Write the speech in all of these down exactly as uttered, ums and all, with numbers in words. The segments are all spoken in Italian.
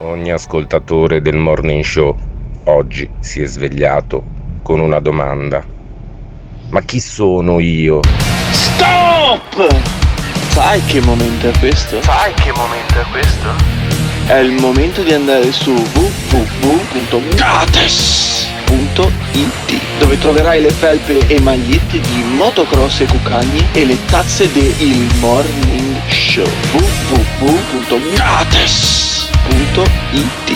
Ogni ascoltatore del Morning Show oggi si è svegliato con una domanda. Ma chi sono io? Stop! Sai che momento è questo? Sai che momento è questo? È il momento di andare su w w w punto gates punto i t, dove troverai le felpe e magliette di motocross e cucagni e le tazze del Morning Show. w w w punto gates punto i t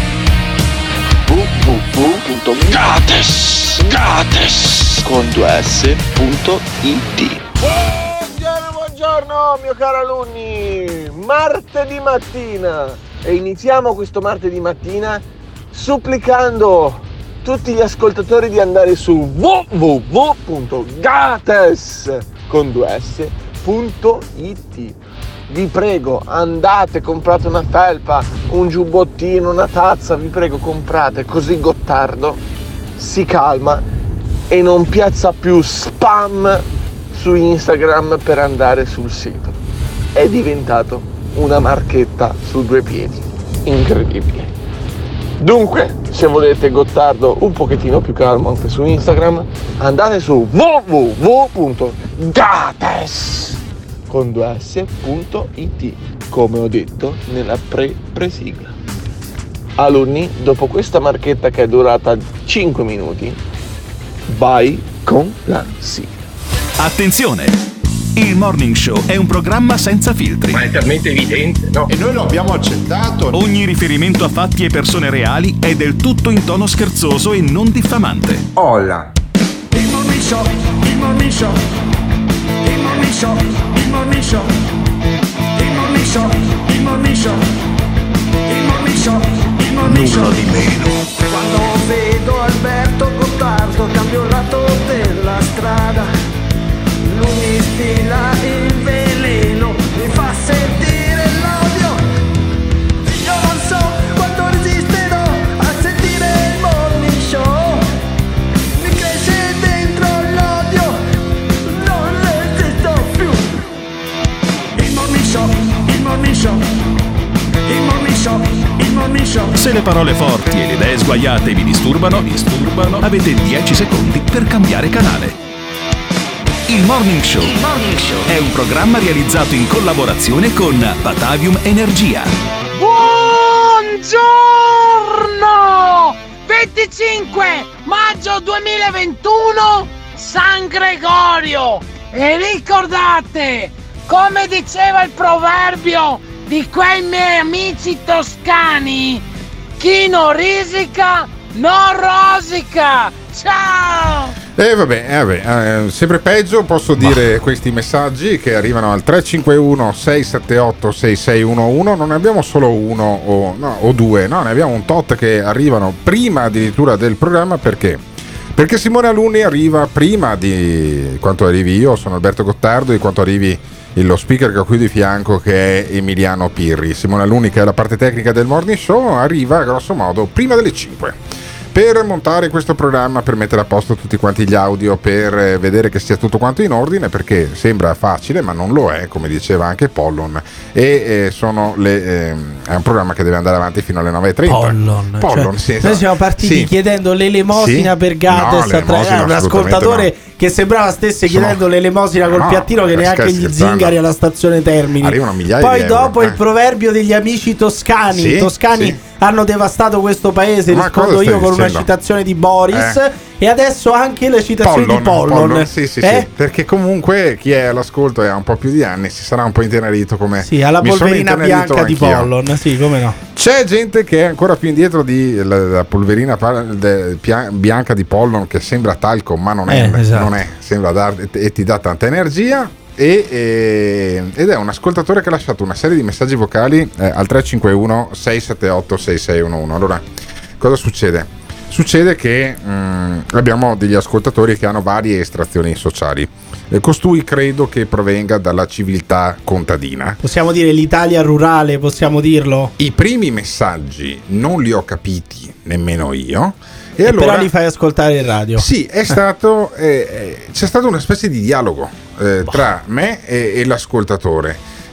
w w w punto gates gates con due s punto i t. Buongiorno, buongiorno mio caro alunni, martedì mattina, e iniziamo questo martedì mattina supplicando tutti gli ascoltatori di andare su w w w punto gates con due s punto i t. Vi prego, andate, comprate una felpa, un giubbottino, una tazza, vi prego comprate, così Gottardo si calma e non piazza più spam su Instagram per andare sul sito. È diventato una marchetta su due piedi, incredibile. Dunque, se volete Gottardo un pochettino più calmo anche su Instagram, andate su w w w punto gates con due s punto i t, come ho detto nella pre-presigla. Alunni, dopo questa marchetta che è durata cinque minuti, vai con la sigla. Attenzione! Il Morning Show è un programma senza filtri. Ma è talmente evidente, no? E noi lo abbiamo accettato. Ogni riferimento a fatti e persone reali è del tutto in tono scherzoso e non diffamante. Hola. Il Morning Show, il Morning Show, il Morning Show, il Morning Show, il Morning Show, il Morning Show, il Morning Show, il Morning Show. Nulla di meno. Quando vedo Alberto Gottardo cambio il lato della strada. Lui mi stila il veleno, mi fa sentire l'odio. Io non so quanto resisterò a sentire il Morning Show. Mi cresce dentro l'odio, non resisto più. Il Morning Show, il Morning Show, il Morning Show, il Morning Show. Se le parole forti e le idee sguaiate vi disturbano, vi disturbano, avete dieci secondi per cambiare canale. Il Morning Show. Il Morning Show è un programma realizzato in collaborazione con Batavium Energia. Buongiorno! venticinque maggio duemilaventuno, San Gregorio. E ricordate, come diceva il proverbio di quei miei amici toscani, chi non risica non rosica. Ciao! E eh vabbè, eh vabbè eh, sempre peggio posso dire bah. Questi messaggi che arrivano al tre cinque uno sei sette otto sei sei uno uno. Non ne abbiamo solo uno o, no, o due, no, ne abbiamo un tot che arrivano prima addirittura del programma. Perché? Perché Simone Alunni arriva prima di quanto arrivi io, sono Alberto Gottardo, di quanto arrivi lo speaker che ho qui di fianco, che è Emiliano Pirri. Simone Alunni, che è la parte tecnica del Morning Show, arriva grosso modo prima delle cinque per montare questo programma, per mettere a posto tutti quanti gli audio, per vedere che sia tutto quanto in ordine, perché sembra facile ma non lo è, come diceva anche Pollon, e eh, sono le, eh, è un programma che deve andare avanti fino alle nove e trenta. Pollon, Pollon, cioè, sì, noi siamo partiti sì. chiedendo l'elemosina sì? per Gates, no, tra... un ascoltatore no. che sembrava stesse Sono... chiedendo l'elemosina col no, piattino, che neanche gli zingari alla stazione Termini. Arrivano migliaia Poi di dopo euro, il eh. proverbio degli amici toscani, sì, toscani sì. hanno devastato questo paese, Ma rispondo io con dicendo? una citazione di Boris, eh. e adesso anche le citazioni Pollon, di Pollon, Pollon sì, sì, eh? sì, perché comunque chi è all'ascolto e ha un po' più di anni si sarà un po' intenerito, come sì, alla mi polverina bianca di anch'io. Pollon, sì, come no. C'è gente che è ancora più indietro di la, la polverina pa- de, pia- bianca di Pollon, che sembra talco ma non è, eh, esatto. non è sembra dar, e, e ti dà tanta energia. E, e, ed è un ascoltatore che ha lasciato una serie di messaggi vocali eh, al tre cinque uno sei sette otto sei sei uno uno. Allora, cosa succede? Succede che mh, abbiamo degli ascoltatori che hanno varie estrazioni sociali. E costui credo che provenga dalla civiltà contadina. Possiamo dire l'Italia rurale, possiamo dirlo? I primi messaggi non li ho capiti nemmeno io. E, e allora, però li fai ascoltare in radio. Sì, è stato eh, c'è stato una specie di dialogo eh, tra me e, e l'ascoltatore.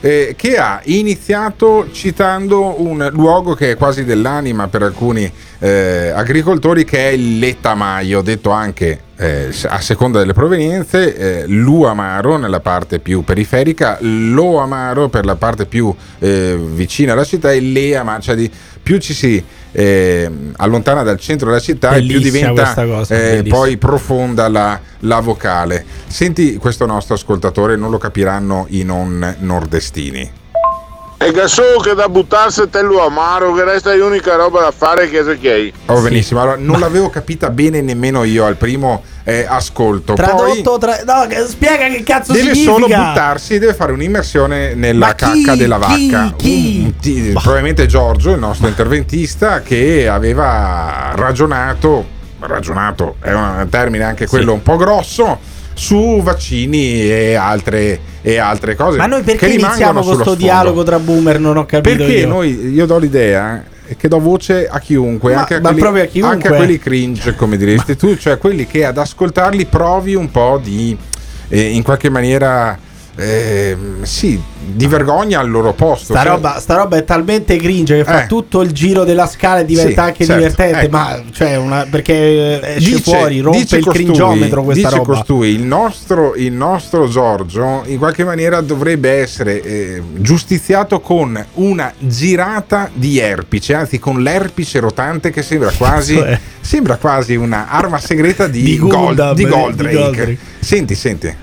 eh, che ha iniziato citando un luogo che è quasi dell'anima per alcuni eh, agricoltori, che è il Letamaio, detto anche eh, a seconda delle provenienze, eh, Luamaro nella parte più periferica, Loamaro per la parte più eh, vicina alla città e Leamaro, cioè di, più ci si eh, allontana dal centro della città Bellissima e più diventa cosa, eh, poi profonda la, la vocale. Senti questo nostro ascoltatore, non lo capiranno i non nordestini. E che so che da buttarsi te lo amaro, che resta l'unica roba da fare che se che Oh, benissimo, allora non l'avevo capita bene nemmeno io al primo eh, ascolto. Tradotto, tra... no, che- spiega che cazzo Deve significa. solo buttarsi, deve fare un'immersione nella Ma chi? cacca della Chi? vacca. Chi? Un- ti- probabilmente Giorgio, il nostro interventista, che aveva ragionato, ragionato è un termine anche quello un po' grosso, su vaccini e altre, e altre cose. Ma noi perché che iniziamo rimangono con sullo questo sfondo. dialogo tra boomer? Non ho capito Perché io. noi, io do l'idea che do voce a chiunque, Ma- anche, a ma quelli, proprio a chiunque? anche a quelli cringe, come diresti tu, cioè quelli che ad ascoltarli provi un po' di eh, in qualche maniera eh, sì, di vergogna al loro posto. Sta Cioè- roba, sta roba è talmente cringe che fa Eh. tutto il giro della scala e diventa Sì, anche certo, divertente. ecco. Ma cioè una, perché esce Dice- fuori, rompe dice il costui- cringiometro questa dice roba. costui, il nostro, il nostro Giorgio in qualche maniera dovrebbe essere eh, giustiziato con una girata di erpice, anzi con l'erpice rotante che sembra quasi Cioè. sembra quasi una arma segreta di, Di Gold, Gundam, di di Goldrake. Goldrake. Senti, senti.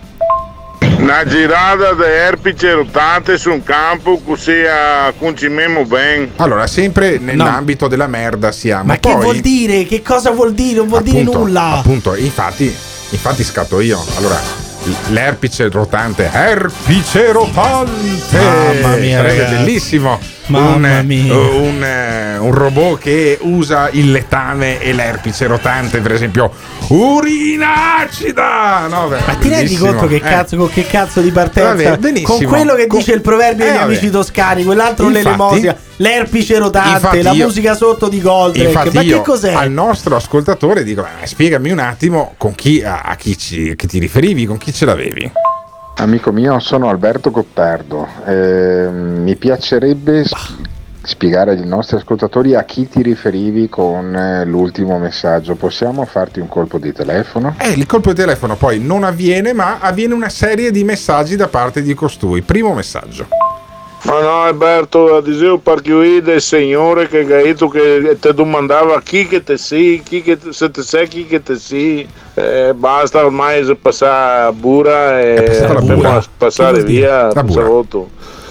una girata di erpice rotate su un campo così a concimemo ben. Allora, sempre nell'ambito della merda siamo. Ma che Poi, vuol dire? Che cosa vuol dire? Non vuol dire appunto, nulla. Appunto, infatti, infatti scatto io. Allora, l- l'erpice rotante, erpice rotante, Mamma mia, sarebbe ragazzi. bellissimo. Mamma un, mia. Un, eh, un robot che usa il letame e l'erpice rotante, per esempio, urina acida. No, beh, Ma ti rendi bellissimo. conto che Eh. cazzo, con che cazzo di partenza? Vabbè, benissimo. Con quello che Con- dice il proverbio Eh, degli vabbè. amici toscani, quell'altro Infatti- l'elemosia, l'erpice rotante, Infatti la io- musica sotto di Goldrake. Infatti Ma io che cos'è? al nostro ascoltatore dico: "Ma spiegami un attimo con chi, a, a chi ci, che ti riferivi, con chi ce l'avevi?" Amico mio, sono Alberto Gottardo. Eh, mi piacerebbe sp- spiegare agli nostri ascoltatori a chi ti riferivi con eh, l'ultimo messaggio. Possiamo farti un colpo di telefono? Eh, il colpo di telefono poi non avviene, ma avviene una serie di messaggi da parte di costui. Primo messaggio. Ma no Alberto, dicevo perché del signore che ha detto che ti domandava chi che te sei, chi che te, se te sei chi che te sei, eh, basta ormai se passa a Bura e È passata la dobbiamo Bura. passare Che vuol dire? via La Bura. Salotto.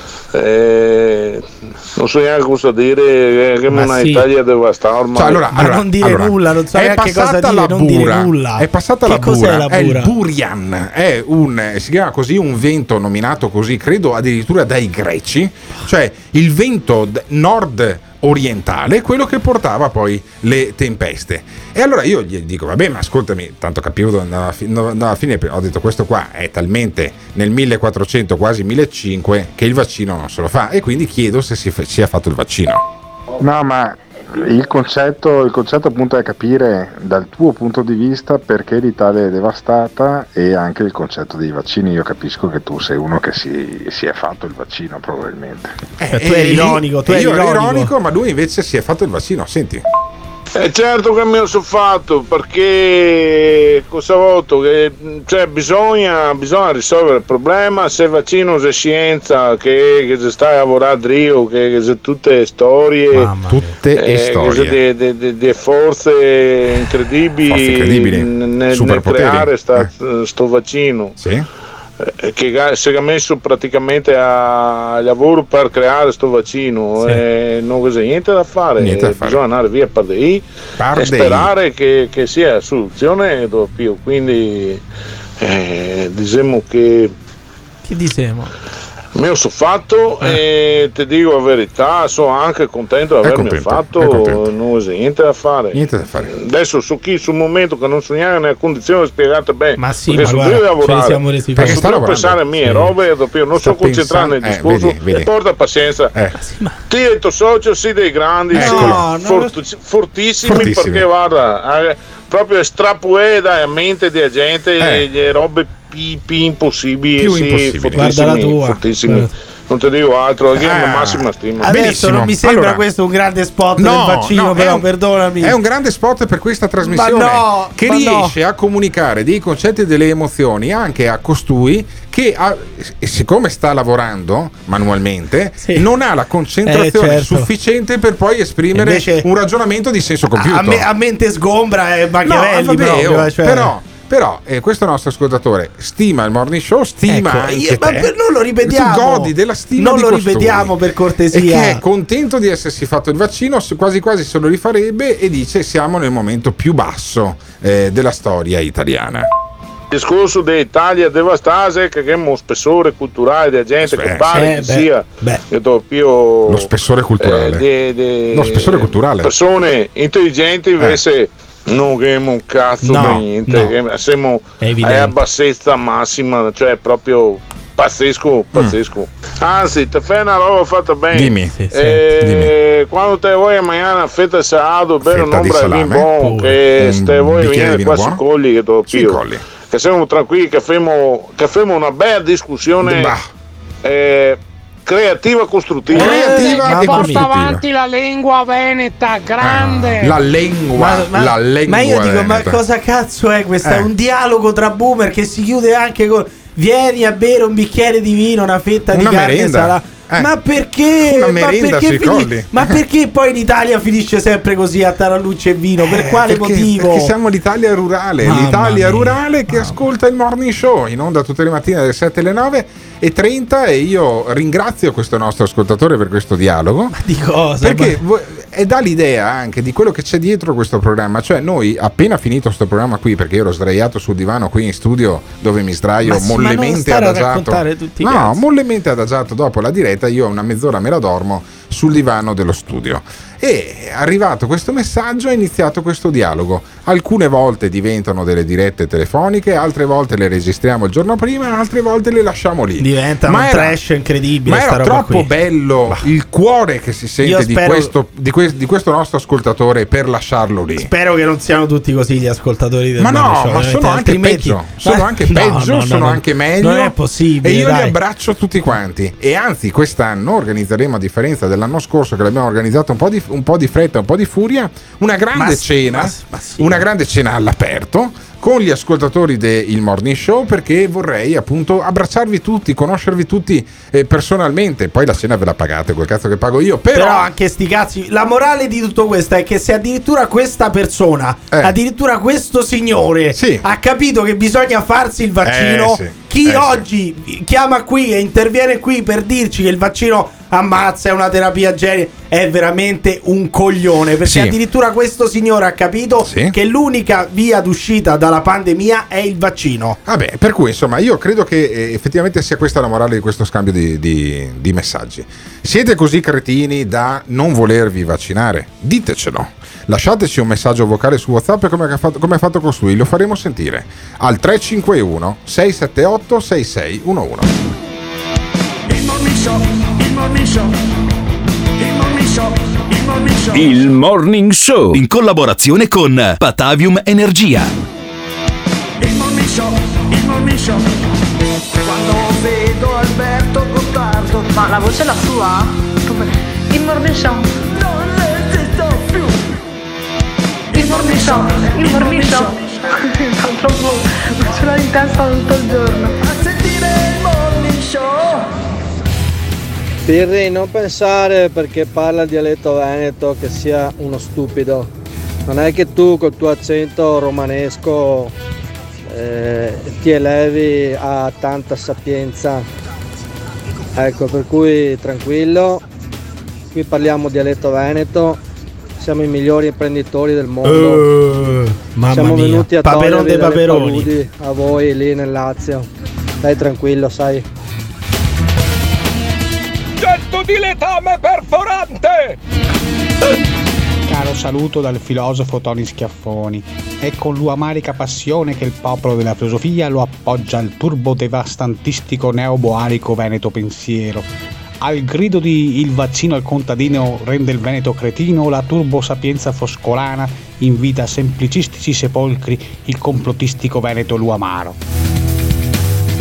Eh, non so neanche cosa dire, che Ma una sì. Italia devastata ormai. Cioè, allora, Ma allora, non dire allora, nulla, non so è neanche cosa passata dire, la non dire Bura, nulla. È passata Che la cos'è Bura, la è il Bura? Burian, è un, si chiama così un vento nominato così, credo addirittura dai greci, cioè il vento d- nord orientale, quello che portava poi le tempeste. E allora io gli dico: vabbè, ma ascoltami, tanto capivo dove andava a fi- dove andava a finire. Ho detto: questo qua è talmente nel millequattrocento, quasi millecinquecento, che il vaccino non se lo fa, e quindi chiedo se si f- sia fatto il vaccino. No, ma il concetto, il concetto appunto è capire dal tuo punto di vista perché l'Italia è devastata, e anche il concetto dei vaccini. Io capisco che tu sei uno che si, si è fatto il vaccino probabilmente. Eh, tu eri e lì- ironico, tu e eri io ero ironico. ironico, ma lui invece si è fatto il vaccino. Senti. Eh certo che mi ho fatto, perché cosa voto? Che, cioè, bisogna, bisogna risolvere il problema. Se vaccino, se scienza, che, che si sta a lavorare a Rio, che, che se tutte storie, Mamma. Tutte eh, e che storie. se de- de- de- de forze incredibili, Forze incredibili. n- nel, nel Superpoteri. creare sta, sto vaccino. Sì. Eh, che ga- si è messo praticamente a lavoro per creare sto vaccino, Sì. e non c'è niente da fare, Niente da fare. bisogna andare via per lì Par e dei. sperare che, che sia soluzione doppio. Quindi eh, diciamo che Che diciamo? mi ho fatto e ti dico la verità, sono anche contento di È avermi contento, fatto, è contento. non c'è niente da fare. Niente da fare. Adesso su chi sul momento che non sono neanche nella condizione spiegate bene, Ma sì, perché ma su guarda, devi ce ne lavorare, siamo resi Perché su sta devo lavorando. pensare a mie Sì. robe e dopo io non Sta so concentrare nel pensando- eh, discorso, vedi, vedi. e porta pazienza. Eh. Ti e tuo socio si dei grandi, Eccolo. sì, No, no. forti- fortissimi, Fortissimi. perché guarda, eh, proprio strapuè da mente di gente Eh. le robe più, più impossibili, Più sì, impossibili. fortissimi, Guarda la tua. fortissimi. Eh. non ti dico altro, io Ah. ho massima stima. Adesso Benissimo. non mi sembra Allora, questo un grande spot no, del vaccino, no, è però un- perdonami. È un grande spot per questa trasmissione Ma no, che ma riesce a comunicare dei concetti e delle emozioni anche a costui che ha- e siccome sta lavorando manualmente Sì. non ha la concentrazione Eh, certo. sufficiente per poi esprimere Invece- un ragionamento di senso compiuto. a, me- a mente sgombra e No, Machiavelli vabbè, proprio, oh, cioè. però, però eh, questo nostro ascoltatore stima il morning show, stima Ecco, anche io- ma te. per- non lo ripetiamo. Tu godi della stima Non di lo costui. ripetiamo, per cortesia. E che è contento di essersi fatto il vaccino, se- quasi quasi se lo rifarebbe, e dice siamo nel momento più basso eh, della storia italiana. Il discorso dell'Italia devastata che abbiamo uno spessore culturale della gente Beh, che pare eh, che beh, sia beh. io do più Lo spessore culturale. eh, de- de- Lo spessore culturale. persone intelligenti invece non abbiamo un cazzo No, di niente, no. che siamo È evidente. a bassezza massima, cioè proprio pazzesco, pazzesco. Anzi, te fai una roba fatta bene. Dimmi. Sì, sì. Eh, quando te vuoi a mangiare una fetta di salato, bene Fetta un di ombra di salame, buon, pure. che Un ste vuoi bicchiere venire di qua vino sui buono? colli che te lo Sui pio. colli. Che siamo tranquilli, che facciamo che facciamo una bella discussione Bah. eh, creativa, costruttiva. Eh, Creativa che e porta costruttiva. avanti la lingua veneta, grande. La lingua, Ma, ma- la lingua. ma io dico, ma veneta. cosa cazzo è questo? È Eh. un dialogo tra boomer che si chiude anche con vieni a bere un bicchiere di vino, una fetta Una di carne merenda. salata. Eh. Ma perché? Una Ma merenda perché sui fini- colli. Ma perché poi in Italia finisce sempre così a tarallucce e vino? Per Eh, quale perché, motivo? Perché siamo l'Italia rurale, Mamma l'Italia mia. rurale che ascolta il morning show in onda tutte le mattine dalle sette alle nove e trenta, e io ringrazio questo nostro ascoltatore per questo dialogo. Di cosa? Perché Ma- vo- è dà l'idea anche di quello che c'è dietro questo programma. Cioè, noi appena finito questo programma qui, perché io ero sdraiato sul divano qui in studio dove mi sdraio Ma sì, ma non mollemente stare a adagiato. raccontare tutti i No, cazzi. mollemente adagiato dopo la diretta, io una mezz'ora me la dormo sul divano dello studio. E è arrivato questo messaggio, è iniziato questo dialogo. Alcune volte diventano delle dirette telefoniche, altre volte le registriamo il giorno prima, altre volte le lasciamo lì. Diventa Ma un era- trash incredibile. Ma sta era roba troppo qui. bello il cuore che si Io sente di spero- questo, di, que- di questo nostro ascoltatore per lasciarlo lì. Spero che non siano tutti così gli ascoltatori del Ma no, Morning Show, ma veramente, sono anche altrimenti- peggio, sono Ma- anche no, peggio, no, no, sono no. anche meglio. Non è possibile. E io dai. li abbraccio tutti quanti. E anzi, quest'anno organizzeremo, a differenza dell'anno scorso, che l'abbiamo organizzato un po' di, un po' di fretta, un po' di furia, una grande Ma- cena, ma- ma sì. una grande cena all'aperto con gli ascoltatori del Morning Show, perché vorrei appunto abbracciarvi tutti, conoscervi tutti eh, personalmente. Poi la cena ve la pagate, quel cazzo che pago io. Però, Però anche sti cazzi, la morale di tutto questo è che se addirittura questa persona, Eh. addirittura questo signore Sì. ha capito che bisogna farsi il vaccino, Eh, sì. chi Eh, sì. oggi chiama qui e interviene qui per dirci che il vaccino ammazza, è una terapia genere, è veramente un coglione, perché Sì. addirittura questo signore ha capito Sì. che l'unica via d'uscita dalla pandemia è il vaccino. Vabbè, per cui insomma io credo che eh, effettivamente sia questa la morale di questo scambio di, di- di messaggi. Siete così cretini da non volervi vaccinare? Ditecelo. Lasciateci un messaggio vocale su WhatsApp come ha fatto, come ha fatto costui, lo faremo sentire al tre cinque uno sei sette otto sei sei uno uno. Il morning show, il morning show, il morning show, il morning show. Il Morning Show in collaborazione con Patavium Energia. Il morning show, il morning show. Quando vedo Alberto Gottardo, Ma la voce è la sua? Come? Il morning show. non resisto più. Il morning show. Il morning show. Fa troppo. Ce l'ho in testa tutto il giorno. A sentire il morning show. Pirri, non pensare perché parla il dialetto veneto che sia uno stupido. Non è che tu col tuo accento romanesco eh, ti elevi a tanta sapienza. Ecco, per cui tranquillo, qui parliamo dialetto veneto, siamo i migliori imprenditori del mondo. Eh, mamma Siamo mia, venuti a Paperon togliervi dei dalle paperoni. paludi a voi lì nel Lazio. Stai tranquillo, sai. Getto di letame perforante! Caro saluto dal filosofo Tony Schiaffoni. È con l'uamarica passione che il popolo della filosofia lo appoggia al turbo devastantistico neoboarico veneto pensiero. Al grido di il vaccino al contadino rende il Veneto cretino, la turbo sapienza foscolana invita a semplicistici sepolcri il complottistico Veneto luamaro.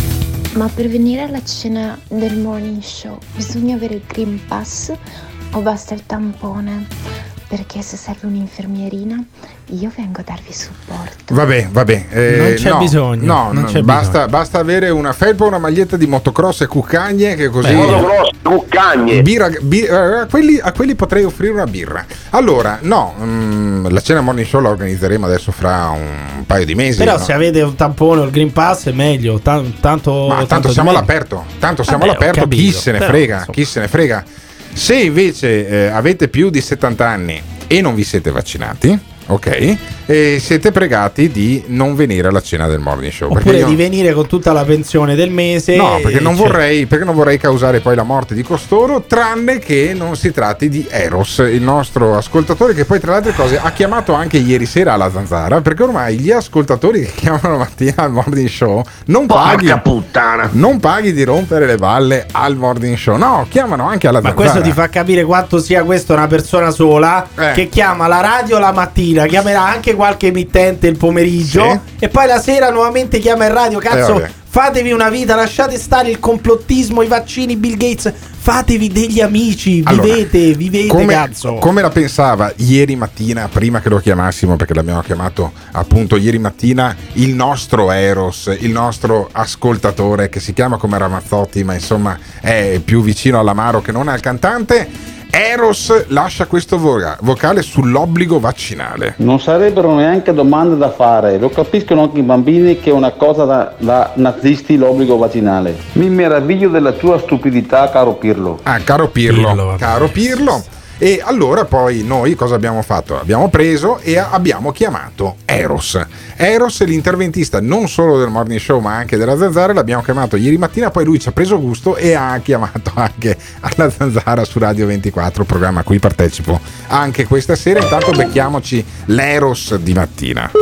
ma per venire alla cena del morning show bisogna avere il Green Pass o basta il tampone? Perché se serve un'infermierina io vengo a darvi supporto. Vabbè, vabbè. Eh, non c'è no, bisogno. No, non no, c'è basta, bisogno. basta avere una felpa, una maglietta di motocross e cuccagne che così. Motocross, cuccagne. Birra, bi- eh, a, quelli, a quelli potrei offrire una birra. Allora, no, mh, la cena morning show la organizzeremo adesso fra un paio di mesi. Però no? se avete un tampone o il Green Pass è meglio. Tan- tanto, Ma tanto, tanto siamo di all'aperto. Tanto siamo Vabbè, ho all'aperto. Chi capito, se ne però, frega? insomma. Chi se ne frega? Se invece eh, avete più di settanta anni e non vi siete vaccinati, ok, e siete pregati di non venire alla cena del morning show. Oppure perché io... di venire con tutta la pensione del mese. No, perché non, cioè... vorrei, perché non vorrei causare poi la morte di costoro, tranne che non si tratti di Eros, il nostro ascoltatore, che poi tra le altre cose ha chiamato anche ieri sera alla Zanzara, perché ormai gli ascoltatori che chiamano la mattina al morning show non paghi, Porca puttana. non paghi di rompere le balle al morning show, no, chiamano anche alla Ma Zanzara. questo ti fa capire quanto sia questa una persona sola Eh. che chiama la radio la mattina, chiamerà anche qualche emittente il pomeriggio Sì. e poi la sera nuovamente chiama il radio. Cazzo, Eh, vabbè. fatevi una vita, lasciate stare il complottismo, i vaccini, Bill Gates, fatevi degli amici, Allora, vivete, vivete, come, cazzo. come la pensava ieri mattina, prima che lo chiamassimo, perché l'abbiamo chiamato appunto ieri mattina, il nostro Eros, il nostro ascoltatore, che si chiama come Ramazzotti, ma insomma è più vicino all'amaro che non al cantante. Eros lascia questo voca- vocale sull'obbligo vaccinale. Non sarebbero neanche domande da fare, lo capiscono anche i bambini che è una cosa da, da nazisti l'obbligo vaccinale. Mi meraviglio della tua stupidità, caro Pirlo. Ah, caro Pirlo, Pirlo, vabbè. caro Pirlo. E allora poi noi cosa abbiamo fatto? Abbiamo preso e abbiamo chiamato Eros. Eros è l'interventista non solo del morning show ma anche della Zanzara, l'abbiamo chiamato ieri mattina, poi lui ci ha preso gusto e ha chiamato anche alla Zanzara su Radio ventiquattro, programma a cui partecipo anche questa sera. Intanto becchiamoci l'Eros di mattina.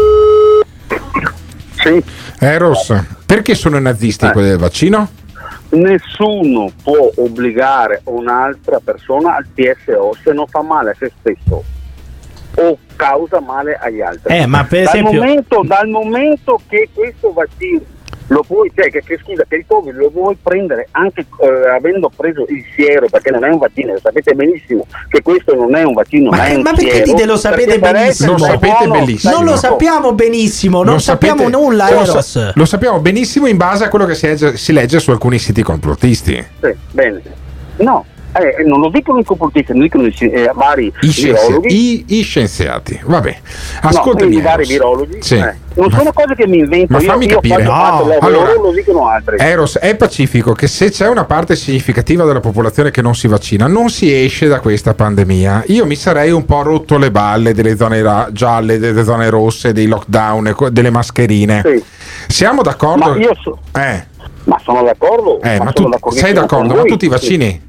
Sì. Eros, perché sono i nazisti Eh. quelli del vaccino? Nessuno può obbligare un'altra persona al P S O se non fa male a se stesso o causa male agli altri. Eh, ma per dal, esempio- momento, dal momento che questo vaccino lo puoi, cioè che, che scusa, che il Covid lo vuoi prendere anche eh, avendo preso il siero, perché non è un vaccino, lo sapete benissimo che questo non è un vaccino, ma, Ma, è un ma perché siero, dite lo sapete perché per benissimo? essere Lo sapete buono, benissimo. Non lo sai- sappiamo benissimo, non Lo sappiamo sapete- nulla, lo, Eros. sa- lo sappiamo benissimo in base a quello che si legge, si legge su alcuni siti complottisti. Sì, bene. No, eh, non lo dicono i complottisti, lo dicono i, eh, vari I, scienzi- virologi. i- i scienziati, vabbè. No, Ascoltami, quindi i vari Eros. virologi. Sì. eh, non Ma- sono cose che mi invento Ma io, fammi io capire. faccio parte del No, lavoro, allora, lo dicono altri. Eros, è pacifico che se c'è una parte significativa della popolazione che non si vaccina, non si esce da questa pandemia. Io mi sarei un po' rotto le balle delle zone ra- gialle, delle zone rosse, dei lockdown, e co- delle mascherine. Sì. Siamo d'accordo? Ma io so- eh, Ma sono d'accordo. eh, ma, sono tu sei d'accordissimo d'accordo? con Ma voi. tu ti vaccini?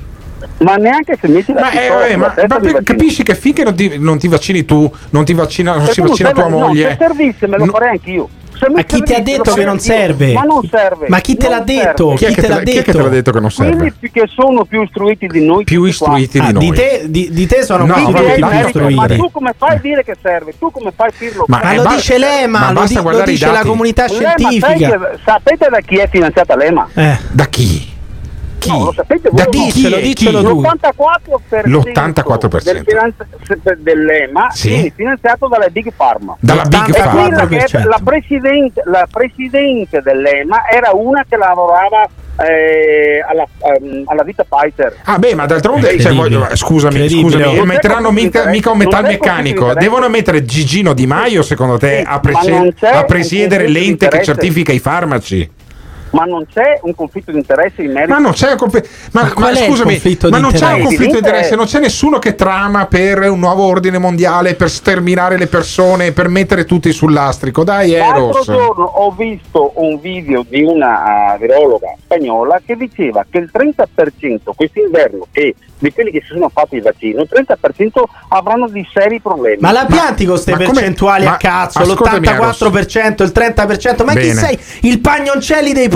Ma neanche se metti la Ma, eh, pistola eh, sulla ma- testa ma mi per- vaccino. capisci che finché non ti, non ti vaccini tu, non ti vaccina, non Se si tu non vaccina tua serve- no, moglie. se servisse me lo No. farei anch'io. Se mi Ma chi ti ha servisse, detto lo che farei non anch'io. serve? Ma non serve. Ma chi te non l'ha detto? serve. Chi è Chi che te te l'ha l'ha- chi è che te detto? l'ha detto che non serve? Quelli che sono più istruiti di noi. Più tutti istruiti quanti. di Ah, noi. di, te, di, di te sono No, quindi vabbè, più lascia istruiti. Ma tu come fai a dire che serve? Tu come fai a dirlo? Ma Ma eh, lo ba- dice l'EMA, ma lo, basta di- lo guardare i dice la dati. comunità L'EMA, sai scientifica. che- sapete da chi è finanziata l'EMA? Eh. Da chi? Chi? No, lo sapete voi? Da no? chi? Dicelo, Chi è? dicelo Chi? tu. l'ottantaquattro per cento L'ottantaquattro per cento. del finanzi- dell'EMA Sì. viene finanziato dalla Big Pharma. Dalla Big E Pharma. quella che è la presidente, la presidente dell'EMA era una che lavorava eh, alla, ehm, alla vita Pfizer. Ah beh, ma d'altronde cioè, Incredibile. voglio- scusami, Incredibile. scusami, Non e metteranno mica, mica un Non è metalmeccanico. conflitto di Devono mettere Gigino Di Maio, secondo te, Sì, a, ma prese- non c'è a un presiedere conflitto di l'ente che interesse. certifica i farmaci? Ma non c'è un conflitto di interesse in merito. Ma non c'è un conflitto. Ma, Ma ma qual è il scusami, conflitto ma di non c'è un interesse? conflitto di Evidente interesse, è- non c'è nessuno che trama per un nuovo ordine mondiale, per sterminare le persone, per mettere tutti sul lastrico. Dai, L'altro Eros. giorno ho visto un video di una uh, virologa spagnola che diceva che il trenta per cento quest'inverno che di quelli che si sono fatti il vaccino, il trenta per cento avranno di seri problemi. Ma la pianti con queste ma percentuali come- a cazzo, ma ascoltami, l'ottantaquattro per cento, il trenta per cento, ma chi Bene. sei? Il pagnoncelli dei Ma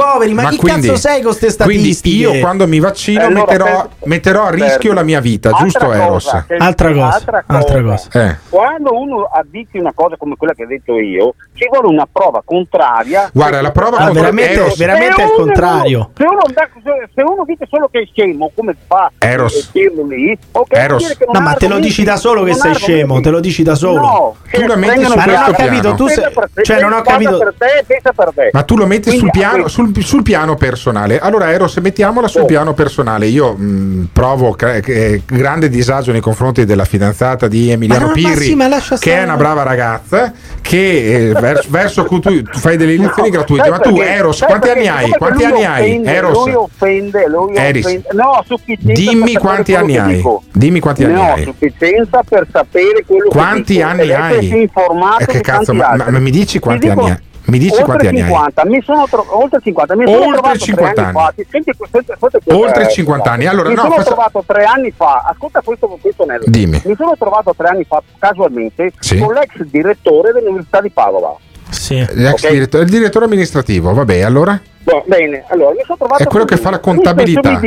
poveri, ma, ma chi quindi, cazzo sei con queste statistiche? Quindi io quando mi vaccino allora, metterò, per, metterò a rischio per, la mia vita, giusto Eros? Altra cosa, altra cosa. Altra cosa. Eh. Quando uno addice una cosa come quella che ho detto io, ci vuole una prova contraria. Guarda, la prova ah, contraria veramente, Eros. veramente è il contrario. Se uno, se uno dice solo che è scemo, come fa Eros. dirlo lì? Okay, Eros. Che no, ma te lo dici da solo che sei scemo, te lo dici da solo. No, tu lo metti su questo piano. Tu sei, cioè non ho capito. Per te, pensa per te. Ma tu lo metti sul piano, sul, sul piano personale. Allora Eros, mettiamola sul oh. piano personale. Io mh, provo eh, grande disagio nei confronti della fidanzata di Emiliano ma, Pirri, ma sì, ma che è una brava ragazza, che eh, verso, verso cui tu, tu fai delle lezioni no, gratuite. Ma tu Eros, quanti anni hai? Quanti anni hai? Eros, lui offende, lui offende. No, sufficienza. Dimmi quanti anni hai. Dimmi quanti anni hai. No, sufficienza per sapere quello quanti che anni hai? Informato che cazzo, ma, ma mi dici quanti anni hai? Mi dici quanti anni cinquanta, hai? Mi sono tro- oltre cinquanta, mi sono oltre cinquanta anni. Fa, senti, senti, senti, oltre cinquanta anni. Allora, mi no, sono faccia... trovato tre anni fa. Ascolta questo, questo Nello. Dimmi. Mi sono trovato tre anni fa casualmente sì. con l'ex direttore dell'Università di Padova. Sì. L'ex okay. direttore, il direttore amministrativo, vabbè, allora? No, bene, allora mi sono trovato. È quello che fa la contabilità.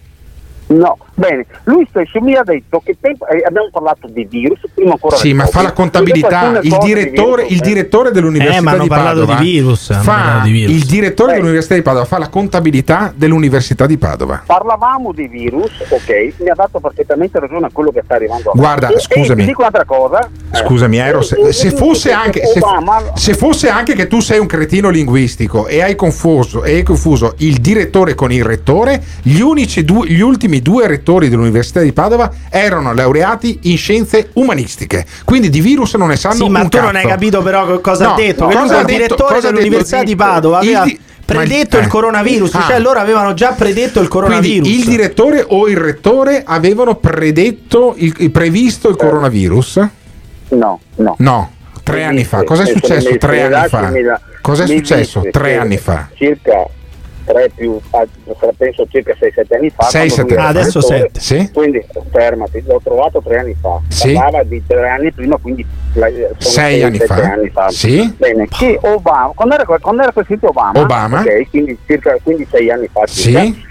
No, bene, lui stesso mi ha detto che tempo, eh, abbiamo parlato di virus prima ancora. Sì, ma fa la contabilità. Il direttore, virus, il direttore dell'Università eh, ma di Padova di virus, fa di virus. il direttore eh. dell'Università di Padova fa la contabilità dell'Università di Padova. Parlavamo di virus, ok, mi ha dato perfettamente ragione a quello che sta arrivando. Guarda, e, scusami. E ti dico un'altra cosa. Scusami, Eros, eh, se fosse anche se, se fosse anche che tu sei un cretino linguistico e hai confuso e hai confuso il direttore con il rettore, gli unici due gli ultimi due rettori dell'Università di Padova erano laureati in scienze umanistiche, quindi di virus non ne sanno sì, un ma tu cazzo. non hai capito però cosa no, ha detto no, che cosa lui ha il detto, direttore dell'Università di Padova aveva di- predetto ma, il coronavirus, eh, cioè ah. loro avevano già predetto il coronavirus. Quindi il direttore o il rettore avevano predetto il, il previsto il coronavirus? No, no. No, tre anni fa. Cosa è successo tre anni fa? Cosa è successo tre anni fa? Circa tre più, penso circa sei sette anni fa. sei sette ah, adesso sette. Sì? Quindi fermati, l'ho trovato tre anni fa. Sì? Parlava di tre anni prima, quindi sei anni fa. anni fa. Sì? Bene, che Obama, quando era, quando era presidente Obama, Obama? Okay, quindi circa quindi sei anni fa. Circa, sì?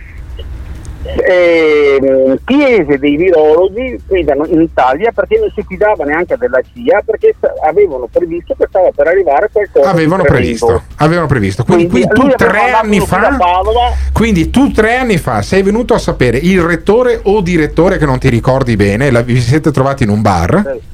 Eh, chiese dei virologi qui in Italia perché non si fidava neanche della C I A perché avevano previsto che stava per arrivare qualcosa avevano previsto avevano previsto quindi, quindi, quindi tu tre anni fa quindi tu tre anni fa sei venuto a sapere il rettore o direttore che non ti ricordi bene la, vi siete trovati in un bar sì.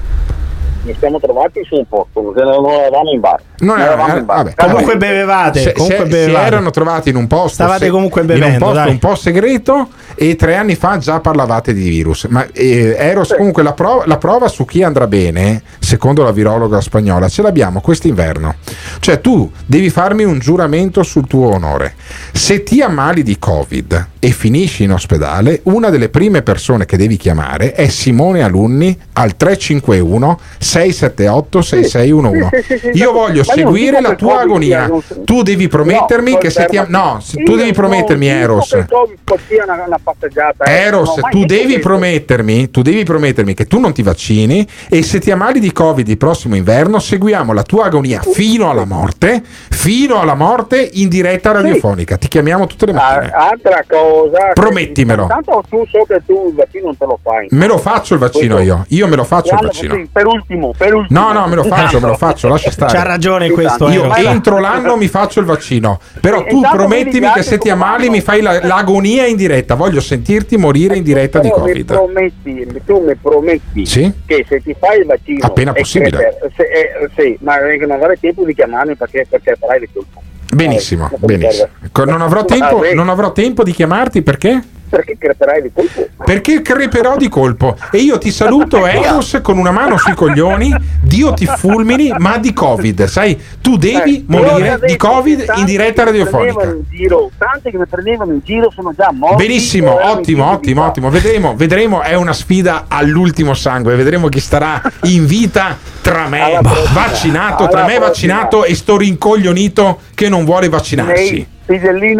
Ci siamo trovati su un posto, non eravamo in bar. Non eravamo in bar. Vabbè, comunque bevevate, se, comunque se, bevevate. Si erano trovati in un posto, stavate se, comunque bevendo, in un posto dai. un po' segreto e tre anni fa già parlavate di virus. Ma eh, Eros, sì. comunque la prova, la prova su chi andrà bene, secondo la virologa spagnola, ce l'abbiamo quest'inverno. Cioè tu devi farmi un giuramento sul tuo onore. Se ti ammali di Covid e finisci in ospedale, una delle prime persone che devi chiamare è Simone Alunni al tre cinque uno sei sette otto sei sei uno uno. Sì, sì, sì, sì, io voglio seguire la tua agonia. Non... Tu devi promettermi no, che se ti am... no, tu devi promettermi Eros. Una, una passeggiata, eh. Eros, no, tu devi questo. promettermi, tu devi promettermi che tu non ti vaccini e se ti ammali di Covid il prossimo inverno seguiamo la tua agonia fino alla morte, fino alla morte in diretta radiofonica. Sì. Ti chiamiamo tutte le mattine. Ah, altra cosa. Promettimelo. Tanto tu so che tu il vaccino non te lo fai. Me lo faccio il vaccino questo. io. Io me lo faccio Guarda, il vaccino. Sì, per ultimo, per ultimo. No, no, me lo faccio, me lo faccio, lascia stare. C'ha ragione questo. Io entro l'anno mi faccio il vaccino. Però tu promettimi che se ti ammali mi fai la, l'agonia in diretta. Voglio sentirti morire in diretta di Covid. Mi prometti, tu mi prometti sì? che se ti fai il vaccino appena possibile. Creper, se, eh, sì, ma non avrai tempo di chiamarmi perché, perché farai di colpo. Benissimo, eh, benissimo. Non avrò tempo, non avrò tempo di chiamarti perché? Perché creperai di colpo? Perché creperò di colpo. E io ti saluto, Eros, con una mano sui coglioni. Dio ti fulmini, ma di Covid. Sai, tu devi eh, morire di Covid in diretta radiofonica. In giro, tanti che mi prendevano in giro sono già morti. Benissimo, ottimo, ottimo, ottimo. Vedremo, vedremo. È una sfida all'ultimo sangue. Vedremo chi starà in vita tra me vaccinato, tra me vaccinato e sto rincoglionito che non vuole vaccinarsi. Ehi, Figellino.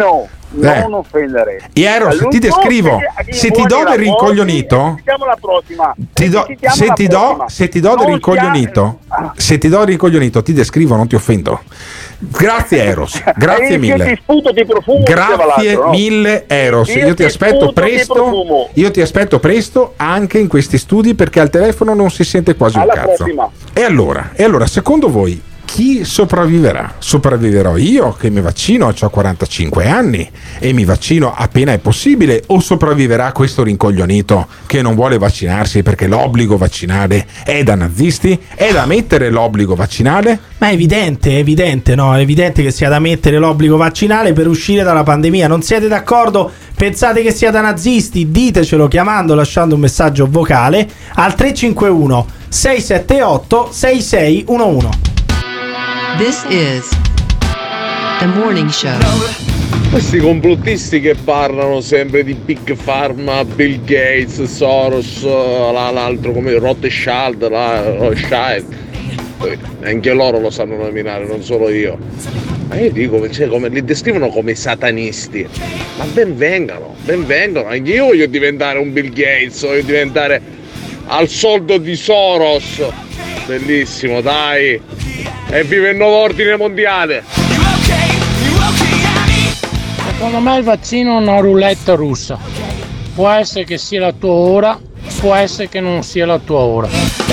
non offendere. Iero, se ti descrivo, se ti do del rincoglionito, la prossima. Ti do, se, ti do, se ti do del rincoglionito, se ti do del rincoglionito, ti descrivo, non ti offendo. Grazie Eros, grazie mille. Ti sputo di profumo, grazie no? mille Eros. Io, io ti aspetto presto. Io ti aspetto presto anche in questi studi, perché al telefono non si sente quasi Alla un cazzo. Prossima. E allora, e allora, secondo voi chi sopravviverà? Sopravviverò io che mi vaccino, ho quarantacinque anni e mi vaccino appena è possibile, o sopravviverà questo rincoglionito che non vuole vaccinarsi perché l'obbligo vaccinale è da nazisti? È da mettere l'obbligo vaccinale? Ma è evidente, è evidente, no? È evidente che sia da mettere l'obbligo vaccinale per uscire dalla pandemia. Non siete d'accordo? Pensate che sia da nazisti? Ditecelo chiamando, lasciando un messaggio vocale al tre cinque uno sei sette otto sei sei uno uno. This is The Morning Show. Questi complottisti che parlano sempre di Big Pharma, Bill Gates, Soros, l'altro come Rothschild, la Rothschild, anche loro lo sanno nominare, non solo io. Ma io dico, cioè, come, li descrivono come satanisti. Ma ben vengano, ben vengano. Anche io voglio diventare un Bill Gates, voglio diventare al soldo di Soros. Bellissimo, dai. E vive il nuovo ordine mondiale. Secondo me il vaccino è una roulette russa. Può essere che sia la tua ora, può essere che non sia la tua ora.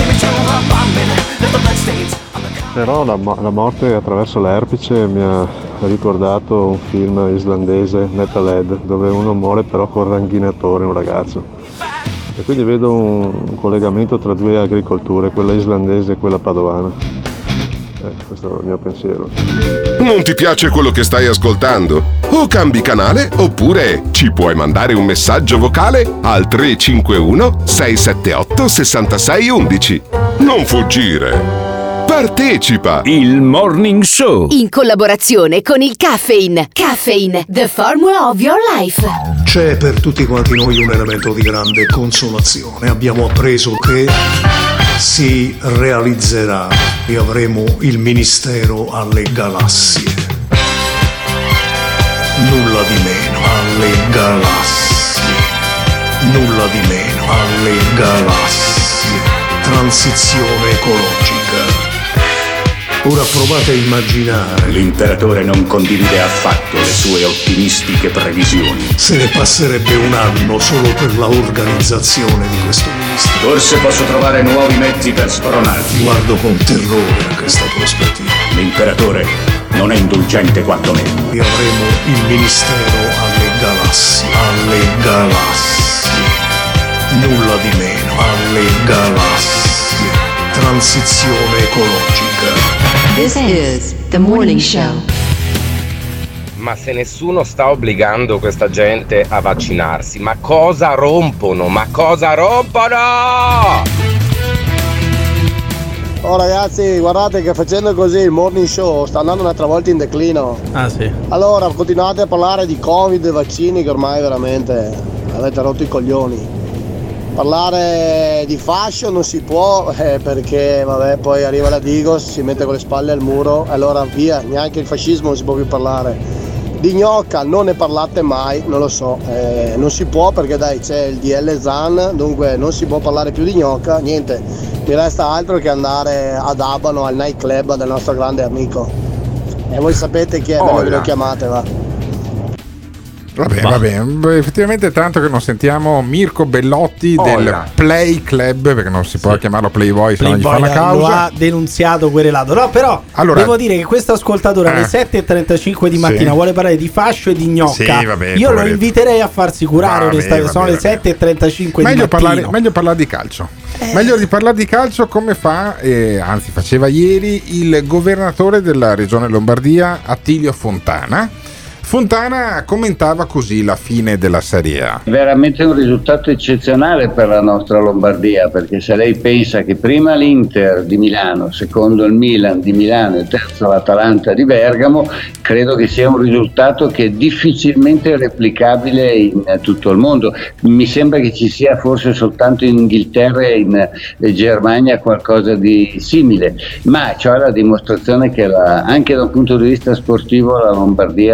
Però la, la morte attraverso l'erpice mi ha ricordato un film islandese, Metalhead, dove uno muore però col ranghinatore, un ragazzo. E quindi vedo un, un collegamento tra due agricolture, quella islandese e quella padovana. Eh, questo è il mio pensiero. Non ti piace quello che stai ascoltando? O cambi canale oppure ci puoi mandare un messaggio vocale al tre cinque uno sei sette otto sei sei uno uno. Non fuggire! Partecipa! Il Morning Show in collaborazione con il Caffeine. Caffeine, the formula of your life. C'è per tutti quanti noi un elemento di grande consolazione. Abbiamo appreso che si realizzerà e avremo il ministero alle galassie. Nulla di meno, alle galassie. Nulla di meno, alle galassie. Transizione ecologica. Ora provate a immaginare. L'imperatore non condivide affatto le sue ottimistiche previsioni. Se ne passerebbe un anno solo per la organizzazione di questo ministero. Forse posso trovare nuovi mezzi per spronarti. Guardo con terrore a questa prospettiva. L'imperatore non è indulgente quantomeno. E avremo il ministero alle galassie. Alle galassie. Nulla di meno. Alle galassie. Transizione ecologica. This is The Morning Show. Ma se nessuno sta obbligando questa gente a vaccinarsi, ma cosa rompono? Ma cosa rompono? Oh ragazzi, guardate che facendo così il Morning Show sta andando un'altra volta in declino. Ah sì. Allora continuate a parlare di Covid e vaccini che ormai veramente avete rotto i coglioni. Parlare di fascio non si può eh, perché vabbè poi arriva la Digos, si mette con le spalle al muro, allora via, neanche il fascismo non si può più parlare. Di gnocca non ne parlate mai, non lo so, eh, non si può perché dai c'è il D L Zan, dunque non si può parlare più di gnocca, niente, mi resta altro che andare ad Abano al night club del nostro grande amico. E voi sapete chi è, oh, ve lo chiamate va. Vabbè, va bene, effettivamente è tanto che non sentiamo Mirko Bellotti oh, del là. Play Club, perché non si può sì. chiamarlo Playboy se non gli fa la causa. Lo ha denunziato, querelato. No, però allora, devo dire che questo ascoltatore eh. alle sette e trentacinque di mattina sì. vuole parlare di fascio e di gnocca. Sì, vabbè, io poveretto. Lo inviterei a farsi curare, vabbè, vabbè, sono vabbè, le sette e trentacinque meglio di mattina. Parlare, meglio parlare di calcio. Eh. Meglio di parlare di calcio come fa, eh, anzi faceva ieri, il governatore della regione Lombardia, Attilio Fontana. Fontana commentava così la fine della Serie A. Veramente un risultato eccezionale per la nostra Lombardia, perché se lei pensa che prima l'Inter di Milano, secondo il Milan di Milano e terzo l'Atalanta di Bergamo, credo che sia un risultato che è difficilmente replicabile in tutto il mondo. Mi sembra che ci sia forse soltanto in Inghilterra e in Germania qualcosa di simile, ma ciò è la dimostrazione che la, anche da un punto di vista sportivo la Lombardia è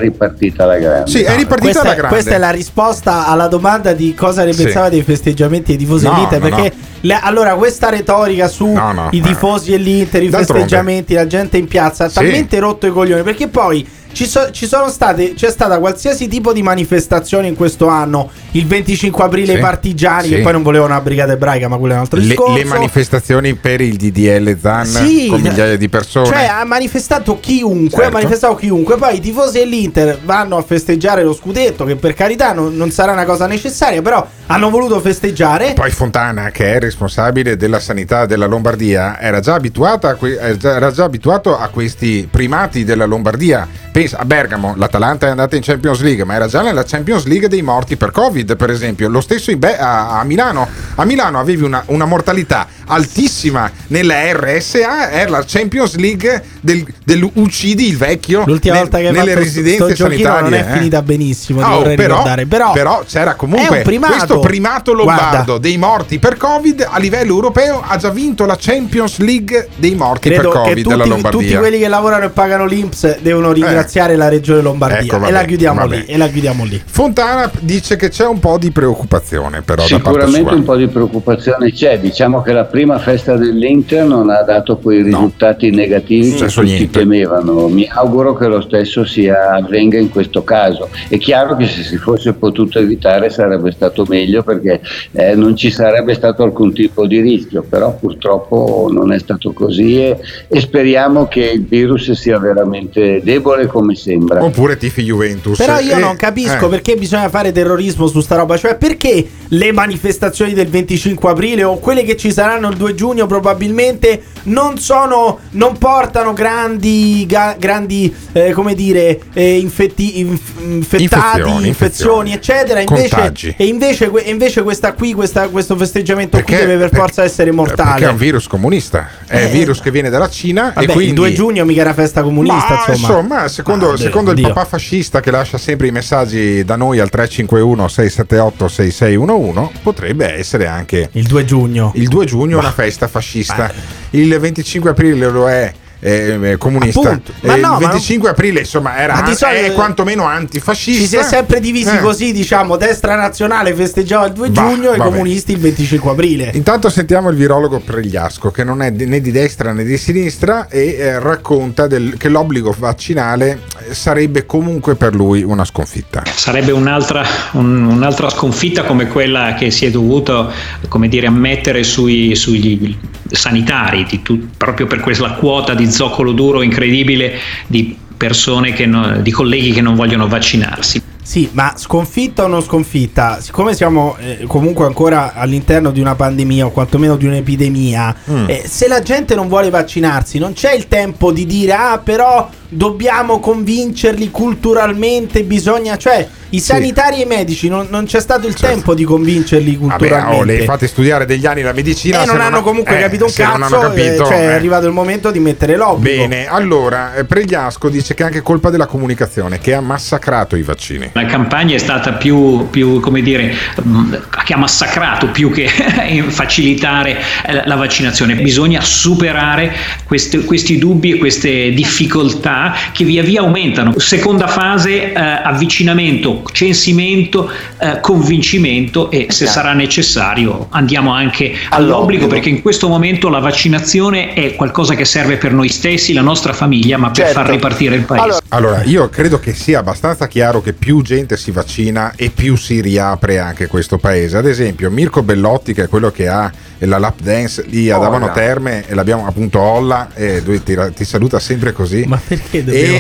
ripartita alla grande. Sì, è ripartita questa, alla grande. Questa è la risposta alla domanda di cosa ne Sì. pensava dei festeggiamenti dei tifosi No, dell'Inter. no, Perché no. le- allora questa retorica su No, no, i ma- tifosi dell'Inter, i D'altronde. festeggiamenti, la gente in piazza ha Sì. talmente rotto i coglioni, perché poi ci, so- ci sono state, c'è stata qualsiasi tipo di manifestazione in questo anno. Il venticinque aprile Sì. i partigiani, Sì. che poi non volevano una brigata ebraica, ma quello è un altro Le, discorso. le manifestazioni per il D D L Zan Sì, con migliaia di persone. Cioè ha manifestato chiunque, Certo. ha manifestato chiunque. Poi i tifosi dell'Inter vanno a festeggiare lo scudetto, che per carità non, non sarà una cosa necessaria, però hanno voluto festeggiare. Poi Fontana, che è responsabile della sanità della Lombardia, era già abituata a que- era già abituato a questi primati della Lombardia. Pensa a Bergamo, l'Atalanta è andata in Champions League, ma era già nella Champions League dei morti per Covid, per esempio. Lo stesso in Be- a, a Milano. A Milano avevi una, una mortalità altissima nella R S A, era la Champions League del, dell'uccidi il vecchio. L'ultima nel- volta che hai nelle fatto residenze sto giochino sanitarie. non è eh. finita benissimo, ti Oh, vorrei però, ricordare. Però, però c'era è comunque un primato. questo primato lombardo Guarda, dei morti per Covid a livello europeo, ha già vinto la Champions League dei morti credo per che Covid della tutti, Lombardia. tutti quelli che lavorano e pagano l'I N P S devono ringraziare la regione Lombardia. Ecco, vabbè, e la chiudiamo vabbè. lì. E la chiudiamo lì. Fontana dice che c'è un po' di preoccupazione, però da parte Sicuramente sua. un po' di preoccupazione c'è, diciamo che la prima festa dell'Inter non ha dato quei risultati negativi che Successo tutti niente. temevano. Mi auguro che lo stesso sia, avvenga in questo caso. È chiaro che se si fosse potuto evitare sarebbe stato meglio, perché eh, non ci sarebbe stato alcun tipo di rischio, però purtroppo non è stato così e, e speriamo che il virus sia veramente debole come sembra. Oppure tifi Juventus. Però io Eh, non capisco eh. perché bisogna fare terrorismo su sta roba. Cioè, perché le manifestazioni del venticinque aprile o quelle che ci saranno il due giugno probabilmente non sono, non portano grandi, ga- grandi eh, come dire, eh, infetti, inf- infettati, Infezioni, infezioni, infezioni. eccetera. Invece, Contagi. e invece, que- e invece questa qui, questa, questo festeggiamento Perché- qui deve per perché- forza essere mortale. Perché è un virus comunista, è Eh, un virus che viene dalla Cina. Vabbè, e quindi il due giugno mica era festa comunista, Ma, insomma. insomma, secondo, Ah, secondo il Dio. papà fascista che lascia sempre i messaggi da noi al tre cinque uno sei sette otto sei sei uno uno, potrebbe essere anche il due giugno. Il due giugno una festa fascista. Il venticinque aprile lo è. eh, comunista. Appunto. Ma Eh, no, il ma venticinque aprile insomma era Ma di an- solito- è quantomeno antifascista. Ci si è sempre divisi Eh. così, diciamo, destra nazionale festeggiava il due Va, giugno e i vabbè. comunisti il venticinque aprile. Intanto sentiamo il virologo Pregliasco, che non è di- né di destra né di sinistra, e eh, racconta del- che l'obbligo vaccinale eh, sarebbe comunque per lui una sconfitta. Sarebbe un'altra, un- un'altra sconfitta come quella che si è dovuto, come dire, ammettere sui, sugli sanitari, di tu- proprio per quella quota di zoccolo duro incredibile di persone che no- di colleghi che non vogliono vaccinarsi. Sì, ma sconfitta o non sconfitta? Siccome siamo eh, comunque ancora all'interno di una pandemia o quantomeno di un'epidemia, Mm. eh, se la gente non vuole vaccinarsi, non c'è il tempo di dire ah, però dobbiamo convincerli culturalmente, bisogna, cioè i sanitari e i medici non, non c'è stato il tempo di convincerli Vabbè, culturalmente. oh, le fate studiare degli anni la medicina E se non hanno comunque eh, capito un se non cazzo, hanno capito, eh, cioè è eh. arrivato il momento di mettere l'obbligo. Bene, allora eh, Pregliasco dice che è anche colpa della comunicazione che ha massacrato i vaccini. La campagna è stata più, più come dire, mh, che ha massacrato più che facilitare eh, la vaccinazione. Bisogna superare queste- questi dubbi e queste difficoltà che via via aumentano. Seconda fase, eh, avvicinamento, censimento, eh, convincimento e se sarà necessario andiamo anche all'obbligo, perché in questo momento la vaccinazione è qualcosa che serve per noi stessi, la nostra famiglia, ma per Certo. far ripartire il paese. Allora, io credo che sia abbastanza chiaro che più gente si vaccina e più si riapre anche questo paese. Ad esempio, Mirko Bellotti, che è quello che ha la lap dance lì ad Olla. Abano Terme, e l'abbiamo appunto Olla, e lui ti, ti saluta sempre così. Ma perché E, dobbiamo...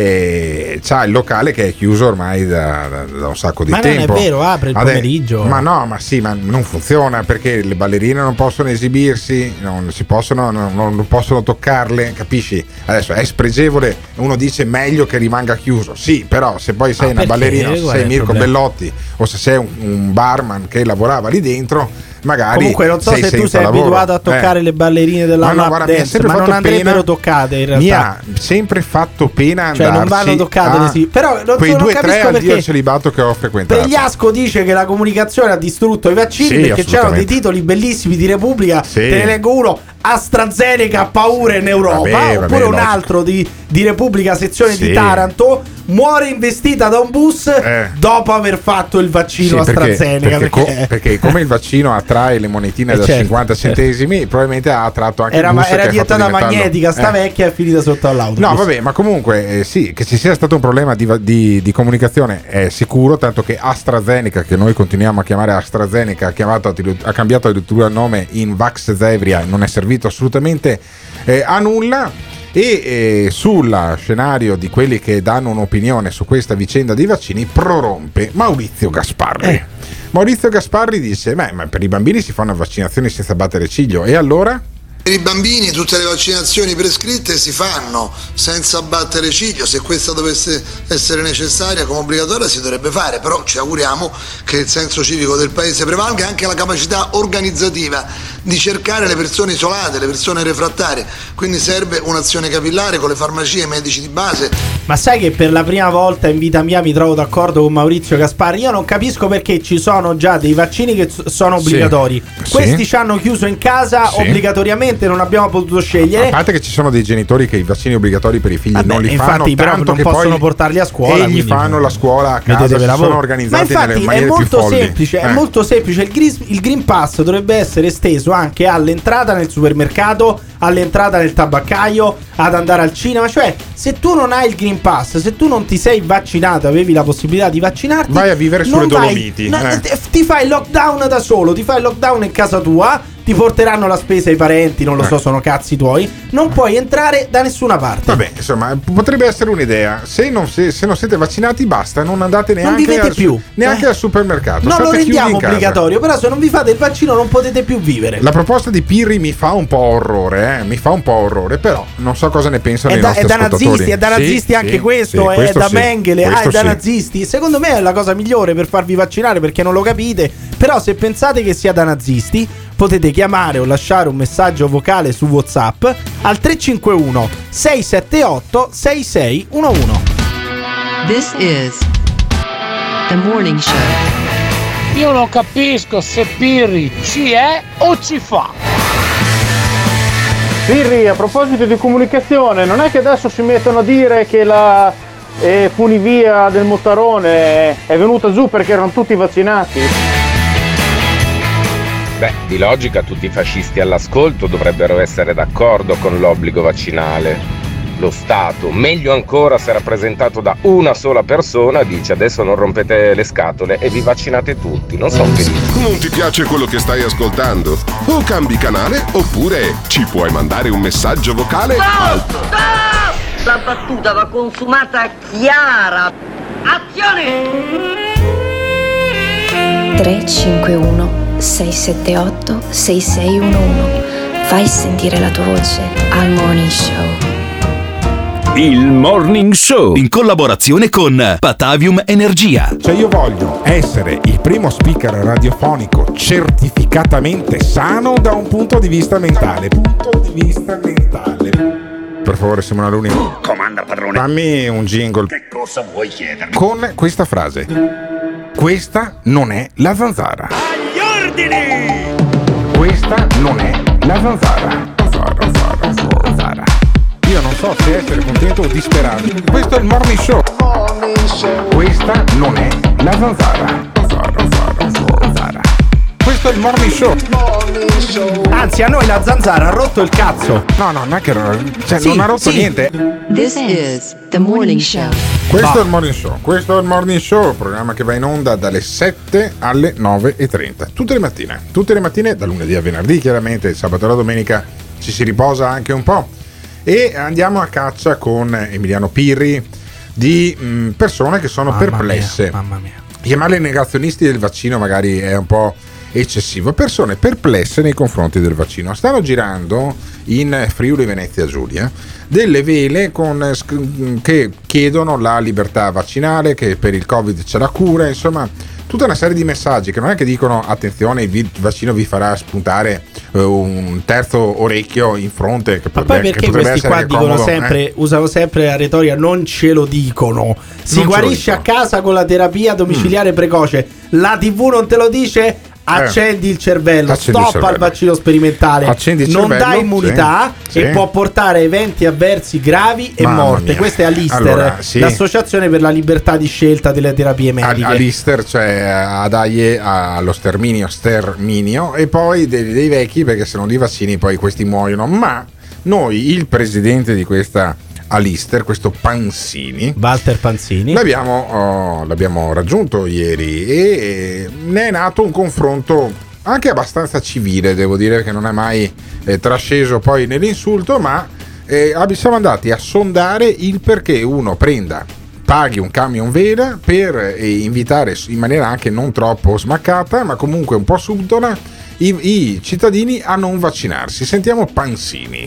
e c'ha il locale che è chiuso ormai da, da- da un sacco di Ma non è tempo. vero, apre il Ade- pomeriggio. Ma no, ma sì, ma non funziona perché le ballerine non possono esibirsi, non si possono, non, non possono toccarle, capisci? Adesso è spregevole, uno dice meglio che rimanga chiuso. Sì, però se poi sei Ah, una perché? ballerina, o se Qual è sei il Mirko problema? Bellotti o se sei un, un barman che lavorava lì dentro, magari Comunque non so sei se tu senza sei lavoro. abituato a toccare Eh. le ballerine della Ma no, lap guarda, mi ha dance, sempre ma non fatto andrebbero pena- toccate in Mi realtà. ha sempre fatto pena Cioè, andarci non vanno toccate a le sì. Però non- quei non due capisco tre addio perché- al celibato che ho frequentato. Pregliasco dice che la comunicazione ha distrutto i vaccini Sì, perché c'erano dei assolutamente. titoli bellissimi di Repubblica. Sì. Te ne leggo uno: AstraZeneca ha paura in Europa. Vabbè, vabbè, oppure un logico. altro di, di Repubblica, sezione Sì. di Taranto. muore investita da un bus Eh. dopo aver fatto il vaccino Sì, perché, AstraZeneca. perché, Perché, co- perché come il vaccino attrae le monetine Eh, da certo, cinquanta centesimi, probabilmente ha attratto anche era, il bus ma- era che ha fatto diventata diventarlo- magnetica sta Eh. vecchia e è finita sotto all'autobus. No, vabbè, ma comunque eh, sì, che ci sia stato un problema di, va- di- di comunicazione è sicuro, tanto che AstraZeneca, che noi continuiamo a chiamare AstraZeneca, ha, chiamato, ha cambiato addirittura il nome in Vax Zevria, non è servito assolutamente eh, a nulla. E eh, sul scenario di quelli che danno un'opinione su questa vicenda dei vaccini prorompe Maurizio Gasparri. Eh. Maurizio Gasparri dice: Beh, ma per i bambini si fanno vaccinazioni senza battere ciglio, e allora? Per i bambini tutte le vaccinazioni prescritte si fanno senza battere ciglio, se questa dovesse essere necessaria come obbligatoria si dovrebbe fare, però ci auguriamo che il senso civico del paese prevalga e anche la capacità organizzativa di cercare le persone isolate, le persone refrattarie, quindi serve un'azione capillare con le farmacie e i medici di base. Ma sai che per la prima volta in vita mia mi trovo d'accordo con Maurizio Gasparri? Io non capisco perché ci sono già dei vaccini che s- sono obbligatori. Sì. Questi Sì. ci hanno chiuso in casa Sì. obbligatoriamente, non abbiamo potuto scegliere. A parte che ci sono dei genitori che i vaccini obbligatori per i figli Vabbè, non li infatti, fanno, però tanto non che possono poi portarli a scuola, e gli quindi- fanno la scuola a casa, Vedetevi si lavoro. sono Ma organizzati nelle infatti è maniere più molto folli. semplice, è Eh. molto semplice. Il Green, il Green Pass dovrebbe essere esteso anche all'entrata nel supermercato, all'entrata nel tabaccaio, ad andare al cinema. Cioè, se tu non hai il Green Pass, se tu non ti sei vaccinato, avevi la possibilità di vaccinarti, Vai a vivere sulle non vai- Dolomiti, no, eh. t- ti fai il lockdown da solo, ti fai il lockdown in casa tua. Ti porteranno la spesa i parenti, non lo so, Eh. sono cazzi tuoi. Non puoi entrare da nessuna parte. Vabbè, insomma, potrebbe essere un'idea. Se non, se, se non siete vaccinati, basta, non andate neanche, vivete al, più. neanche Eh. al supermercato. Non State lo chiusi rendiamo in casa. obbligatorio, però se non vi fate il vaccino non potete più vivere. La proposta di Pirri mi fa un po' orrore, eh? mi fa un po' orrore, però non so cosa ne pensano È i da, nostri è da ascoltatori. nazisti, è da Sì, nazisti anche sì, questo, sì, è questo da sì, Mengele, ah, questo è da sì. nazisti. Secondo me è la cosa migliore per farvi vaccinare perché non lo capite. Però se pensate che sia da nazisti, potete chiamare o lasciare un messaggio vocale su WhatsApp al tre cinque uno sei sette otto sei sei uno uno. This is The Morning Show. Io non capisco se Pirri ci è o ci fa. Pirri, a proposito di comunicazione, non è che adesso si mettono a dire che la eh, funivia del Mottarone è venuta giù perché erano tutti vaccinati? Beh, di logica tutti i fascisti all'ascolto dovrebbero essere d'accordo con l'obbligo vaccinale. Lo Stato, meglio ancora se rappresentato da una sola persona, dice adesso non rompete le scatole e vi vaccinate tutti. Non sono felice. Non ti piace quello che stai ascoltando? O cambi canale oppure ci puoi mandare un messaggio vocale al La battuta va consumata chiara. Azione! tre cinque uno sei sette otto sei sei uno uno. Fai sentire la tua voce al Morning Show. Il Morning Show in collaborazione con Patavium Energia. Cioè io voglio essere il primo speaker radiofonico certificatamente sano da un punto di vista mentale. Punto di vista mentale. Per favore, Simona Luni. Comanda, padrone. Fammi un jingle. Che cosa vuoi chiedermi? Con questa frase. Questa non è la zanzara. Agli ordini! Questa non è la zanzara. Zanzara, zanzara, zanzara. Io non so se essere contento o disperato. Questo è il Morning Show. Questa non è la zanzara. Zanzara, zanzara, zanzara. Questo è il Morning Show. Anzi, a noi la zanzara ha rotto il cazzo. No, no, non è che cioè, Sì, non ha rotto sì. niente. This is The Morning Show. Questo Bah. è il Morning Show. Questo è il Morning Show, il programma che va in onda dalle sette alle nove e trenta. Tutte le mattine. Tutte le mattine, da lunedì a venerdì, chiaramente, il sabato e la domenica ci si riposa anche un po'. E andiamo a caccia con Emiliano Pirri di mh, persone che sono Mamma perplesse. mia, mamma mia. Chiamarli negazionisti del vaccino magari è un po' eccessivo. Persone perplesse nei confronti del vaccino. Stanno girando in Friuli Venezia Giulia delle vele con, che chiedono la libertà vaccinale, che per il Covid c'è la cura, insomma tutta una serie di messaggi che non è che dicono attenzione il vaccino vi farà spuntare uh, un terzo orecchio in fronte, che Ma potrebbe, poi che perché potrebbe questi essere qua dicono comodo, sempre, eh? usano sempre la retorica, non ce lo dicono. Si Non ce lo guarisce a casa con la terapia domiciliare Mm. precoce. La tivù non te lo dice? accendi il cervello, Accendi il stop cervello. al vaccino sperimentale, Accendi il non cervello, dà immunità sì, e sì. può portare a eventi avversi gravi e Mamma morte. mia. Questa è Alister, Allora, sì. l'associazione per la libertà di scelta delle terapie mediche. Alister, cioè adaglie allo sterminio, sterminio, e poi dei, dei vecchi, perché se non di vaccini poi questi muoiono. Ma noi, il presidente di questa Alister, questo Panzini, Walter Panzini, l'abbiamo, oh, l'abbiamo raggiunto ieri e ne è nato un confronto anche abbastanza civile, devo dire, che non è mai eh, trasceso poi nell'insulto, ma eh, siamo andati a sondare il perché uno prenda, paghi un camion vela per eh, invitare in maniera anche non troppo smaccata, ma comunque un po' subdona, i, i cittadini a non vaccinarsi. Sentiamo Panzini.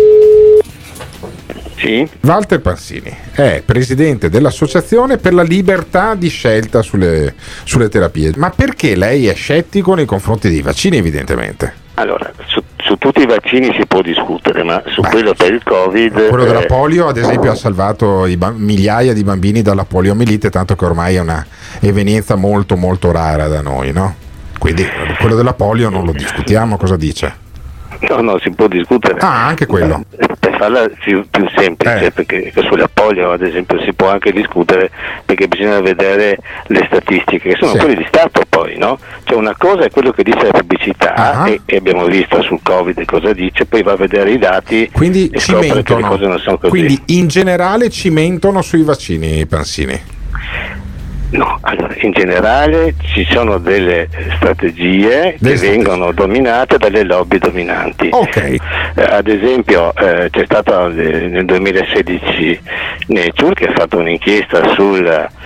Sì. Walter Panzini è presidente dell'Associazione per la libertà di scelta sulle, sulle terapie. Ma perché lei è scettico nei confronti dei vaccini, evidentemente? Allora, su, su tutti i vaccini si può discutere, ma su Beh, quello per il Covid... Quello della eh, polio, ad esempio, ha salvato i ba- migliaia di bambini dalla poliomielite, tanto che ormai è una evenienza molto molto rara da noi, no? Quindi quello della polio non lo discutiamo, cosa dice? No, no, si può discutere. Ah, anche quello. Per farla più, più semplice, eh. perché sulla polio ad esempio si può anche discutere, perché bisogna vedere le statistiche, che sono Sì. quelle di Stato poi, no? Cioè una cosa è quello che dice la pubblicità, Ah. e, e abbiamo visto sul Covid cosa dice, poi va a vedere i dati Quindi e ci scopre che le mentono. cose non sono così. Quindi in generale ci mentono sui vaccini, Panzini. No, allora in generale ci sono delle strategie Delle che strategie. vengono dominate dalle lobby dominanti. Ok. Eh, ad esempio eh, c'è stata eh, nel duemilasedici Nature che ha fatto un'inchiesta sul,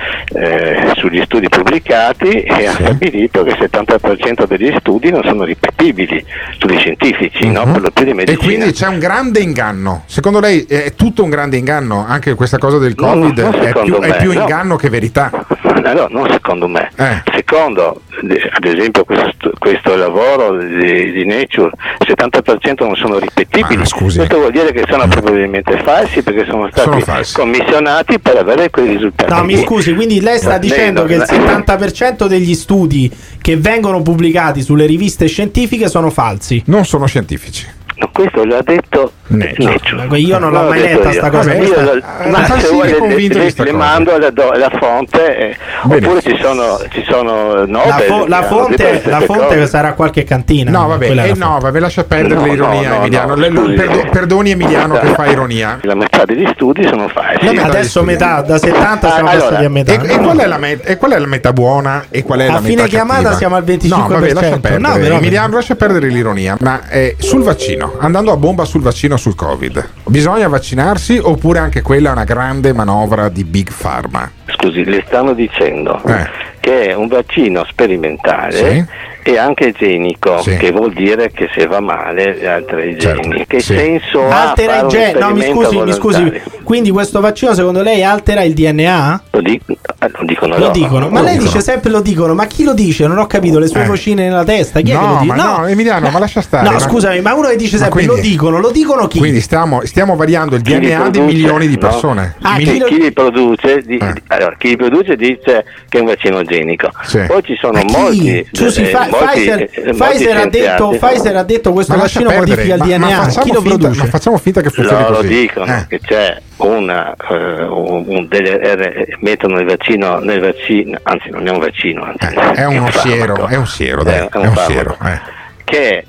eh, sugli studi pubblicati e ha stabilito che il settanta per cento degli studi non sono ripetibili, studi scientifici, no? Per lo più di E medicina. quindi c'è un grande inganno. Secondo lei è tutto un grande inganno? Anche questa cosa del No, no, Covid non è secondo più, è me, più no. inganno che verità? No, non secondo me. Eh. Secondo, de- ad esempio, questo, questo lavoro di, di Nature, il settanta per cento non sono ripetibili. Ma scusi. Questo vuol dire che sono probabilmente falsi, perché sono stati Sono falsi. commissionati per avere quei risultati. No, mi scusi, quindi lei sta Va dicendo bene, che il no, no. settanta per cento degli studi che vengono pubblicati sulle riviste scientifiche sono falsi. Non sono scientifici. No, questo l'ha detto Nature. Nature. Io non l'ho mai detto letta io. sta cosa. Vabbè, Questa- io lo- eh, ma Panzini se vuole è le, convinto di le, sta le cosa. mando la, do- la fonte, eh, oppure ci sono, ci sono Nobel. La, fo- che la hanno fonte, detto la queste fonte cose. sarà qualche cantina. No, vabbè, Quella è eh, la no, fonte. vabbè, lascia perdere No, l'ironia, no, no, Emiliano. no, Le- scusi. perdo- perdoni Emiliano che fa ironia. La metà degli studi sono falsi. La metà degli Adesso studi. metà, da settanta siamo Ah, allora, passati a metà. E, e qual è la met- e qual è la metà buona e qual è A la fine metà chiamata cattiva? siamo al venticinque No, per vabbè, cento. lascia perdere. No, però- Emiliano, lascia perdere l'ironia. Ma eh, sul vaccino, andando a bomba sul vaccino sul Covid, bisogna vaccinarsi oppure anche quella è una grande manovra di Big Pharma? Scusi, le stanno dicendo Eh. che è un vaccino sperimentale Sì. e anche genico, Sì. che vuol dire che se va male altera i Certo, geni. Che sì. senso ha Altera fare il un gen- no, mi esperimento scusi, mi scusi. volontario? Quindi questo vaccino secondo lei altera il D N A? Lo, dic- eh, lo dicono Lo loro. dicono, ma Lo lei dicono. dice sempre lo dicono, ma chi lo dice? Non ho capito, le sue Eh. vocine nella testa. Chi è che No, lo dice? ma no, Emiliano, ma lascia stare. No, Ma- scusami, ma uno che dice Ma sempre quindi- lo dicono, lo dicono chi? Quindi stiamo, stiamo variando il Chi li D N A di produce, milioni di no? persone. Ah, Mili- chi lo- Chi li produce, di- Eh. di- allora, chi li produce dice che è un vaccino genico. Sì. Poi ci sono Ma chi? molti, Scusi, eh, Fa- molti, Pfizer, eh, molti Pfizer ha detto, scienziati- Pfizer ha detto questo Ma lascia vaccino perdere, modifica il ma- D N ma A. facciamo Chi lo finta- produce? ma facciamo finta che funzioni Loro così. dicono Eh. che c'è una eh, un, un delle, eh, mettono il vaccino nel vaccino, anzi non è un vaccino, anzi, Eh, è uno farmaco. siero, è un siero, dai, Eh, è un farmaco, siero. eh. che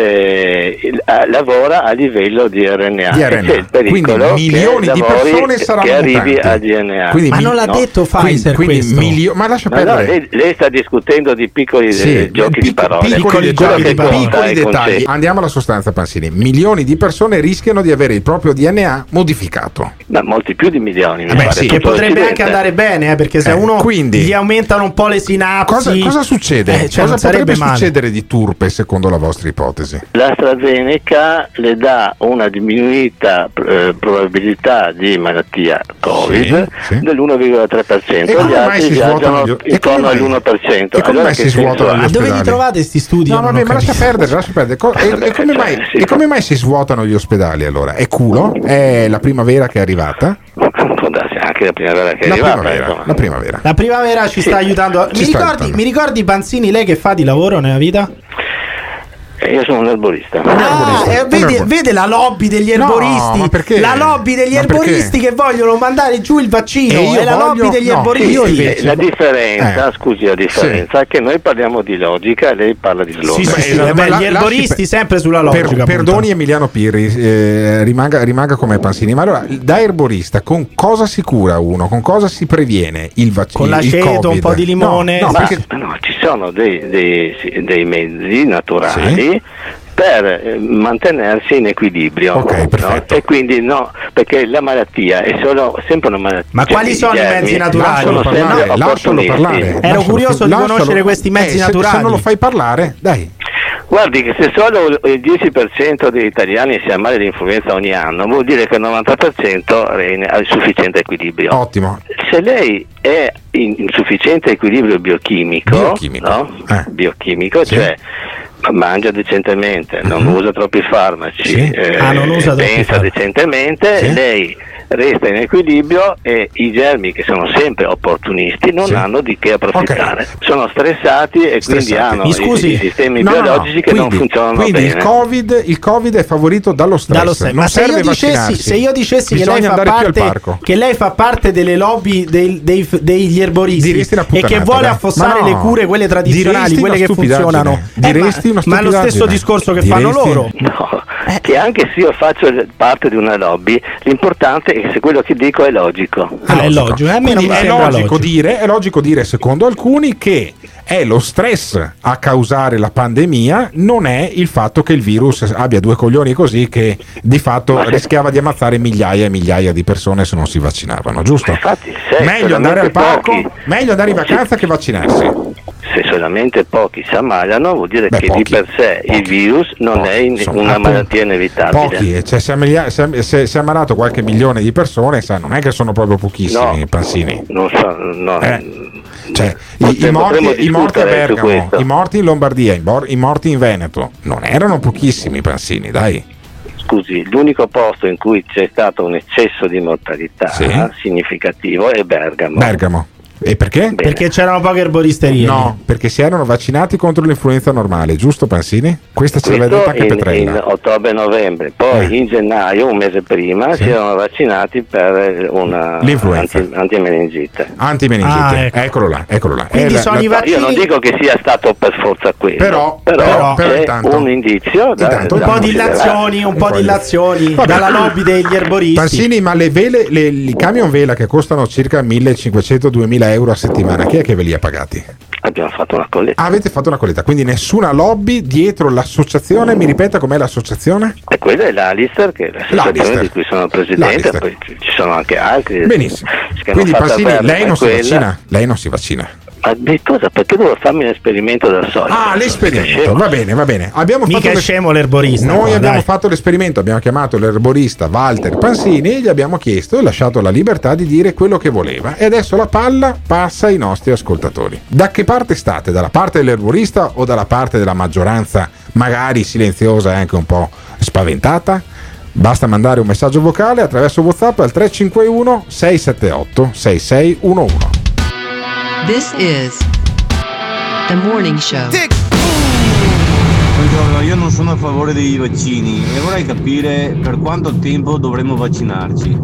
le- il- eh, lavora a livello di R N A, Di e R N A. c'è il pericolo Quindi milioni che di lavori- persone saranno che arrivi mutanti. al D N A. Quindi Ma mi- non l'ha no. detto Pfizer quindi questo. milio- ma lascia No, no, perdere. lei, lei sta discutendo di piccoli Sì, eh, giochi pic- di parole. piccoli Piccoli dettagli, giochi di parole. piccoli Dai, dettagli. concetti. Andiamo alla sostanza, Panzini. Milioni di persone rischiano di avere il proprio D N A modificato. Ma molti più di milioni. mi Eh beh, pare, sì. Che tutto potrebbe l'Occidente. anche andare bene, eh, perché se Eh, uno quindi- gli aumentano un po' le sinapsi. Cosa, cosa succede? Eh, cioè, cosa non sarebbe potrebbe male. succedere di turpe secondo la vostra ipotesi? ipotesi. L'AstraZeneca le dà una diminuita eh, probabilità di malattia Covid Sì, sì. dell'uno virgola tre per cento, E gli come mai altri si svuotano viaggiano gli- e come intorno mai- all'uno per cento. e come mai si svuotano gli Ma dove li ospedali? trovate sti studi? No, Io no, non ho ma lascia capito. perdere, lascia perdere. Co- e, e come mai, sì. e come mai si svuotano gli ospedali allora? È culo? È la primavera che è arrivata? Può darsi anche la primavera che è La arrivata. primavera, insomma. la primavera. La primavera ci sta aiutando. Ci Mi sta ricordi, aiutando. mi ricordi Panzini, lei che fa di lavoro nella vita? E io sono un erborista. Ah, eh, vede, erborista. vede la lobby degli No, erboristi, ma perché? la lobby degli Ma perché? erboristi che vogliono mandare giù il vaccino, E io è la voglio- lobby degli no, erboristi. io Sì, invece- la differenza, Eh. scusi, la differenza è che noi parliamo di logica e lei parla di slogan. Sì, sì, sì, esatto, eh, ma beh, la- gli lasci erboristi per- sempre sulla Per- logica. perdoni puntano. Emiliano Pirri, eh, rimanga, rimanga come Panzini. Ma allora, da erborista, con cosa si cura uno? Con cosa si previene il vaccino? Con l'aceto, un po' di limone. No, no, Ma, perché no, ci sono dei, dei- sì, dei mezzi naturali per eh, mantenersi in equilibrio. Ok, no? perfetto. E quindi no, perché la malattia è solo sempre una malattia. Ma quali i sono i germi mezzi naturali? sono lascialo sempre parlare, lascialo opportunisti. parlare. Ero Lascialo- curioso di lascialo- conoscere questi mezzi eh, se- naturali. Se non lo fai parlare, dai. Guardi che se solo il dieci per cento degli italiani si ammala di influenza ogni anno, vuol dire che il novanta per cento è in ha il sufficiente equilibrio. Ottimo. Se lei è in insufficiente equilibrio biochimico, Biochimico. no? Eh. Biochimico, Sì. cioè mangia decentemente, non Mhm. usa troppi farmaci, Sì. eh, Ah, non usa troppi pensa farmaci. decentemente, Sì. lei resta in equilibrio e i germi, che sono sempre opportunisti, non Sì. hanno di che approfittare. Sono stressati e quindi Stressati. hanno Mi i- scusi? i, sistemi No, no, no. biologici che Quindi- non funzionano quindi bene. il COVID, il COVID è favorito dallo stress. Dallo stress. Non Ma se serve io, dicessi, vaccinarsi. se io dicessi che Bisogna lei, fa andare più al parte, parco. che lei fa parte delle lobby dei- dei- degli erboristi Diresti una e che puttanata, vuole dai. affossare Ma no. le cure, quelle tradizionali, Diresti quelle una che stupidaggine. funzionano. Diresti Eh, una ma, ma è lo stesso stupidaggine. discorso che Diresti- fanno loro. No, che anche se io faccio parte di una lobby, l'importante è che se quello che dico è logico. Ah, è logico. A me non Quindi mi è sembra logico, logico. dire, è logico dire, secondo alcuni, che è lo stress a causare la pandemia, non è il fatto che il virus abbia due coglioni così che di fatto Ma se- rischiava di ammazzare migliaia e migliaia di persone se non si vaccinavano, giusto? Infatti, se Meglio andare al solamente parco, pochi- meglio andare in Sì. vacanza che vaccinarsi. Se solamente pochi si ammalano, vuol dire Beh, che pochi, di per sé pochi, il virus non pochi, è in- insomma, una appunto, malattia inevitabile. Pochi, cioè si è, ammaglia- si è- si è- si è ammalato qualche milione di persone, sa, non è che sono proprio pochissimi, No. Pansini. Non so, no. Eh. Cioè, i, i Potremmo- morti, potremmo i morti a discutere su Bergamo, questo. i morti in Lombardia, i, mor- i morti in Veneto non erano pochissimi, Pansini, dai. Scusi, l'unico posto in cui c'è stato un eccesso di mortalità Sì. significativo è Bergamo. Bergamo. E perché? Bene. Perché c'erano poche erboristerie. No, perché si erano vaccinati contro l'influenza normale, giusto Pansini? Questa ce l'aveva Questo detta anche in, in Petrella. ottobre-novembre, poi Eh. in gennaio, un mese prima, Sì. si erano vaccinati per una L'influenza. anti- antimeningite. Antimeningite, Ah, ecco. eccolo là, eccolo là. Quindi È la- sono la- i vaccini. Io non dico che sia stato per forza quello, Però- però, però- c'è però intanto- un indizio da, intanto- Un da po' di considerare. illazioni, un po' di illazioni Vabbè. dalla lobby degli erboristi. Pansini, ma le vele, le, i camion vela che costano circa millecinquecento-duemila euro a settimana, chi è che ve li ha pagati? Abbiamo fatto una colletta. Ah, avete fatto una colletta, quindi nessuna lobby dietro l'associazione. Mi ripeta com'è l'associazione? E quella è l'Alistair, che è l'associazione L'Alistair. di cui sono presidente, L'Alistair. poi ci ci sono anche altri. Benissimo. che hanno Quindi fatto Pansini, aperta lei non si quella. vaccina? Lei non si vaccina. Ma di cosa? Perché devo farmi un esperimento da solo? Ah, l'esperimento, va bene, va bene. Abbiamo Mica fatto è l'es- scemo l'erborista. Noi no, abbiamo dai. fatto l'esperimento, abbiamo chiamato l'erborista Walter Pansini e gli abbiamo chiesto e lasciato la libertà di dire quello che voleva. E adesso la palla passa ai nostri ascoltatori. Da che parte state? Dalla parte dell'erborista o dalla parte della maggioranza, magari silenziosa e anche un po' spaventata? Basta mandare un messaggio vocale attraverso WhatsApp al tre cinque uno sei sette otto sei sei uno uno. This is The Morning Show. Buongiorno, io non sono a favore dei vaccini e vorrei capire per quanto tempo dovremo vaccinarci.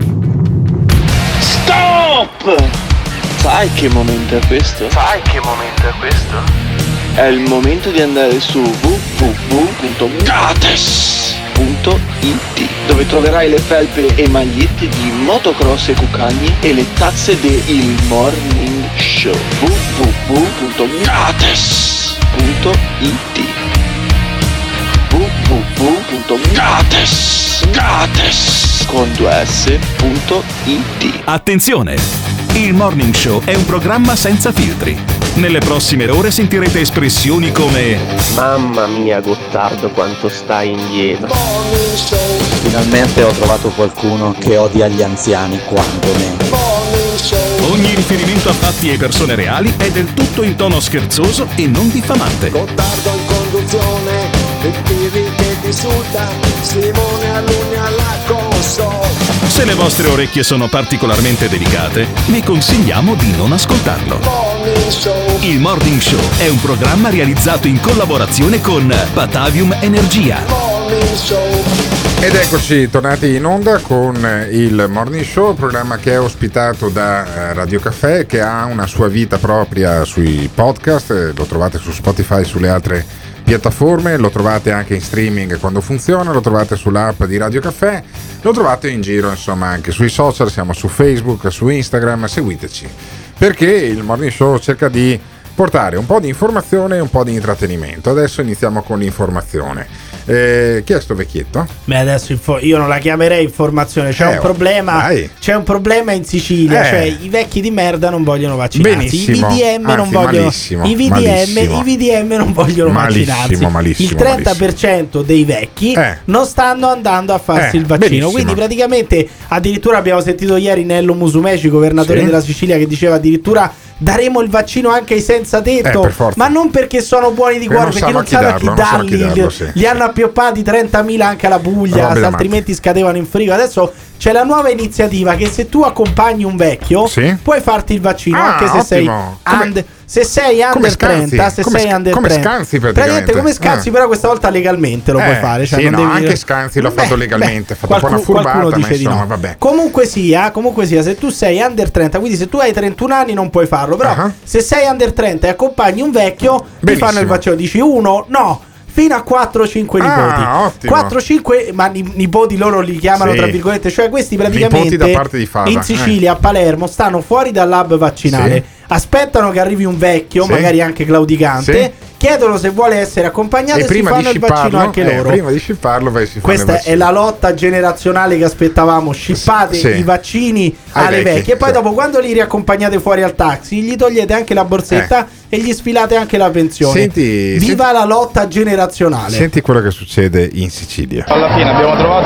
Stop! Sai che momento è questo? Sai che momento è questo? È il momento di andare su w w w punto gates punto i t, dove troverai le felpe e magliette di motocross e cucagni e le tazze del Morning Show. w w w punto gates punto i t w w w punto gates sconto s punto it. Attenzione! Il Morning Show è un programma senza filtri. Nelle prossime ore sentirete espressioni come: mamma mia Gottardo quanto stai indietro. Finalmente ho trovato qualcuno che odia gli anziani quanto me. Ogni riferimento a fatti e persone reali è del tutto in tono scherzoso e non diffamante. Gottardo in conduzione, il T V che ti insulta, Simone Alunni alla console. Se le vostre orecchie sono particolarmente delicate, vi consigliamo di non ascoltarlo. Il Morning Show è un programma realizzato in collaborazione con Batavium Energia. Ed eccoci tornati in onda con il Morning Show, il programma che è ospitato da Radio Caffè, che ha una sua vita propria sui podcast, lo trovate su Spotify e sulle altre piattaforme, lo trovate anche in streaming quando funziona, lo trovate sull'app di Radio Caffè, lo trovate in giro insomma anche sui social, siamo su Facebook, su Instagram, seguiteci, perché il Morning Show cerca di portare un po' di informazione e un po' di intrattenimento. Adesso iniziamo con l'informazione. Eh, chi è sto vecchietto? Beh, adesso info- io non la chiamerei informazione. C'è Eh, un problema. vai. C'è un problema in Sicilia. Eh. Cioè, i vecchi di merda non vogliono vaccinarsi. Benissimo. I V D M non Anzi, vogliono. malissimo, I V D M, malissimo. i V D M non vogliono Malissimo, vaccinarsi. malissimo, Il trenta per cento dei vecchi Eh. non stanno andando a farsi Eh, il vaccino. benissimo. Quindi, praticamente, addirittura abbiamo sentito ieri Nello Musumeci, governatore Sì. della Sicilia, che diceva addirittura: daremo il vaccino anche ai senza tetto, Eh, per forza. ma non perché sono buoni di Perché cuore, non perché sanno non sanno a chi non sanno a chi darli. darlo, Li, sì, li sì. hanno appioppati trentamila anche alla Puglia, Robe da altrimenti scadevano in frigo. Adesso c'è la nuova iniziativa che se tu accompagni un vecchio Sì. puoi farti il vaccino, Ah, anche se sei ottimo. Come- under, se sei come under Scanzi, trenta, se come sei sc- under come trenta. Scanzi praticamente. come Scanzi, Eh. però questa volta legalmente lo Eh, puoi fare, cioè sì, non no, devi- anche Scanzi l'ha fatto legalmente, ha fatto un po' una qualcuno- furbata, qualcuno ma dice di insomma, no. vabbè. Comunque sia, comunque sia, se tu sei under trenta, quindi se tu hai trentuno anni non puoi farlo, però Ah. se sei under trenta e accompagni un vecchio, ti Benissimo. fanno il vaccino. Dici uno, no, fino a quattro cinque Ah, nipoti. ottimo. quattro cinque, ma ni- nipoti loro li chiamano Sì. tra virgolette, cioè questi Nipoti praticamente da parte di Fava, in Sicilia, a Palermo, stanno fuori dall'hub vaccinale, Sì. aspettano che arrivi un vecchio, Sì. magari anche claudicante, Sì. chiedono se vuole essere accompagnato E e, si prima di fanno il vaccino scipparlo, anche eh, loro. prima di scipparlo vai si fanno Questa il è vaccino. la lotta generazionale che aspettavamo. Scippate Sì. i vaccini Ai alle vecchi, vecchie e poi sì. dopo, quando li riaccompagnate fuori al taxi, gli togliete anche la borsetta e gli sfilate anche la pensione. Senti- Viva la lotta generazionale. Senti quello che succede in Sicilia. Alla fine abbiamo trovato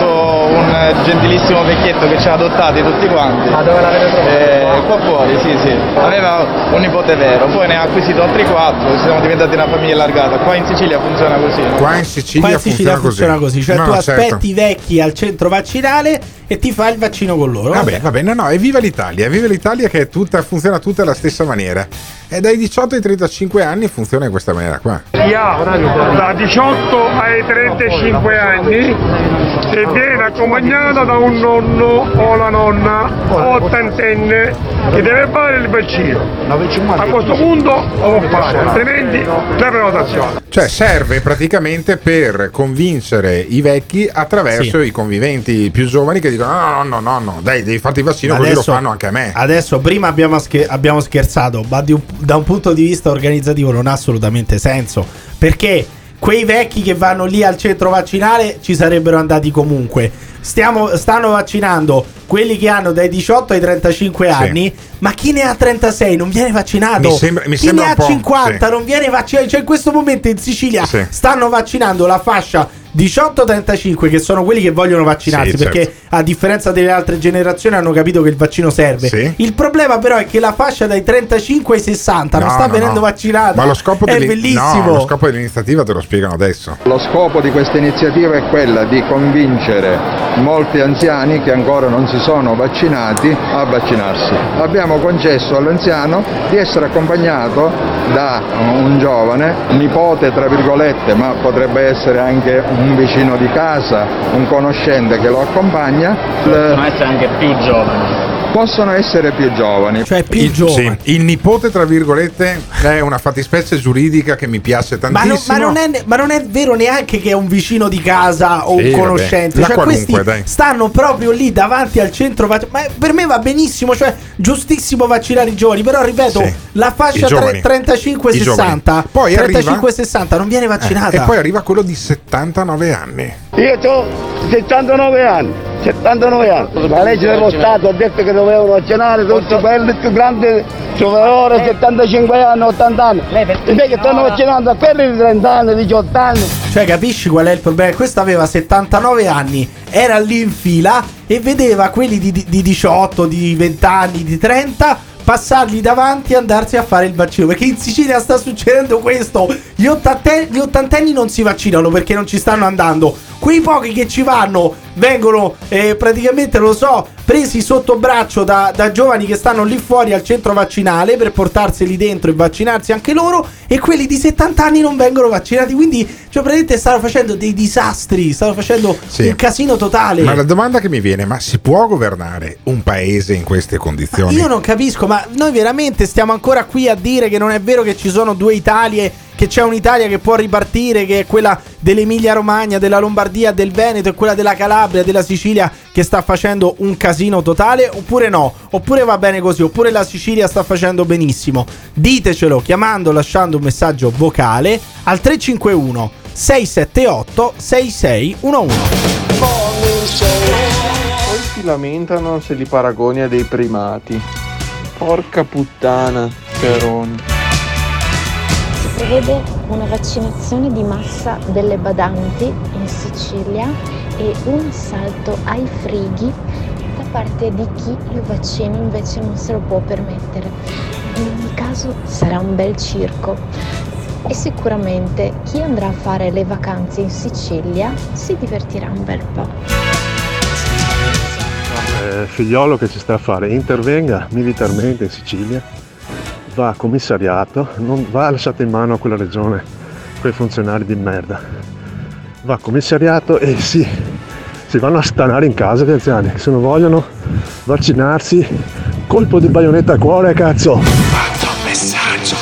un gentilissimo vecchietto che ci ha adottati tutti quanti. Ma dove l'avete trovato? Qua fuori, sì, sì. Aveva un nipote vero, poi ne ha acquisito altri quattro, siamo diventati una famiglia allargata. Qua in Sicilia funziona così. Qua in Sicilia, Qua in Sicilia funziona così, cioè No, tu no, aspetti certo. i vecchi al centro vaccinale e ti fai il vaccino con loro. Vabbè, vabbè, no, no, e viva l'Italia, viva l'Italia che è tutta, funziona tutta alla stessa maniera. E dai diciotto ai trentacinque anni funziona in questa maniera qua. Chi ha da diciotto ai trentacinque anni, se viene accompagnata da un nonno o la nonna ottantenne che deve fare il vaccino, a questo punto lo può fare, altrimenti la prenotazione. Cioè serve praticamente per convincere i vecchi attraverso Sì. i conviventi più giovani che dicono no, no, no, no, no, dai, devi farti il vaccino, così lo fanno anche a me. Adesso, prima abbiamo, scher- abbiamo scherzato, ma di un- da un punto di vista organizzativo non ha assolutamente senso. Perché quei vecchi che vanno lì al centro vaccinale ci sarebbero andati comunque. Stiamo, stanno vaccinando quelli che hanno dai diciotto ai trentacinque anni, ma chi ne ha trentasei non viene vaccinato. Mi sembra- mi chi sembra ne un ha po', cinquanta sì. non viene vaccinato. Cioè, in questo momento in Sicilia Sì. stanno vaccinando la fascia diciotto trentacinque, che sono quelli che vogliono vaccinarsi, Sì, perché certo. a differenza delle altre generazioni hanno capito che il vaccino serve. Sì. Il problema però è che la fascia dai trentacinque ai sessanta non No, sta no, venendo no. vaccinata. Ma lo scopo, è dell'in- bellissimo. no, lo scopo dell'iniziativa te lo spiegano adesso. Lo scopo di questa iniziativa è quella di convincere molti anziani che ancora non si sono vaccinati a vaccinarsi. Abbiamo concesso all'anziano di essere accompagnato da un giovane, nipote tra virgolette, ma potrebbe essere anche un vicino di casa, un conoscente che lo accompagna. Possono essere anche più giovani. Possono essere più giovani. Cioè più Il, giovani. sì, il nipote, tra virgolette, è una fattispecie giuridica che mi piace Ma, no- tantissimo. ma non è, ma non è vero neanche che è un vicino di casa o Sì, un vabbè. conoscente. La Cioè, qualunque, questi dai. stanno proprio lì davanti al centro vac- ma per me va benissimo, cioè giustissimo vaccinare i giovani. Però ripeto, Sì. la fascia I giovani. trentacinque I giovani. sessanta Poi arriva- trentacinque sessanta non viene vaccinata. Eh, e poi arriva quello di settantanove anni. Io ho settantanove anni, settantanove anni. La legge dello Stato ha detto che dovevano vaccinare tutti quelli più grandi, superiore settantacinque anni, ottanta anni. Invece stanno vaccinando a quelli di trenta anni, diciotto anni. Cioè, capisci qual è il problema? Questo aveva settantanove anni, era lì in fila e vedeva quelli di, di diciotto, di venti anni, di trenta passargli davanti e andarsi a fare il vaccino. Perché in Sicilia sta succedendo questo. Gli, ottante- gli ottantenni non si vaccinano perché non ci stanno andando. Quei pochi che ci vanno vengono eh, praticamente, lo so, presi sotto braccio da, da giovani che stanno lì fuori al centro vaccinale per portarseli dentro e vaccinarsi anche loro. E quelli di settanta anni non vengono vaccinati. Quindi, cioè, praticamente stanno facendo dei disastri, stanno facendo sì. un casino totale. Ma la domanda che mi viene: ma si può governare un paese in queste condizioni? Ma io non capisco, ma noi veramente stiamo ancora qui a dire che non è vero che ci sono due Italie, che c'è un'Italia che può ripartire, che è quella dell'Emilia Romagna, della Lombardia, del Veneto, e quella della Calabria, della Sicilia, che sta facendo un casino totale? Oppure no? Oppure va bene così? Oppure la Sicilia sta facendo benissimo? Ditecelo chiamando, lasciando un messaggio vocale al tre cinque uno sei sette otto sei sei uno uno. Poi si lamentano se li paragoni a dei primati. Porca puttana, Peroni. Si prevede una vaccinazione di massa delle badanti in Sicilia e un assalto ai frighi da parte di chi il vaccino invece non se lo può permettere. In ogni caso sarà un bel circo e sicuramente chi andrà a fare le vacanze in Sicilia si divertirà un bel po'. Eh, figliolo che ci sta a fare, intervenga militarmente in Sicilia, va commissariato, non va lasciato in mano a quella regione, quei funzionari di merda, va commissariato e si, si vanno a stanare in casa gli anziani, se non vogliono vaccinarsi, colpo di baionetta al cuore, cazzo! Mando un messaggio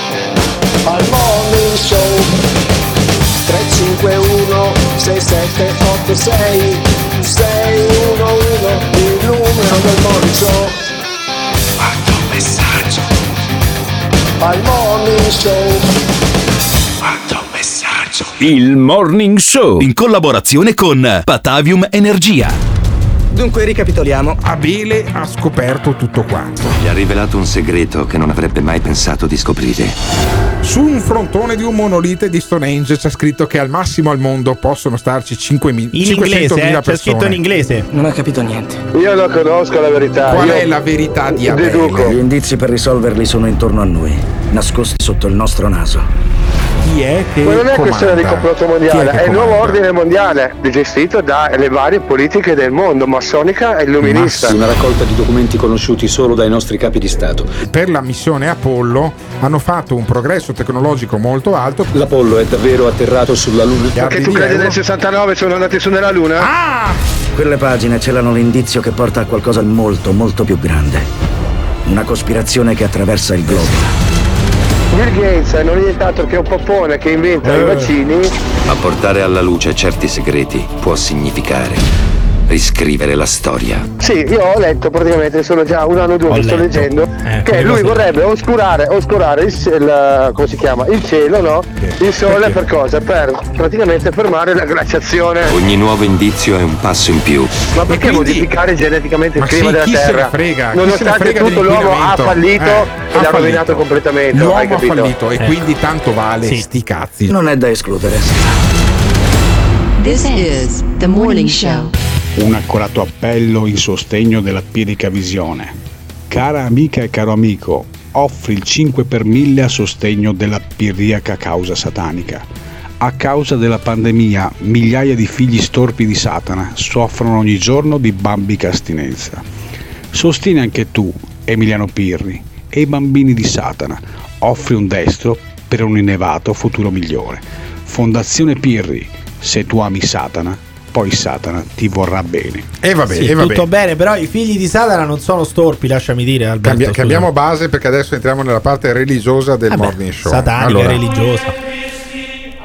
al Morning Show tre cinque uno sei sette otto sei sei uno uno, il numero del Morning Show. Mando un messaggio al Morning Show. Mando un messaggio. Il Morning Show in collaborazione con Patavium Energia. Dunque ricapitoliamo. Abele ha scoperto tutto quanto. Gli ha rivelato un segreto che non avrebbe mai pensato di scoprire. Su un frontone di un monolite di Stonehenge c'è scritto che al massimo al mondo possono starci cinquemila in inglese, eh? C'è scritto in inglese. Non ho capito niente. Io non conosco la verità. Qual Io è la verità di Abele? deduco. Gli indizi per risolverli sono intorno a noi, nascosti sotto il nostro naso. Chi è che Ma non è comanda? questione di complotto mondiale, Chi è, è, il nuovo ordine mondiale gestito dalle varie politiche del mondo, massonica e illuminista. Una raccolta di documenti conosciuti solo dai nostri capi di Stato. Per la missione Apollo hanno fatto un progresso tecnologico molto alto. L'Apollo è davvero atterrato sulla Luna? Perché tu credi nel sessantanove sono andati su nella Luna? Ah! Quelle pagine celano l'indizio che porta a qualcosa di molto, molto più grande. Una cospirazione che attraversa il globo. Bill Gates non è nient'altro che un poppone che inventa eh. i vaccini. Ma portare alla luce certi segreti può significare riscrivere la storia. Sì, io ho letto praticamente, sono già un anno o due Ho che sto letto. leggendo, Eh, che come lui cosa? vorrebbe oscurare, oscurare il, il, come si chiama, il cielo, no? Il sole per cosa? Per praticamente fermare la glaciazione. Ogni nuovo indizio è un passo in più. Ma perché modificare geneticamente il Ma clima sì, della chi se ne Terra? frega? Chi se ne Nonostante frega tutto l'uomo ha dell'inquinamento? fallito Eh, e ha l'ha rovinato fallito. completamente. hai L'uomo ha capito? fallito e quindi tanto vale Sì. sti cazzi. Non è da escludere. This is The Morning Show. Un accorato appello in sostegno della pirica visione. Cara amica e caro amico, offri il cinque per mille a sostegno della pirriaca causa satanica. A causa della pandemia, migliaia di figli storpi di Satana soffrono ogni giorno di bambica astinenza. Sostieni anche tu, Emiliano Pirri, e i bambini di Satana. Offri un destro per un innevato futuro migliore. Fondazione Pirri, se tu ami Satana, poi Satana ti vorrà bene. E vabbè, Sì, e vabbè. tutto bene, però i figli di Satana non sono storpi, lasciami dire, Alberto. Cambia- scusa. cambiamo base perché adesso entriamo nella parte religiosa del Vabbè, morning show. satanica, Allora, religiosa.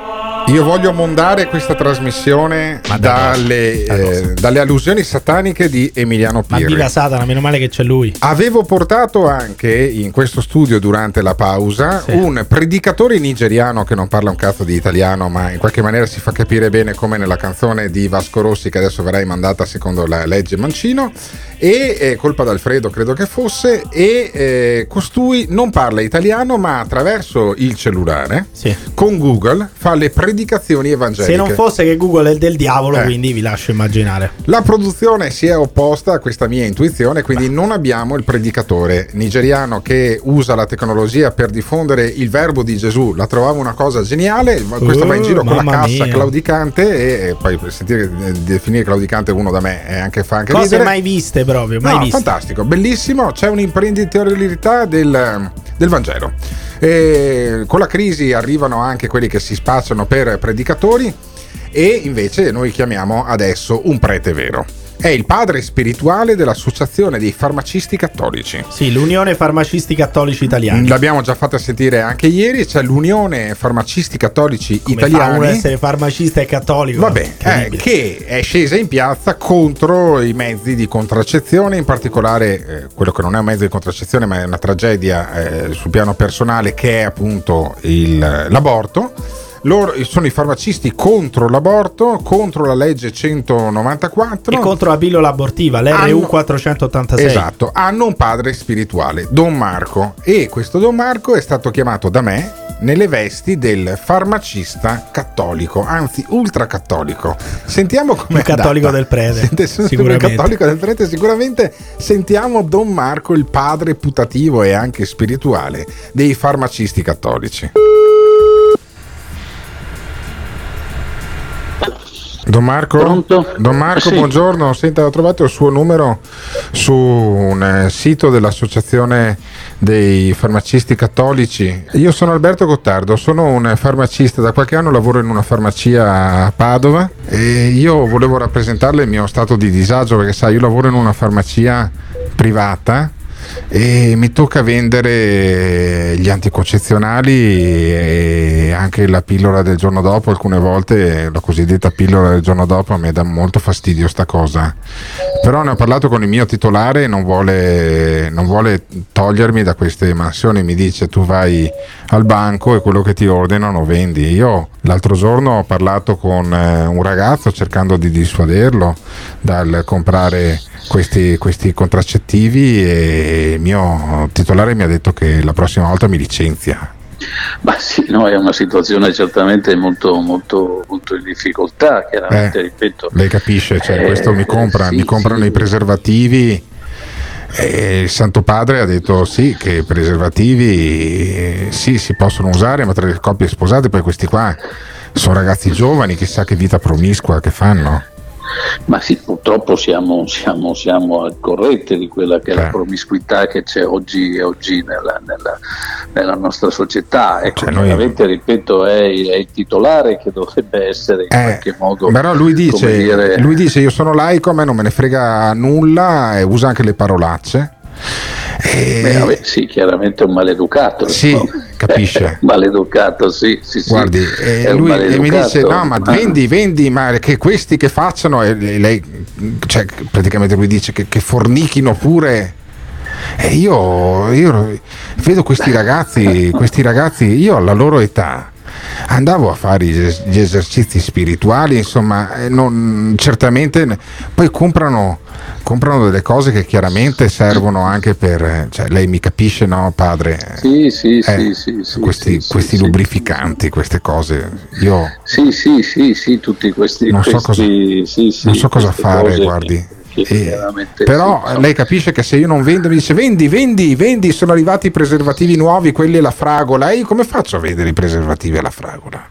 Io voglio mondare questa trasmissione dalle, eh, dalle allusioni sataniche di Emiliano Pirri. Ma viva Satana, meno male che c'è lui. Avevo portato anche in questo studio durante la pausa sì. un predicatore nigeriano che non parla un cazzo di italiano, ma in qualche maniera si fa capire bene come nella canzone di Vasco Rossi che adesso verrà mandata secondo la legge Mancino, e eh, colpa d'Alfredo credo che fosse, e eh, costui non parla italiano ma attraverso il cellulare sì. con Google fa le predicazioni evangeliche. Se non fosse che Google è del diavolo, eh. quindi vi lascio immaginare. La produzione si è opposta a questa mia intuizione, quindi Beh. non abbiamo il predicatore nigeriano che usa la tecnologia per diffondere il verbo di Gesù. La trovavo una cosa geniale. Questo uh, va in giro con la cassa mia. claudicante, e poi per sentire definire claudicante uno da me è anche fa anche cose ridere. mai viste proprio, mai no, viste. Fantastico, bellissimo. C'è un'imprenditorialità del, del Vangelo. E con la crisi arrivano anche quelli che si spacciano per predicatori, e invece noi chiamiamo adesso un prete vero. È il padre spirituale dell'Associazione dei Farmacisti Cattolici. Sì, l'Unione Farmacisti Cattolici Italiani. L'abbiamo già fatta sentire anche ieri. C'è l'Unione Farmacisti Cattolici Come Italiani. Come fa uno essere farmacista e cattolico? Vabbè, eh, che è scesa in piazza contro i mezzi di contraccezione, in particolare eh, quello che non è un mezzo di contraccezione ma è una tragedia eh, sul piano personale, che è appunto il, l'aborto. Loro sono i farmacisti contro l'aborto, contro la legge centonovantaquattro e contro la pillola abortiva, l'R U quattrocentottantasei. Esatto, hanno un padre spirituale, Don Marco, e questo Don Marco è stato chiamato da me nelle vesti del farmacista cattolico, anzi ultracattolico. Sentiamo come il cattolico del prete. Sicuramente. Il cattolico del prete, sicuramente. Sentiamo Don Marco, il padre putativo e anche spirituale dei farmacisti cattolici. Don Marco, Pronto? Don Marco, sì. buongiorno. Senta, ho trovato il suo numero su un eh, sito dell'Associazione dei Farmacisti Cattolici. Io sono Alberto Gottardo, sono un farmacista, da qualche anno lavoro in una farmacia a Padova e io volevo rappresentarle il mio stato di disagio, perché sai, io lavoro in una farmacia privata e mi tocca vendere gli anticoncezionali e anche la pillola del giorno dopo. Alcune volte la cosiddetta pillola del giorno dopo mi dà molto fastidio sta cosa, però ne ho parlato con il mio titolare e non vuole, non vuole togliermi da queste mansioni. Mi dice: tu vai al banco e quello che ti ordinano vendi. Io l'altro giorno ho parlato con un ragazzo cercando di dissuaderlo dal comprare questi, questi contraccettivi e il mio titolare mi ha detto che la prossima volta mi licenzia. Ma sì, no, è una situazione certamente molto, molto, molto in difficoltà, chiaramente, eh, ripeto. Lei capisce, cioè, eh, questo mi compra, sì, mi comprano sì. i preservativi e il Santo Padre ha detto sì, che i preservativi eh, sì, si possono usare, ma tra le coppie sposate, poi questi qua sono ragazzi giovani, chissà che vita promiscua che fanno. Ma sì, purtroppo siamo, siamo, siamo al corrente di quella che è Beh. la promiscuità che c'è oggi, oggi nella, nella, nella nostra società. Ecco, Cioè, noi- chiaramente, ripeto, è, è il titolare che dovrebbe essere in Eh, qualche modo. Però lui come dice, dire, lui dice io sono laico, a me non me ne frega nulla, e usa anche le parolacce. E... beh, vabbè, sì, chiaramente è un maleducato. Sì, no? capisce. Maleducato, sì, sì, sì. Guardi, È e un lui e mi dice: maleducato. no, ma vendi, vendi, ma che questi che facciano, e lei, cioè, praticamente lui dice che, che fornichino pure. E io, io vedo questi ragazzi, questi ragazzi, io alla loro età andavo a fare gli esercizi spirituali, insomma, e non, certamente poi comprano, comprano delle cose che chiaramente servono anche per, cioè, lei mi capisce, no, padre? Sì, sì, Eh, sì, sì, sì, questi, sì, questi sì, lubrificanti, queste cose, io sì, sì, sì, sì, tutti questi, non so questi cosa, sì, sì, non so cosa queste fare, cose guardi. che- che E- chiaramente però sì, no. lei capisce che se io non vendo, mi dice: vendi, vendi, vendi, sono arrivati i preservativi nuovi, quelli alla fragola. E io come faccio a vendere i preservativi alla fragola?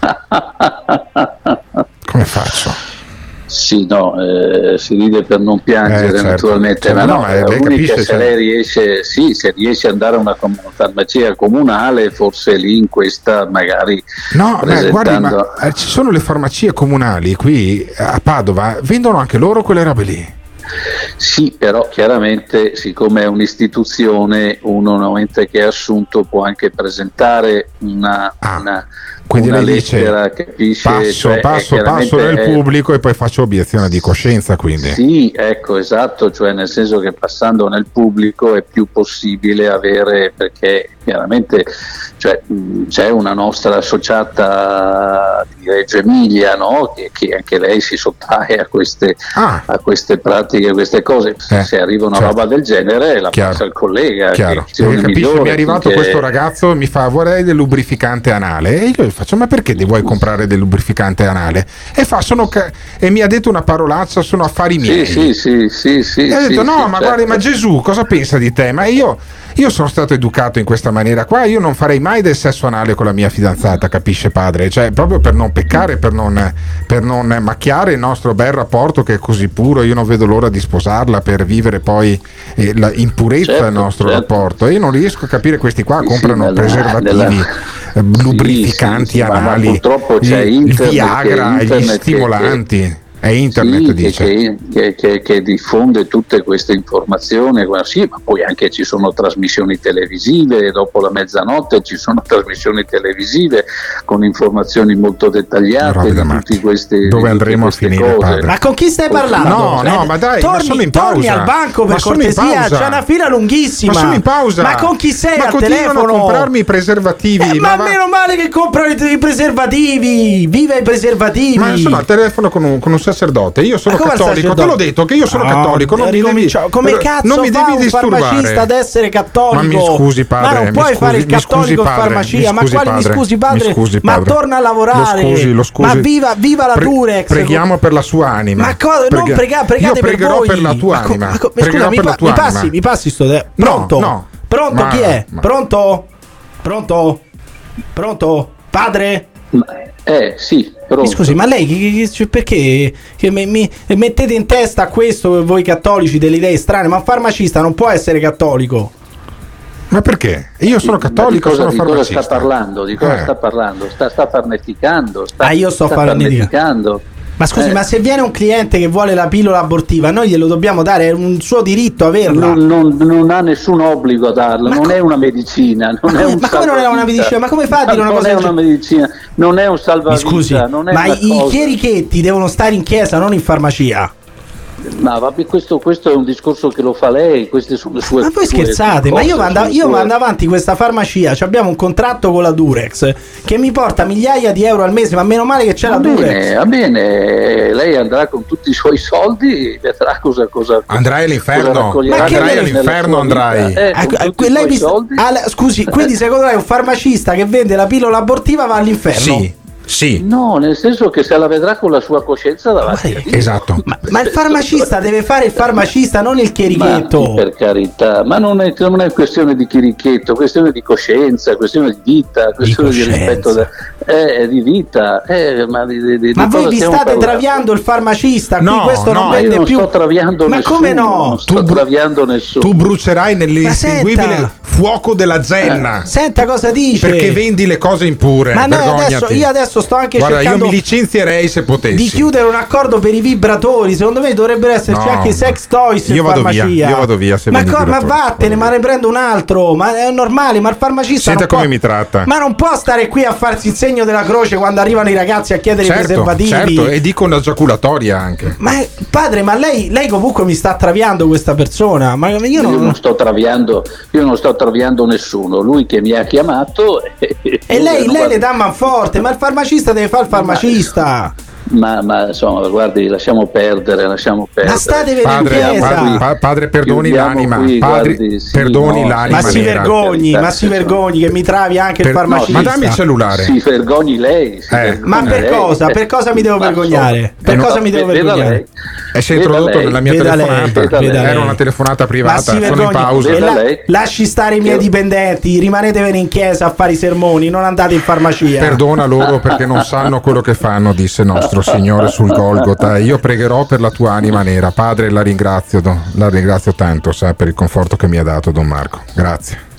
Come faccio? Sì, no, eh, si ride per non piangere, Eh, certo. naturalmente, Cioè, ma no, no, ma lei l'unica, capisce, se cioè- lei riesce, sì, se riesce ad andare a una com- farmacia comunale, forse lì in questa magari No, ma guardi, presentando... ma eh, ci sono le farmacie comunali qui a Padova, vendono anche loro quelle robe lì. Sì, però chiaramente, siccome è un'istituzione, uno una volta che è assunto può anche presentare una, Ah. una, quindi una lei dice lettera, capisce, passo, cioè, passo, passo nel è, pubblico e poi faccio obiezione di coscienza, quindi. Sì, ecco, esatto, cioè nel senso che passando nel pubblico è più possibile avere, perché chiaramente cioè, mh, c'è una nostra associata di Reggio Emilia, no? che, che anche lei si sottrae a queste, ah. a queste pratiche, a queste cose. Eh, se arriva una certo. roba del genere la Chiaro. passa al collega. Chiaro. Che Perché, capisci, migliore, mi è arrivato finché... questo ragazzo, mi fa vorrei del lubrificante anale e io gli faccio ma perché ti vuoi comprare del lubrificante anale? E fa sono ca- e mi ha detto una parolaccia, sono affari miei. Sì, sì, sì, sì, e ha detto sì, no sì, ma certo. guardi, ma Gesù cosa pensa di te? Ma io Io sono stato educato in questa maniera qua, io non farei mai del sesso anale con la mia fidanzata, capisce padre? Cioè proprio per non peccare, per non, per non macchiare il nostro bel rapporto che è così puro, io non vedo l'ora di sposarla per vivere poi eh, la, in purezza certo, il nostro certo. rapporto. Io non riesco a capire, questi qua sì, comprano sì, preservativi, nella... eh, lubrificanti sì, sì, sì, anali, ma purtroppo c'è il, internet, il Viagra, internet gli stimolanti. Che, che... È internet, sì, dice. Che, che, che, che diffonde tutte queste informazioni, sì, ma poi anche ci sono trasmissioni televisive, dopo la mezzanotte ci sono trasmissioni televisive con informazioni molto dettagliate di tutti questi, dove di andremo a queste finire, cose. padre? Ma con chi stai parlando? No, no, ma dai, torni, ma sono in torni pausa. al banco per Ma sono in cortesia, pausa. c'è una fila lunghissima. Ma sono in pausa. Ma con chi sei ma al continuano telefono? a comprarmi i preservativi. Eh, ma ma meno male che comprano i, i preservativi. Viva i preservativi. Ma sono al telefono con un, con un sacerdote. Io sono cattolico, te l'ho detto che io sono no, cattolico. Non mi devi, come cazzo non mi fa devi un disturbare. farmacista ad essere cattolico? Ma mi scusi padre, ma non puoi mi scusi, fare il mi scusi, cattolico in padre, farmacia. mi Ma scusi, quale mi padre, scusi padre? mi scusi, ma padre. torna a lavorare. Lo scusi, lo scusi. Ma viva, viva la Pre- Durex. Preghiamo per la sua anima. Ma co- non Prega- prega- pregate io pregherò per, voi. per la tua ma co- anima. ma co- Pregherò scusa, mi, per la pa- tua mi anima. passi, mi passi sto te- No, Pronto? no. Pronto Ma- chi è? ma- Pronto? Pronto? Pronto? Padre? Eh sì, Mi scusi, ma lei che- che- cioè, perché che mi, mi mettete in testa questo voi cattolici delle idee strane? Ma un farmacista non può essere cattolico. Ma perché? Io sono cattolico, di cosa, sono di cosa farmacista. sta parlando? Di cosa Eh. sta parlando? Sta, sta farneticando? Sta, Ah, io sto sta farneticando. farneticando. Ma scusi, Eh. ma se viene un cliente che vuole la pillola abortiva, noi glielo dobbiamo dare, è un suo diritto averla. Non, non- non ha nessun obbligo a darla, Ma non co- è una medicina. Non Ma è come- un ma come non è una salvavita. medicina? Ma come fa a dire una non cosa è del una genere? medicina, non è un Mi salvavita. scusi, non è ma una i cosa. chierichetti devono stare in chiesa, non in farmacia. Ma vabbè, questo, questo è un discorso che lo fa lei, queste sono le sue. Ma voi sue scherzate? Ma cose, io mando, sono io sue- mando avanti questa farmacia. Cioè abbiamo un contratto con la Durex che mi porta migliaia di euro al mese. Ma meno male che c'è Va la bene, Durex. va bene, lei andrà con tutti i suoi soldi, vedrà cosa cosa. Andrai all'inferno. cosa raccoglierà Ma che nella- all'inferno nella sua andrai. vita. Eh, Ecco, con eh, tutti i lei suoi mi sta- soldi. ah, le- scusi, quindi secondo lei un farmacista che vende la pillola abortiva va all'inferno? Sì, sì. No, nel senso che se la vedrà con la sua coscienza davanti a Dio. Esatto. Ma, ma il farmacista deve fare il farmacista, non il Ma chierichetto. per carità, ma non è, non è questione di chirichetto, è questione di coscienza, è questione di vita, è questione di, coscienza. rispetto de- eh, di vita. Eh, ma di, di- di Ma cosa voi vi stiamo state parlando? traviando il farmacista? Qui No, questo non no, vende Io non più. sto traviando Ma nessuno, come no? non sto Tu bru- traviando nessuno. Tu brucerai Ma nell'inestinguibile senta. fuoco della Zenna. Senta cosa dice. Perché vendi le cose impure. Ma noi vergognati. adesso, io adesso sto anche Guarda, cercando io mi licenzierei se potessi. di chiudere un accordo per i vibratori. Secondo me dovrebbero esserci No, anche i sex toys in io vado farmacia. via, io vado via se ma, vendi i co- ma vibratori. vattene, ma ne prendo un altro. Ma è normale, ma il farmacista Senta non come può, mi tratta. ma non può stare qui a farsi il segno della croce quando arrivano i ragazzi a chiedere i Certo, preservativi. certo, e dico una giaculatoria anche. Ma padre, ma lei, lei comunque mi sta traviando questa persona. Ma io Io non, non sto traviando, io non sto traviando nessuno, lui che mi ha chiamato e, e lei, lei le dà manforte, ma il farmacista deve fare il farmacista. ma, ma insomma guardi, lasciamo perdere, lasciamo perdere. Ma state vedendo Padre, in chiesa. padre, pa- padre, perdoni Chiudiamo l'anima. qui, Padre, guardi, sì, perdoni no, l'anima. Ma si nera. vergogni, ma si vergogni che mi travi anche il Per- no, farmacista. ma dammi il cellulare. Si vergogni lei, si Eh. vergogni Ma per lei. cosa? Per cosa mi devo Ma vergognare? insomma, Per eh, cosa no, mi devo veda vergognare? lei. E sei Veda introdotto lei, nella mia veda lei, telefonata. veda lei. Era una telefonata Ma privata. si Sono in vergogni. pausa. E Veda la- lei. lasci stare i miei Io- dipendenti, rimanetevene in chiesa a fare i sermoni, non andate in farmacia. Perdona loro perché non sanno quello che fanno, disse nostro Signore sul Golgota. Io pregherò per la tua anima nera. Padre, la ringrazio, do- la ringrazio tanto, sa, per il conforto che mi ha dato Don Marco. Grazie.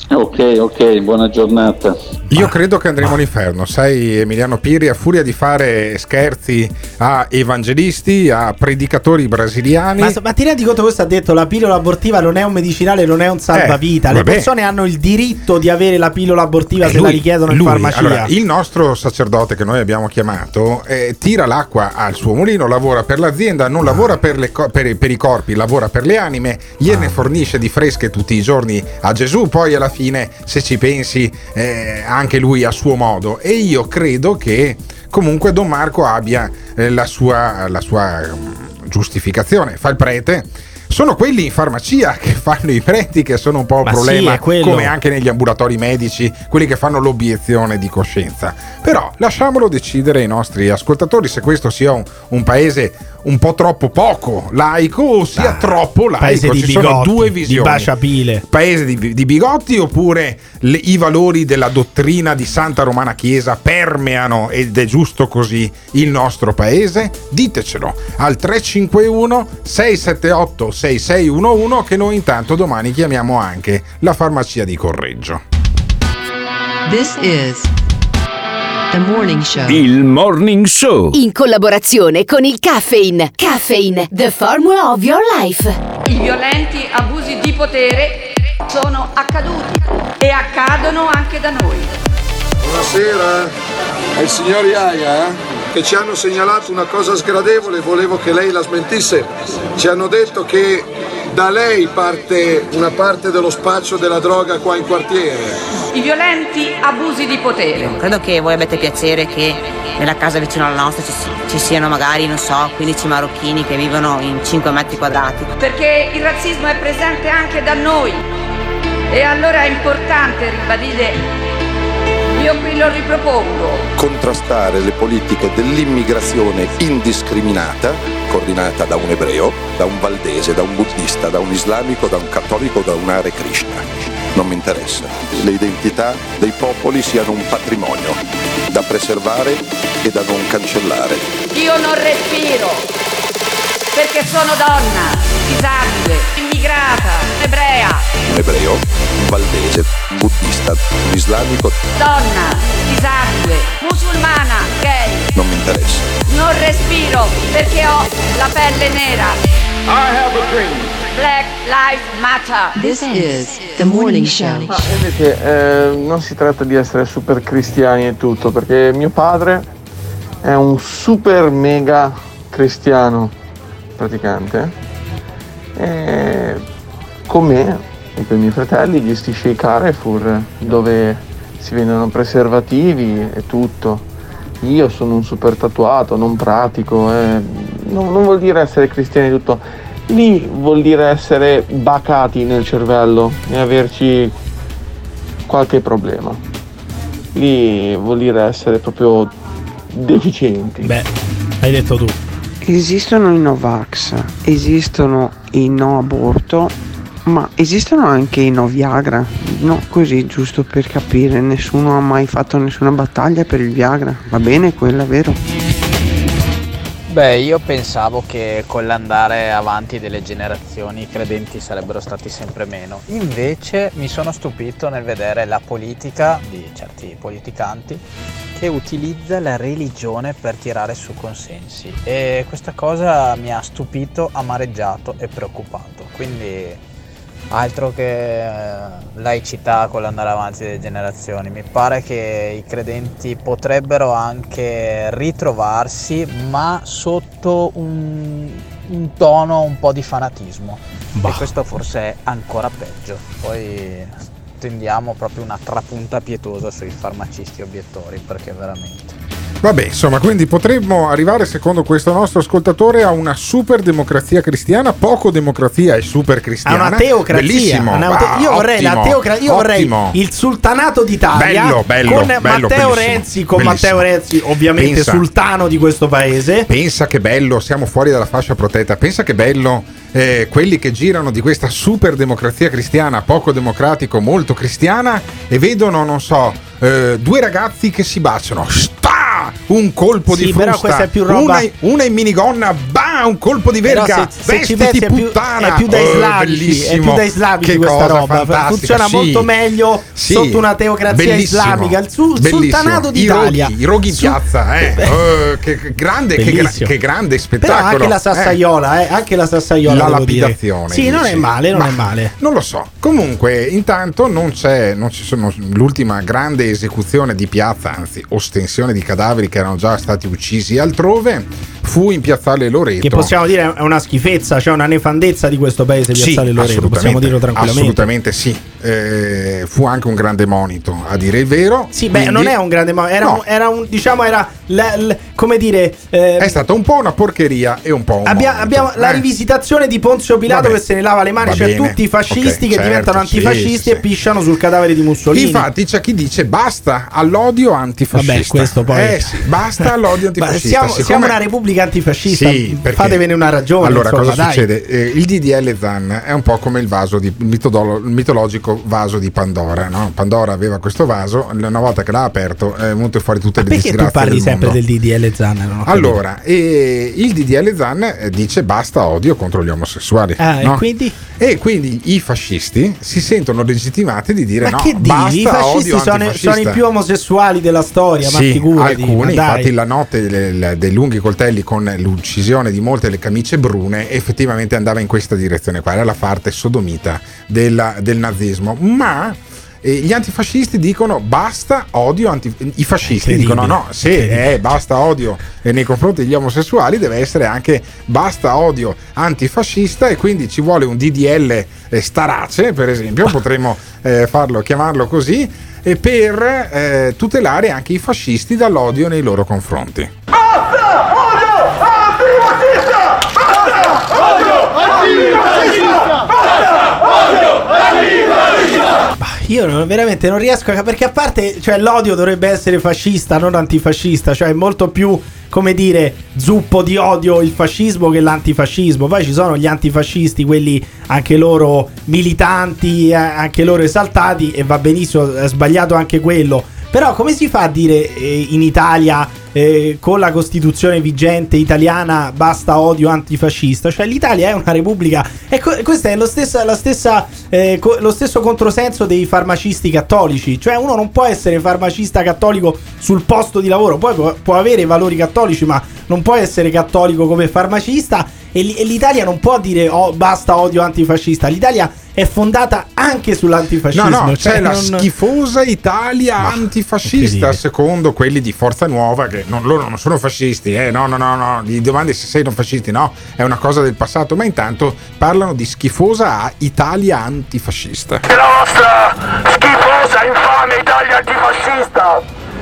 Ok, ok, buona giornata. Io credo che andremo all'inferno, sai Emiliano Pirri, a furia di fare scherzi a evangelisti, a predicatori brasiliani. Ma, ma ti rendi conto, questo ha detto la pillola abortiva non è un medicinale, non è un salvavita. Eh, Le vabbè. persone hanno il diritto di avere la pillola abortiva Eh, se lui- la richiedono in lui, farmacia. allora, il nostro sacerdote che noi abbiamo chiamato eh, tira l'acqua al suo mulino, lavora per l'azienda, non lavora per, le co- per, per i corpi, lavora per le anime, gliene fornisce di fresche tutti i giorni a Gesù, poi alla fine, se ci pensi, eh, anche lui a suo modo. E io credo che comunque Don Marco abbia eh, la sua, la sua mm, giustificazione. Fa il prete. Sono quelli in farmacia che fanno i preti che sono un po' un Ma problema, sì, è quello. come anche negli ambulatori medici, quelli che fanno l'obiezione di coscienza. Però lasciamolo decidere ai nostri ascoltatori se questo sia un, un paese un po' troppo poco laico o sia Ah, troppo laico. paese di Ci sono bigotti, due di visioni. baciapile. Paese di, di bigotti oppure le- i valori della dottrina di Santa Romana Chiesa permeano ed è giusto così il nostro paese? Ditecelo al tre cinque uno sei sette otto sei sei uno uno che noi intanto domani chiamiamo anche la farmacia di Correggio. This is The Morning Show. Il Morning Show. In collaborazione con il Caffeine. Caffeine, the formula of your life. I violenti abusi di potere sono accaduti e accadono anche da noi. Buonasera, è il signor Iaia eh? che ci hanno segnalato una cosa sgradevole, volevo che lei la smentisse. Ci hanno detto che da lei parte una parte dello spaccio della droga qua in quartiere. I violenti abusi di potere. Credo che voi abbiate piacere che nella casa vicino alla nostra ci, ci siano magari, non so, quindici marocchini che vivono in cinque metri quadrati. Perché il razzismo è presente anche da noi. E allora è importante ribadire, io qui lo ripropongo, Contrastare le politiche dell'immigrazione indiscriminata, coordinata da un ebreo, da un valdese, da un buddista, da un islamico, da un cattolico, da un Hare Krishna. Non mi interessa. Le identità dei popoli siano un patrimonio da preservare e da non cancellare. io non respiro. Perché sono donna, disabile, immigrata, ebrea. Un ebreo, un valdese, un buddista, un islamico. Donna, disabile, musulmana, gay. Non mi interessa. Non respiro perché ho la pelle nera. I have a dream. Black Lives Matter. This is The Morning Show. Ma vedete, eh, non si tratta di essere super cristiani e tutto, perché mio padre è un super mega cristiano praticante e con me e con i miei fratelli gestisce i Carrefour dove si vendono preservativi e tutto. Io sono un super tatuato, non pratico, eh. non, non vuol dire essere cristiani e tutto. Lì vuol dire essere bacati nel cervello e averci qualche problema. Lì vuol dire essere proprio deficienti. Beh, hai detto tu. Esistono i Novax, esistono i no aborto, ma esistono anche i no Viagra. No, così giusto per capire, nessuno ha mai fatto nessuna battaglia per il Viagra. Va bene quella, vero? Beh, io pensavo che con l'andare avanti delle generazioni i credenti sarebbero stati sempre meno. Invece mi sono stupito nel vedere la politica di certi politicanti che utilizza la religione per tirare su consensi e questa cosa mi ha stupito, amareggiato e preoccupato. Quindi altro che laicità con l'andare avanti delle generazioni, mi pare che i credenti potrebbero anche ritrovarsi ma sotto un, un tono un po' di fanatismo. Bah. E questo forse è ancora peggio. Poi tendiamo proprio una trapunta pietosa sui farmacisti obiettori, perché veramente Vabbè, insomma, quindi potremmo arrivare, secondo questo nostro ascoltatore, a una super democrazia cristiana, poco democrazia e super cristiana. A una teocrazia. Bellissimo. Una te- Ah, io vorrei ottimo, la teocrazia, io vorrei ottimo. il sultanato d'Italia Bello, bello, con bello, Matteo bellissimo, Renzi, con bellissimo. Matteo Renzi, ovviamente Pensa. sultano di questo paese. Pensa che bello, siamo fuori dalla fascia protetta. Pensa che bello eh, quelli che girano di questa super democrazia cristiana, poco democratico, molto cristiana, e vedono, non so, eh, due ragazzi che si baciano. Sta! un colpo sì, di frusta, però questa è più roba... una, una in minigonna, bah, un colpo di verga, se, se ci pensi è più, è più da islamici, oh, è più da islamici questa roba, funziona sì. molto meglio sì. sotto una teocrazia bellissimo. islamica, il su- sultanato d'Italia, I roghi, i roghi in piazza, eh. oh, che, che grande, che, gra- che grande spettacolo. Però anche la sassaiola, eh. Eh, anche la sassaiola, la lapidazione. Sì, non è male, non Ma è male. Non lo so. Comunque, intanto non c'è, non ci sono l'ultima grande esecuzione di piazza, anzi ostensione di cadaveri che erano già stati uccisi altrove, fu in Piazzale Loreto. Che possiamo dire è una schifezza, cioè una nefandezza di questo paese, Piazzale sì, Loreto, possiamo dirlo tranquillamente. Assolutamente sì. Eh, fu anche un grande monito, a dire il vero. Sì, quindi... beh, non è un grande monito, era, no. un, era un, diciamo, era la, la, come dire, eh, è stata un po' una porcheria e un po' un abbia, abbiamo eh. la rivisitazione di Ponzio Pilato Vabbè. che se ne lava le mani, Va cioè bene. tutti i fascisti okay, che certo, diventano antifascisti sì, e sì. pisciano sul cadavere di Mussolini. Infatti c'è chi dice basta all'odio antifascista. Vabbè, questo poi eh sì, basta all'odio antifascista. siamo, Siccome... siamo una repubblica antifascista, sì, fatevene una ragione. Allora, insomma, cosa dai. succede? Eh, il D D L Zan è un po' come il vaso di il, mitodolo, il mitologico vaso di Pandora, no? Pandora aveva questo vaso, una volta che l'ha aperto è venuto fuori tutte Ma le disgrazie del mondo. Perché tu parli sempre mondo. del D D L Zan? Non ho allora, e il D D L Zan dice basta odio contro gli omosessuali. Ah, no? e quindi? E quindi i fascisti si sentono legittimati di dire ma no, che basta I fascisti odio sono, sono i più omosessuali della storia, sì, ma figurati, alcuni, ma infatti la notte dei, dei lunghi coltelli con l'uccisione di molte delle camicie brune effettivamente andava in questa direzione qua, era la parte sodomita della, del nazismo, ma e gli antifascisti dicono basta odio anti... i fascisti dicono no, se è basta odio nei confronti degli omosessuali deve essere anche basta odio antifascista, e quindi ci vuole un D D L Starace, per esempio, potremmo eh, farlo, chiamarlo così, e per eh, tutelare anche i fascisti dall'odio nei loro confronti. Basta odio antifascista! Basta odio antifascista! Basta odio antifascista! Io non, veramente non riesco a, perché a parte, cioè, l'odio dovrebbe essere fascista, non antifascista, cioè è molto più, come dire, zuppo di odio il fascismo che l'antifascismo. Poi ci sono gli antifascisti, quelli anche loro militanti, anche loro esaltati, e va benissimo, è sbagliato anche quello. Però come si fa a dire eh, in Italia eh, con la Costituzione vigente italiana basta odio antifascista? Cioè l'Italia è una repubblica, e co- questo è lo, stessa, la stessa, eh, co- lo stesso controsenso dei farmacisti cattolici. Cioè uno non può essere farmacista cattolico sul posto di lavoro, poi può, può avere valori cattolici, ma non può essere cattolico come farmacista, e, l- e l'Italia non può dire oh, basta odio antifascista. L'Italia è fondata anche sull'antifascismo. No, no, cioè c'è non... la schifosa Italia Ma, antifascista, secondo quelli di Forza Nuova, che non, loro non sono fascisti, eh, no, no, no, no, gli domandi se sei non fascisti, no, è una cosa del passato, ma intanto parlano di schifosa Italia antifascista. E la vostra schifosa, infame Italia antifascista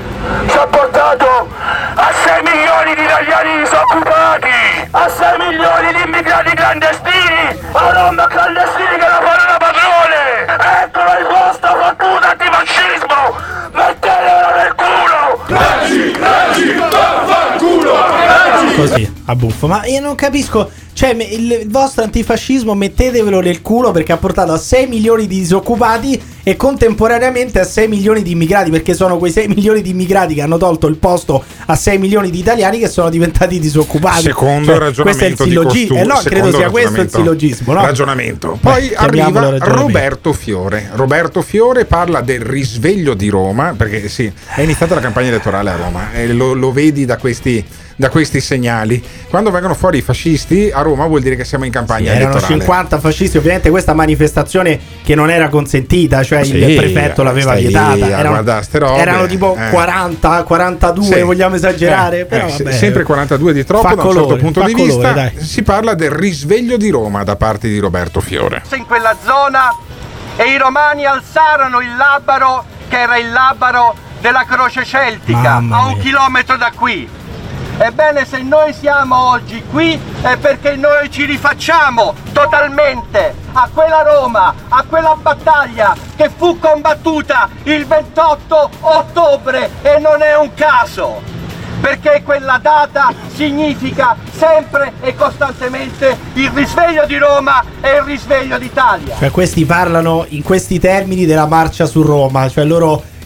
ci ha portato a sei milioni di italiani disoccupati, a sei milioni di immigrati clandestini, a Roma clandestini che la fanno da padrone. Eccolo il vostro fottuto antifascismo, mettetelo nel culo. Nazi, nazi, vaffanculo, nazi. Così, a buffo. Ma io non capisco, cioè il vostro antifascismo mettetevelo nel culo, perché ha portato a sei milioni di disoccupati e contemporaneamente a sei milioni di immigrati, perché sono quei sei milioni di immigrati che hanno tolto il posto a sei milioni di italiani che sono diventati disoccupati. Secondo cioè, il ragionamento questo è il di sillogismo, eh no, credo sia questo il sillogismo, no? Ragionamento. Poi Beh, arriva Roberto Fiore. Roberto Fiore parla del risveglio di Roma, perché sì, è iniziata la campagna elettorale a Roma e lo, lo vedi da questi da questi segnali. Quando vengono fuori i fascisti a Roma vuol dire che siamo in campagna sì, elettorale. Erano cinquanta fascisti, ovviamente questa manifestazione che non era consentita, cioè sì, il prefetto l'aveva vietata. Lì, erano, guarda, robe, erano tipo eh. quaranta quarantadue, sì, vogliamo esagerare, eh, però eh, vabbè, sempre quarantadue di troppo da un colore, certo punto di colore, vista. dai. Si parla del risveglio di Roma da parte di Roberto Fiore. In quella zona e i romani alzarono il labaro, che era il labaro della Croce Celtica, a un chilometro da qui. Ebbene, se noi siamo oggi qui è perché noi ci rifacciamo totalmente a quella Roma, a quella battaglia che fu combattuta il ventotto ottobre, e non è un caso, perché quella data significa sempre e costantemente il risveglio di Roma e il risveglio d'Italia. Cioè questi parlano in questi termini della marcia su Roma, cioè loro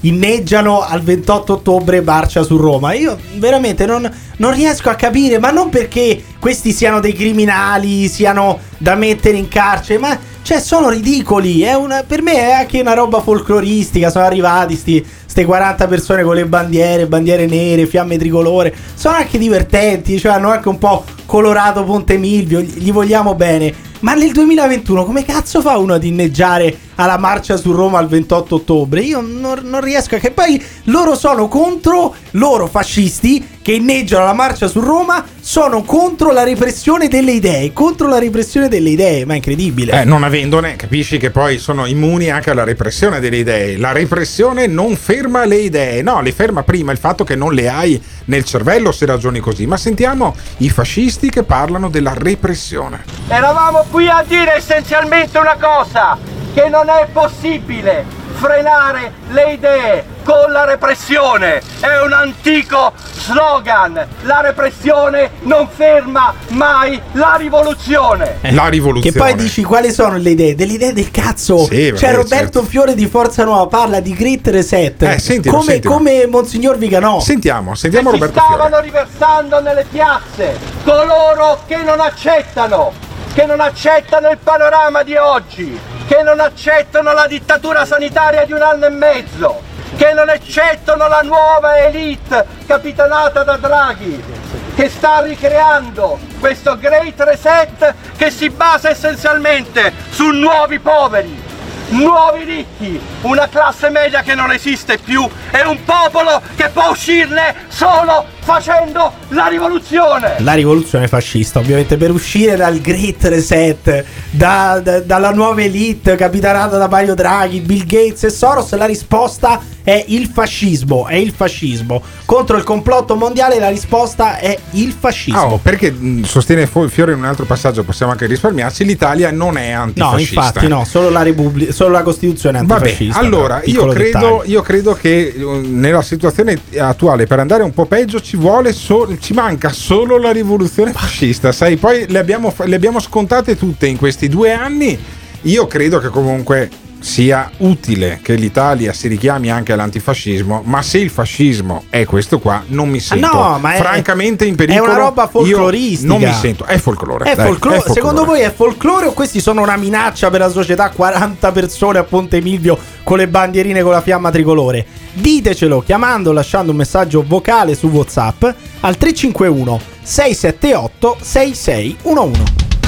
inneggiano al ventotto ottobre marcia su Roma. Io veramente non, non riesco a capire, ma non perché questi siano dei criminali, siano da mettere in carcere, ma cioè sono ridicoli. È una, per me è anche una roba folcloristica. Sono arrivati sti Ste quaranta persone con le bandiere, bandiere nere, fiamme tricolore. Sono anche divertenti, cioè hanno anche un po' colorato Ponte Milvio, gli vogliamo bene. Ma nel duemilaventuno come cazzo fa uno ad inneggiare alla marcia su Roma il ventotto ottobre? Io non, non riesco a... Che poi loro sono contro, loro fascisti che inneggiano alla marcia su Roma sono contro la repressione delle idee, contro la repressione delle idee, ma è incredibile. Eh, non avendone, capisci che poi sono immuni anche alla repressione delle idee. La repressione non ferma le idee, no, le ferma prima il fatto che non le hai nel cervello se ragioni così. Ma sentiamo i fascisti che parlano della repressione. Eravamo qui a dire essenzialmente una cosa, che non è possibile frenare le idee con la repressione. È un antico slogan. La repressione non ferma mai la rivoluzione. La rivoluzione. Che poi dici quali sono le idee? Delle idee del cazzo. Sì, C'è vabbè, Roberto certo. Fiore di Forza Nuova, parla di Great Reset. Eh, sentilo, come, sentilo. come Monsignor Viganò. Sentiamo, sentiamo che si Roberto Fiore. stavano riversando nelle piazze coloro che non accettano, che non accettano il panorama di oggi, che non accettano la dittatura sanitaria di un anno e mezzo, che non accettano la nuova elite capitanata da Draghi, che sta ricreando questo Great Reset che si basa essenzialmente su nuovi poveri, nuovi ricchi, una classe media che non esiste più e un popolo che può uscirne solo facendo la rivoluzione. La rivoluzione fascista, ovviamente, per uscire dal Great Reset, da, da, dalla nuova elite capitanata da Mario Draghi, Bill Gates e Soros, la risposta è il fascismo, è il fascismo. Contro il complotto mondiale la risposta è il fascismo. Oh, perché mh, sostiene Fiore in un altro passaggio, possiamo anche risparmiarci, l'Italia non è antifascista. No, infatti no, solo la Repubblica, solo la Costituzione è antifascista. Vabbè, allora io credo, io credo che uh, nella situazione attuale, per andare un po' peggio, ci vuole so- ci manca solo la rivoluzione fascista, sai, poi le abbiamo, le abbiamo scontate tutte in questi due anni. Io credo che comunque sia utile che l'Italia si richiami anche all'antifascismo, ma se il fascismo è questo qua, non mi sento no, ma è, francamente in pericolo. È una roba folcloristica. Io non mi sento, è folklore. È dai, folklore. è folklore. Secondo voi è folklore o questi sono una minaccia per la società? quaranta persone a Ponte Milvio con le bandierine con la fiamma tricolore. Ditecelo chiamando o lasciando un messaggio vocale su WhatsApp al tre cinque uno sei sette otto sei sei uno uno.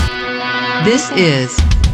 This is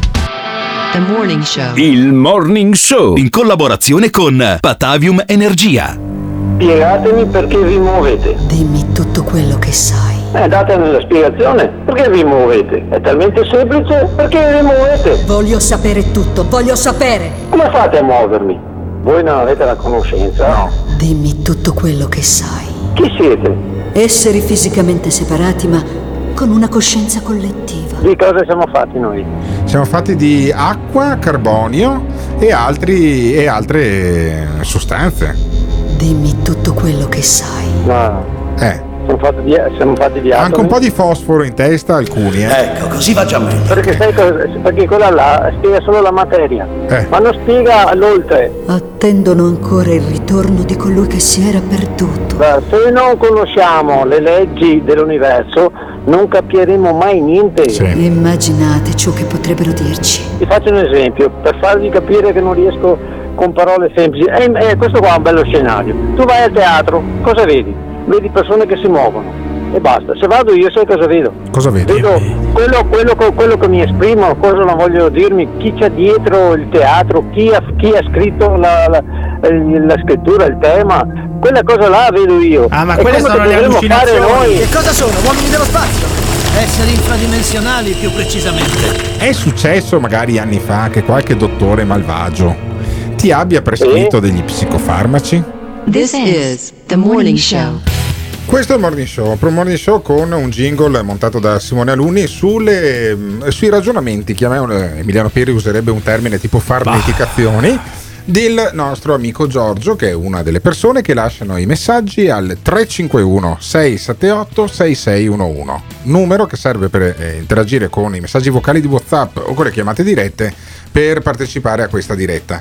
The Morning Show. Il Morning Show in collaborazione con Patavium Energia. Spiegatemi perché vi muovete. Dimmi tutto quello che sai. Eh, datemi la spiegazione. Perché vi muovete? È talmente semplice. Perché vi muovete? Voglio sapere tutto, voglio sapere. Come fate a muovermi? Voi non avete la conoscenza? No. Dimmi tutto quello che sai. Chi siete? Esseri fisicamente separati ma con una coscienza collettiva. Di cosa siamo fatti noi? Siamo fatti di acqua, carbonio e, altri, e altre sostanze. Dimmi tutto quello che sai. No. Eh. Siamo fatti di, siamo fatti di atomi. Anche un po' di fosforo in testa alcuni, eh. Ecco, così va già meglio. Perché sai cosa? Perché quella là spiega solo la materia, eh. ma non spiega l'oltre. Attendono ancora il ritorno di colui che si era perduto. Beh, se non conosciamo le leggi dell'universo, non capiremo mai niente. Sì. Immaginate ciò che potrebbero dirci. Ti faccio un esempio, per farvi capire che non riesco con parole semplici. Eh, eh, questo qua è un bello scenario. Tu vai al teatro, cosa vedi? Vedi persone che si muovono e basta. Se vado io, sai cosa vedo? Cosa vedi? Vedo quello, quello, quello che mi esprimo, cosa non voglio dirmi, chi c'è dietro il teatro, chi ha, chi ha scritto la, la, la scrittura, il tema, quella cosa là vedo io. Ah, ma e quelle sono le allucinazioni. noi. Che cosa sono? Uomini dello spazio? Esseri infradimensionali, più precisamente. È successo magari anni fa che qualche dottore malvagio ti abbia prescritto degli psicofarmaci? This is The Morning Show. Questo è il Morning Show, un Morning Show con un jingle montato da Simone Alunni sulle, sui ragionamenti, chiamiamolo, Emiliano Peri userebbe un termine tipo farneticazioni, del nostro amico Giorgio, che è una delle persone che lasciano i messaggi al tre cinque uno sei sette otto sei sei uno uno, numero che serve per eh, interagire con i messaggi vocali di WhatsApp o con le chiamate dirette per partecipare a questa diretta.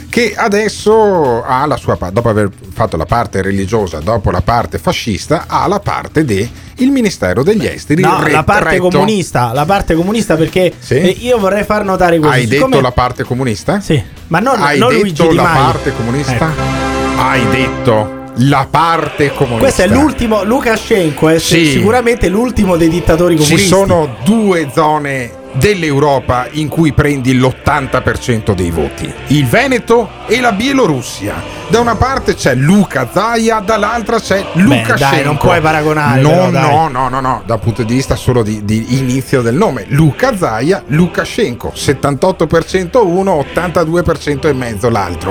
che adesso ha la sua parte, dopo aver fatto la parte religiosa, dopo la parte fascista, ha la parte del Ministero degli Esteri. No, re- la parte retto. comunista, la parte comunista perché Sì? eh, io vorrei far notare questo. Hai siccome- detto la parte comunista? Sì, ma non, Hai non detto Luigi Di la Maio. parte comunista? Ecco. Hai detto la parte comunista. Questo è l'ultimo. Lukashenko è Sì. sicuramente l'ultimo dei dittatori comunisti. Ci sono due zone dell'Europa in cui prendi l'ottanta per cento dei voti: il Veneto e la Bielorussia. Da una parte c'è Luca Zaia, dall'altra c'è Lukashenko. dai, non puoi paragonare, No, però, dai. no, no, no, no, dal punto di vista solo di, di inizio del nome. Luca Zaia, Lukashenko, settantotto per cento uno, ottantadue per cento e mezzo l'altro.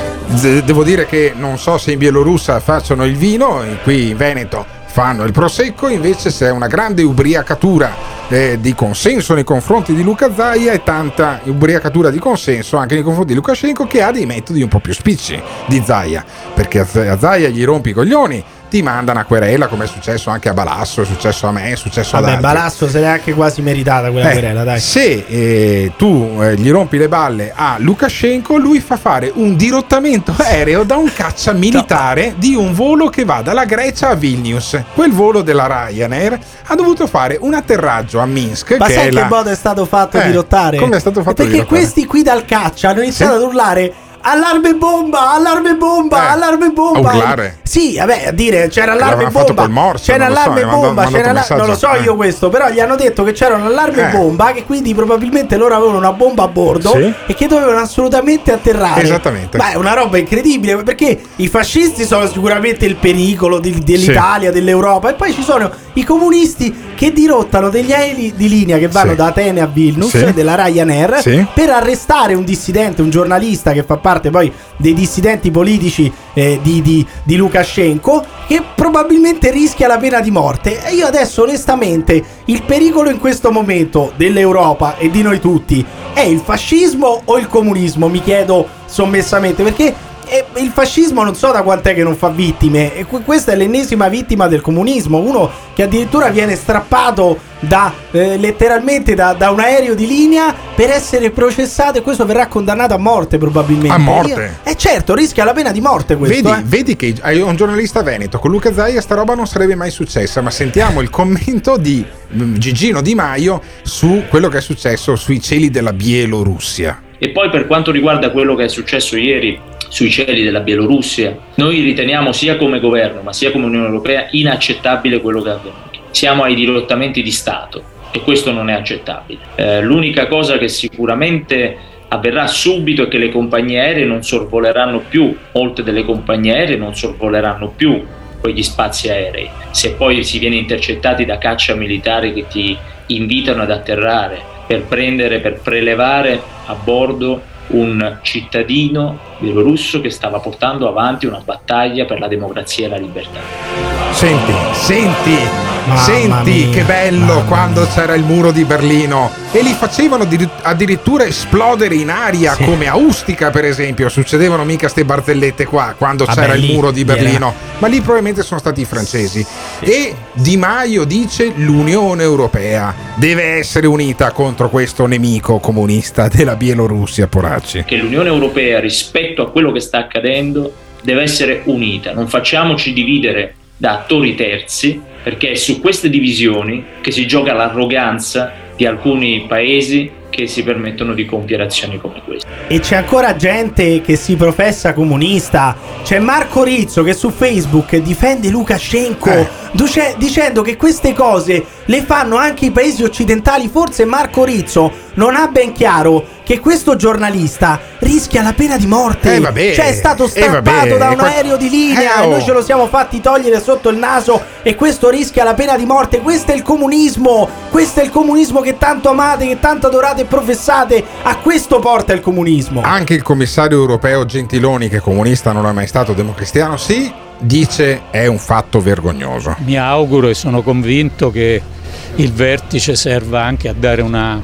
Z- Devo dire che non so se in Bielorussia facciano il vino, e qui in Veneto fanno il prosecco, invece c'è una grande ubriacatura eh, di consenso nei confronti di Luca Zaia e tanta ubriacatura di consenso anche nei confronti di Lukashenko, che ha dei metodi un po' più spicci di Zaia, perché a Z- a Zaia gli rompi i coglioni, ti manda una querela, come è successo anche a Balasso, è successo a me, è successo ad Vabbè, altri. Balasso se l'è anche quasi meritata quella Eh, querela, dai. Se eh, tu eh, gli rompi le balle a Lukashenko, lui fa fare un dirottamento aereo da un caccia militare di un volo che va dalla Grecia a Vilnius. Quel volo della Ryanair ha dovuto fare un atterraggio a Minsk. Ma che sai è che la... modo è stato fatto Eh, dirottare? come è stato fatto Perché dirottare? questi qui dal caccia hanno iniziato Sì. ad urlare allarme bomba, allarme bomba, Eh, allarme bomba. a urlare? Sì, vabbè, a dire c'era allarme L'avevano fatto bomba. col morso, c'era non lo so, allarme mi hanno bomba, mandato c'era un la- non lo so messaggio. io questo, però gli hanno detto che c'era un allarme Eh. bomba, che quindi probabilmente loro avevano una bomba a bordo Sì. e che dovevano assolutamente atterrare. Esattamente. Ma è una roba incredibile, perché i fascisti sono sicuramente il pericolo di- dell'Italia, dell'Europa, e poi ci sono i comunisti che dirottano degli aerei di linea che vanno Sì. da Atene a Vilnius, Sì. della Ryanair, Sì. per arrestare un dissidente, un giornalista che fa parte poi dei dissidenti politici eh, di, di, di Lukashenko, che probabilmente rischia la pena di morte. E io adesso onestamente il pericolo in questo momento dell'Europa e di noi tutti è il fascismo o il comunismo, mi chiedo sommessamente, perché e il fascismo non so da quant'è che non fa vittime, e que- questa è l'ennesima vittima del comunismo, uno che addirittura viene strappato da eh, letteralmente da, da un aereo di linea per essere processato, e questo verrà condannato a morte probabilmente. A morte? Io- eh certo, rischia la pena di morte questo. Vedi, eh. vedi che hai un giornalista veneto con Luca Zaia, sta roba non sarebbe mai successa, ma sentiamo il commento di mm, Gigino Di Maio su quello che è successo sui cieli della Bielorussia. E poi per quanto riguarda quello che è successo ieri sui cieli della Bielorussia, noi riteniamo sia come governo ma sia come Unione Europea inaccettabile quello che è avvenuto. Siamo ai dirottamenti di Stato e questo non è accettabile. Eh, l'unica cosa che sicuramente avverrà subito è che le compagnie aeree non sorvoleranno più, molte delle compagnie aeree non sorvoleranno più quegli spazi aerei. Se poi si viene intercettati da caccia militari che ti invitano ad atterrare per prendere, per prelevare a bordo un cittadino bielorusso che stava portando avanti una battaglia per la democrazia e la libertà. Senti, senti, Mamma senti mia, che bello quando c'era il muro di Berlino e li facevano addir- addirittura esplodere in aria, Sì. come a Ustica per esempio. Succedevano mica ste barzellette qua quando Vabbè, c'era lì il muro di era- Berlino, ma lì probabilmente sono stati i francesi. E Di Maio dice l'Unione Europea deve essere unita contro questo nemico comunista della Bielorussia, poracci. Che l'Unione Europea rispetto a quello che sta accadendo deve essere unita, non facciamoci dividere da attori terzi, perché è su queste divisioni che si gioca l'arroganza di alcuni paesi che si permettono di compiere azioni come queste. E c'è ancora gente che si professa comunista. C'è Marco Rizzo che su Facebook difende Lukashenko, Eh. duce- dicendo che queste cose le fanno anche i paesi occidentali. Forse Marco Rizzo non ha ben chiaro che questo giornalista rischia la pena di morte. Eh, vabbè. Cioè è stato Eh, strappato vabbè. da un Qua- aereo di linea Eh, e oh. noi ce lo siamo fatti togliere sotto il naso, e questo rischia la pena di morte. Questo è il comunismo. Questo è il comunismo che tanto amate, che tanto adorate e professate. A questo porta il comunismo. Anche il commissario europeo Gentiloni, che comunista non è mai stato, democristiano sì, dice è un fatto vergognoso. Mi auguro e sono convinto che il vertice serva anche a dare una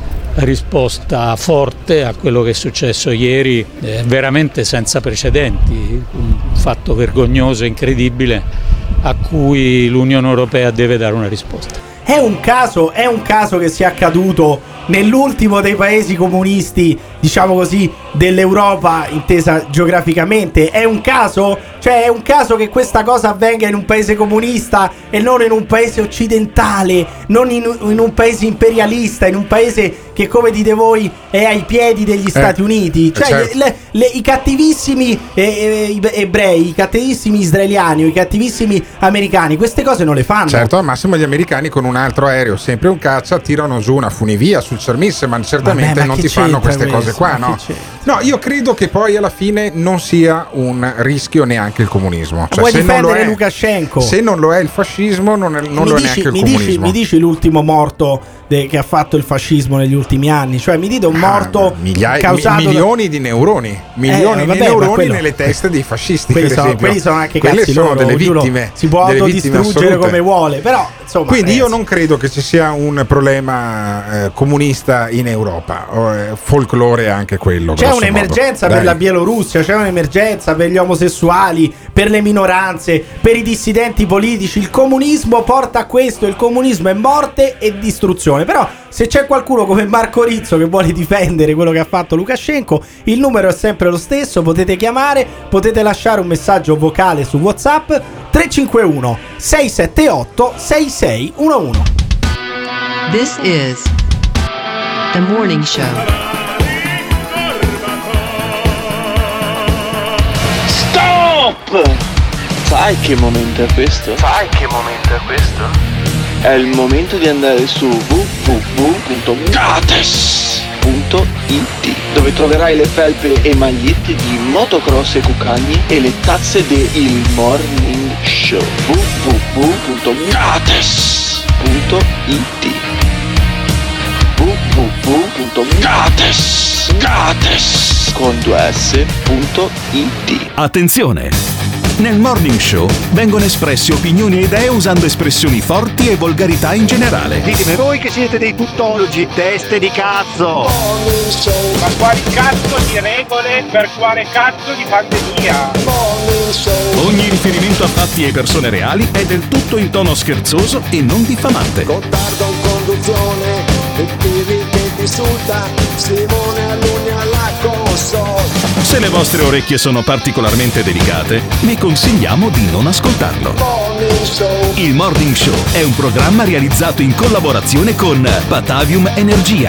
risposta forte a quello che è successo ieri, eh, veramente senza precedenti, un fatto vergognoso e incredibile a cui l'Unione Europea deve dare una risposta. È un caso, è un caso che sia accaduto nell'ultimo dei paesi comunisti, diciamo così, dell'Europa intesa geograficamente. È un caso? Cioè è un caso che questa cosa avvenga in un paese comunista e non in un paese occidentale, non in, in un paese imperialista, in un paese che, come dite voi, è ai piedi degli Stati eh, Uniti. Cioè certo. le, le, i cattivissimi eh, eh, ebrei, i cattivissimi israeliani o i cattivissimi americani queste cose non le fanno. Certo, al massimo gli americani con un altro aereo, sempre un caccia, tirano giù una funivia sul Cermisse, ma certamente Vabbè, ma non che ti fanno queste questo? cose qua, Ma no? che No, io credo che poi alla fine non sia un rischio neanche il comunismo. Cioè, vuoi se non lo difendere è, Lukashenko? Se non lo è il fascismo, non, è, non mi lo è dici, neanche il mi comunismo. dici, mi dici l'ultimo morto de, che ha fatto il fascismo negli ultimi anni? Cioè mi dite un morto ah, migliaia, causato mi, milioni di neuroni, milioni eh, vabbè, di neuroni quello, nelle teste dei fascisti. Quelli, per sono, esempio. quelli sono anche Quelle cazzi sono loro, delle ognuno vittime, si può delle vittime autodistruggere assolute. come vuole, però insomma, quindi ragazzi, io non credo che ci sia un problema eh, comunista in Europa, o, eh, folklore anche quello. c'è grosso un'emergenza modo. per Dai. la Bielorussia, c'è un'emergenza per gli omosessuali, per le minoranze, per i dissidenti politici. Il comunismo porta a questo, il comunismo è morte e distruzione. Però se c'è qualcuno come Marco Rizzo che vuole difendere quello che ha fatto Lukashenko, il numero è sempre lo stesso, potete chiamare, potete lasciare un messaggio vocale su WhatsApp tre cinque uno sei sette otto sei sei uno uno. This is The Morning Show. Stop! Sai che momento è questo? Sai che momento è questo? È il momento di andare su w w w punto gates punto i t, dove troverai le felpe e magliette di motocross e cucagni e le tazze de Il Morning Show. w w w punto gates punto i t w w w punto gates gates con due s punto i t. Attenzione! Nel Morning Show vengono espresse opinioni e idee usando espressioni forti e volgarità in generale. Ditemi voi che siete dei tuttologi, teste di cazzo! Ma quali cazzo di regole per quale cazzo di pandemia? Ogni riferimento a fatti e persone reali è del tutto in tono scherzoso e non diffamante. Gottardo in conduzione, e Pivi che ti insulta, Simone all'ugna alla console. Se le vostre orecchie sono particolarmente delicate, vi consigliamo di non ascoltarlo. Il Morning Show è un programma realizzato in collaborazione con Patavium Energia.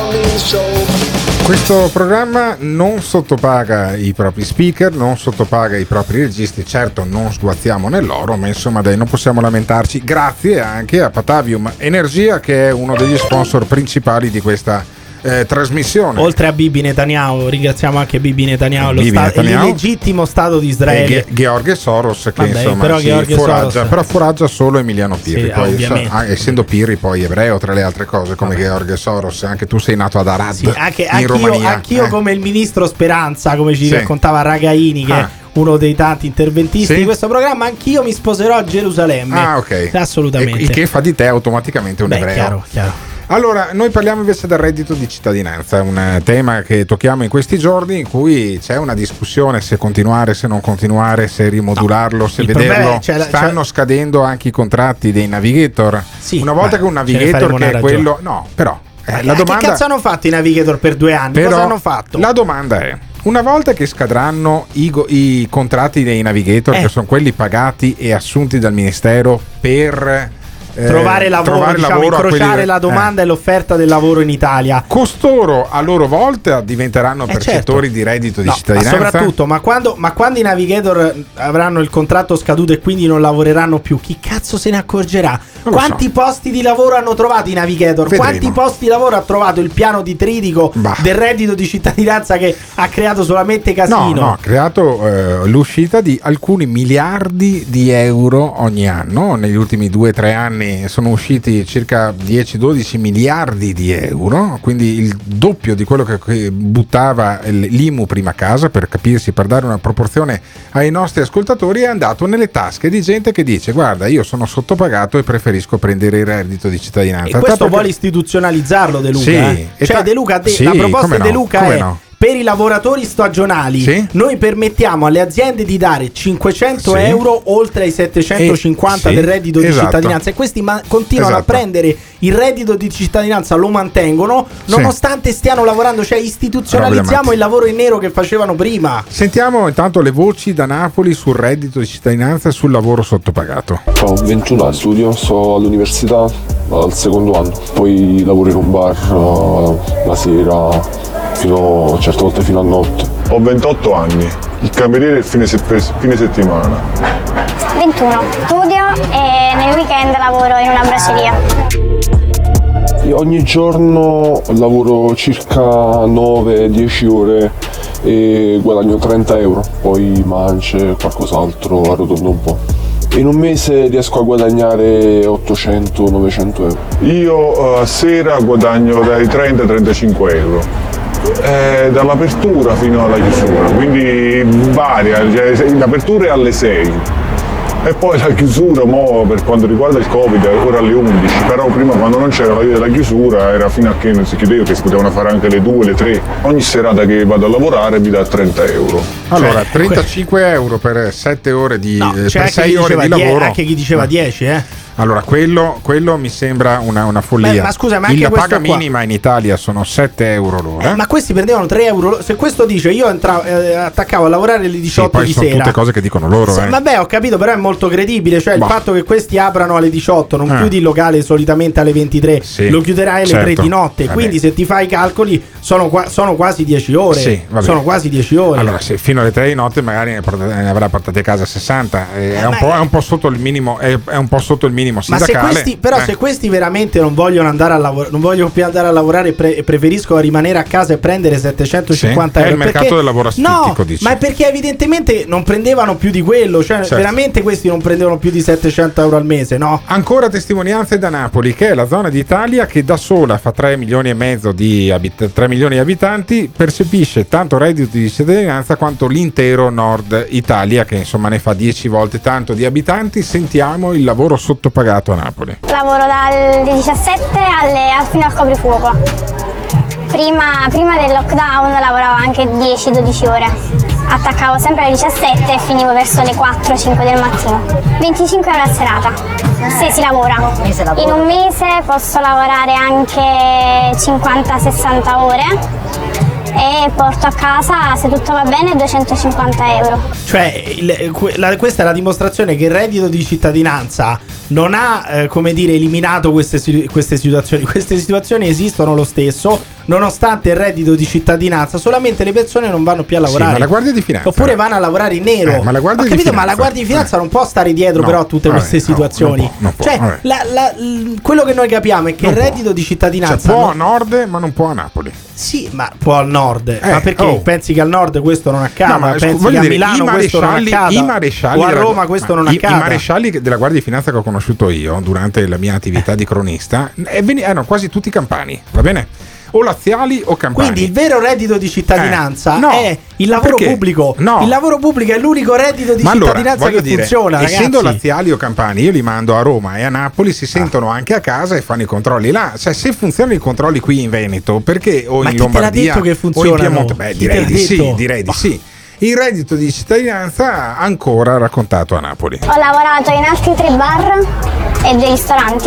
Questo programma non sottopaga i propri speaker, non sottopaga i propri registi, certo non sguazziamo nell'oro, ma insomma dai, non possiamo lamentarci. Grazie anche a Patavium Energia, che è uno degli sponsor principali di questa Eh, trasmissione. Oltre a Bibi Netanyahu, ringraziamo anche Bibi Netanyahu, Bibi lo sta- Netanyahu. l'illegittimo Stato di Israele. E Ge- George Soros, che Vabbè, insomma però si George foraggia, Soros- però foraggia solo Emiliano Pirri, Sì, poi, ovviamente. sa- ah, essendo Pirri poi ebreo tra le altre cose, come George Soros. Anche tu sei nato ad Arad, Sì, anche, in anch'io, Romania. anch'io eh. come il ministro Speranza, come ci Sì. raccontava Ragaini, che Ah. è uno dei tanti interventisti Sì. di questo programma, anch'io mi sposerò a Gerusalemme. Ah, ok. Assolutamente. E, il che fa di te automaticamente un Beh, ebreo. chiaro, chiaro. Allora, noi parliamo invece del reddito di cittadinanza, un tema che tocchiamo in questi giorni, in cui c'è una discussione se continuare, se non continuare, se rimodularlo, se il vederlo. problema è- c'è la- Stanno c'è- scadendo anche i contratti dei navigator. Sì, una volta beh, che un ce ne navigator, faremo che una è ragione. quello. No, però. eh, Ma la domanda. Che cazzo hanno fatto i navigator per due anni? Però, Cosa hanno fatto? La domanda è: una volta che scadranno i, go- i contratti dei navigator, Eh. che sono quelli pagati e assunti dal ministero per eh, trovare lavoro, trovare diciamo, lavoro a incrociare quelli- la domanda eh. e l'offerta del lavoro in Italia. Costoro a loro volta diventeranno Eh, percettori certo. di reddito di No, ma cittadinanza. soprattutto, ma quando, ma quando i navigator avranno il contratto scaduto e quindi non lavoreranno più, chi cazzo se ne accorgerà? Non lo Quanti so. posti di lavoro hanno trovato i navigator? Vedremo. Quanti posti di lavoro ha trovato il piano di Tridico Bah. del reddito di cittadinanza che ha creato solamente No, casino? no, ha creato eh, l'uscita di alcuni miliardi di euro ogni anno. Negli ultimi due o tre anni sono usciti circa dieci dodici miliardi di euro, quindi il doppio di quello che, che buttava l'I M U prima casa, per capirsi, per dare una proporzione ai nostri ascoltatori. È andato nelle tasche di gente che dice: guarda, io sono sottopagato e preferisco prendere il reddito di cittadinanza. E questo Tanto vuole che- istituzionalizzarlo De Luca. Sì, eh? e Cioè ta- De Luca, de- sì, la proposta come di De no, Luca come è no. per i lavoratori stagionali Sì. noi permettiamo alle aziende di dare cinquecento Sì. euro oltre ai settecentocinquanta E- sì, del reddito di esatto. cittadinanza, e questi ma- continuano Esatto. a prendere il reddito di cittadinanza, lo mantengono nonostante stiano lavorando, cioè istituzionalizziamo Problematico. il lavoro in nero che facevano prima. Sentiamo intanto le voci da Napoli sul reddito di cittadinanza e sul lavoro sottopagato. Ho ventuno anni, studio, sto all'università al secondo anno, poi lavoro in un bar eh, la sera, fino, certe volte fino a notte. Ho ventotto anni, il cameriere il fine, se- fine settimana. ventuno, studio e nel weekend lavoro in una brasseria. Io ogni giorno lavoro circa nove dieci ore e guadagno trenta euro, poi mance, qualcos'altro, arrotondo un po'. In un mese riesco a guadagnare ottocento novecento euro. Io a sera guadagno dai trenta ai trentacinque euro. Eh, dall'apertura fino alla chiusura, quindi varia, cioè, l'apertura è alle sei e poi la chiusura, mo, per quanto riguarda il Covid, è ora alle undici, però prima quando non c'era la via della chiusura era fino a che non si chiudeva, che si potevano fare anche le due, le tre. Ogni serata che vado a lavorare mi dà trenta euro. Allora, trentacinque euro per sette ore di No, eh, c'è per anche sei chi ore diceva di die- lavoro. anche chi diceva No. dieci, eh. Allora, quello, quello mi sembra una, una follia. Beh, ma scusa, ma anche la questo paga qua- minima in Italia sono sette euro l'ora. Eh, ma questi prendevano tre euro. Se questo dice io entravo, eh, attaccavo a lavorare alle Sì, diciotto poi di sono sera. tutte cose che dicono loro. Sì, eh. vabbè, ho capito, però è molto credibile. Cioè, Bah. il fatto che questi aprano alle diciotto, non Eh. chiudi il locale solitamente alle ventitré, Sì, lo chiuderai alle certo. tre di notte. Vabbè. Quindi, se ti fai i calcoli, sono, qua- sono quasi dieci ore. Sì, vabbè. sono quasi dieci ore. Allora, se fino alle tre di notte magari ne, portate- ne avrà portati a casa sessanta. eh, è, un ma- po', è un po' sotto il minimo, è, è un po' sotto il minimo Ma se sindacale. questi, però, eh. se questi veramente non vogliono andare a lavorare, non vogliono più andare a lavorare e pre- e preferiscono rimanere a casa e prendere settecentocinquanta Sì, è euro. il mercato perché- del lavoro no, asfittico, dici. ma è perché evidentemente non prendevano più di quello. Cioè, Certo. veramente questi non prendevano più di settecento euro al mese, no? Ancora testimonianze da Napoli, che è la zona d'Italia che da sola fa tre milioni e mezzo di abit- tre milioni di abitanti, percepisce tanto reddito di cittadinanza quanto l'intero Nord Italia, che insomma ne fa dieci volte tanto di abitanti. Sentiamo il lavoro sottopagato a Napoli. Lavoro dalle diciassette alle, fino al coprifuoco. Prima, prima del lockdown lavoravo anche dieci dodici ore. Attaccavo sempre alle diciassette e finivo verso le quattro cinque del mattino. venticinque euro a serata, se si lavora. In un mese posso lavorare anche cinquanta sessanta ore e porto a casa, se tutto va bene, duecentocinquanta euro. Cioè, il- que- la- questa è la dimostrazione che il reddito di cittadinanza non ha, eh, come dire, eliminato queste, si- queste situazioni. Queste situazioni esistono lo stesso, nonostante il reddito di cittadinanza, solamente le persone non vanno più a lavorare. Sì, ma la Guardia di Finanza- Oppure vanno a lavorare in nero. Eh, ma la Guardia Ho di capito, Finanza- ma la Guardia di Finanza non può stare dietro No, però a tutte vabbè, queste no, situazioni. non può, non può, cioè, vabbè. la- la- l- quello che noi capiamo è che Non il può. reddito di cittadinanza Cioè, può non- a nord, ma non può a Napoli. Sì, ma può al nord. Eh, ma perché oh. pensi che al nord questo non accada? No, ma scu- pensi voglio che a dire, Milano i questo non marescialli, accada? i marescialli o a della- Roma questo ma non i- accada? I marescialli della Guardia di Finanza che ho conosciuto io durante la mia attività di cronista e veni- erano quasi tutti campani, va bene? O laziali o campani. Quindi il vero reddito di cittadinanza Eh, no. è il Ma lavoro perché? pubblico. No. Il lavoro pubblico è l'unico reddito di Ma allora, cittadinanza voglio che dire, funziona, essendo ragazzi. laziali o campani, io li mando a Roma e a Napoli, si sentono anche a casa e fanno i controlli là. Cioè, se funzionano i controlli qui in Veneto, perché o Ma in chi te l'ha Lombardia detto che o in funzionano? Piemonte? Beh, Chi direi te l'ha di sì, detto? direi di sì. Il reddito di cittadinanza ancora raccontato a Napoli. Ho lavorato in altri tre bar e dei ristoranti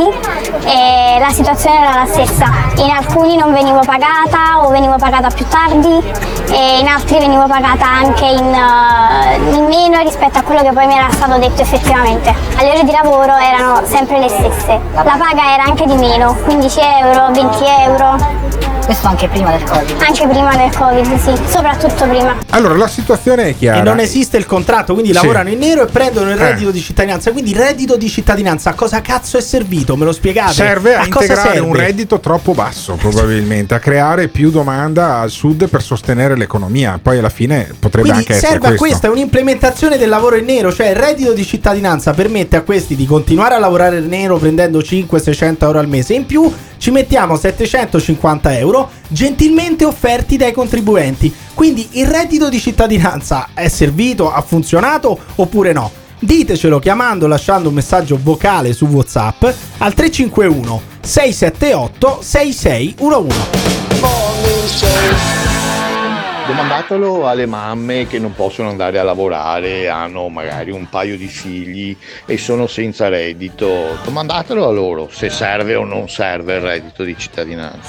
e la situazione era la stessa. In alcuni non venivo pagata o venivo pagata più tardi e in altri venivo pagata anche in, uh, in meno rispetto a quello che poi mi era stato detto effettivamente. Le ore di lavoro erano sempre le stesse. La paga era anche di meno, quindici euro, venti euro. Questo anche prima del Covid? Anche prima del Covid, sì, soprattutto prima. Allora, la situazione è chiara. E non esiste il contratto, quindi Sì. lavorano in nero e prendono il Eh. reddito di cittadinanza. Quindi il reddito di cittadinanza a cosa cazzo è servito? Me lo spiegate? Serve a, cosa integrare serve? un reddito troppo basso, probabilmente, a creare più domanda al sud per sostenere l'economia. Poi alla fine potrebbe Quindi anche essere serve a questo. questo, è un'implementazione del lavoro in nero, cioè il reddito di cittadinanza permette a questi di continuare a lavorare in nero prendendo cinquecento seicento euro al mese. In più ci mettiamo settecentocinquanta euro gentilmente offerti dai contribuenti. Quindi il reddito di cittadinanza è servito, ha funzionato oppure no? Ditecelo chiamando, lasciando un messaggio vocale su WhatsApp al tre cinque uno sei sette otto sei sei uno uno. The Domandatelo alle mamme che non possono andare a lavorare, hanno magari un paio di figli e sono senza reddito. Domandatelo a loro se serve o non serve il reddito di cittadinanza.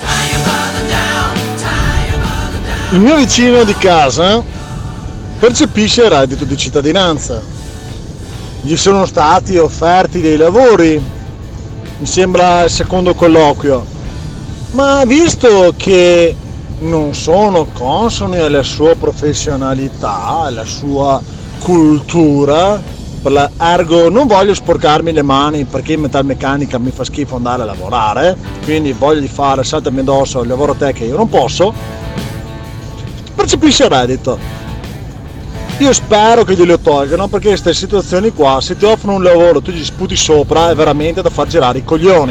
Il mio vicino di casa percepisce il reddito di cittadinanza. Gli sono stati offerti dei lavori, mi sembra il secondo colloquio, ma visto che non sono consoni alla sua professionalità, alla sua cultura, per la, ergo non voglio sporcarmi le mani perché in metalmeccanica mi fa schifo andare a lavorare, quindi voglio di fare saltami addosso il lavoro te che io non posso, percepisce il reddito. Io spero che glielo tolgano, perché queste situazioni qua, se ti offrono un lavoro tu gli sputi sopra, è veramente da far girare i coglioni.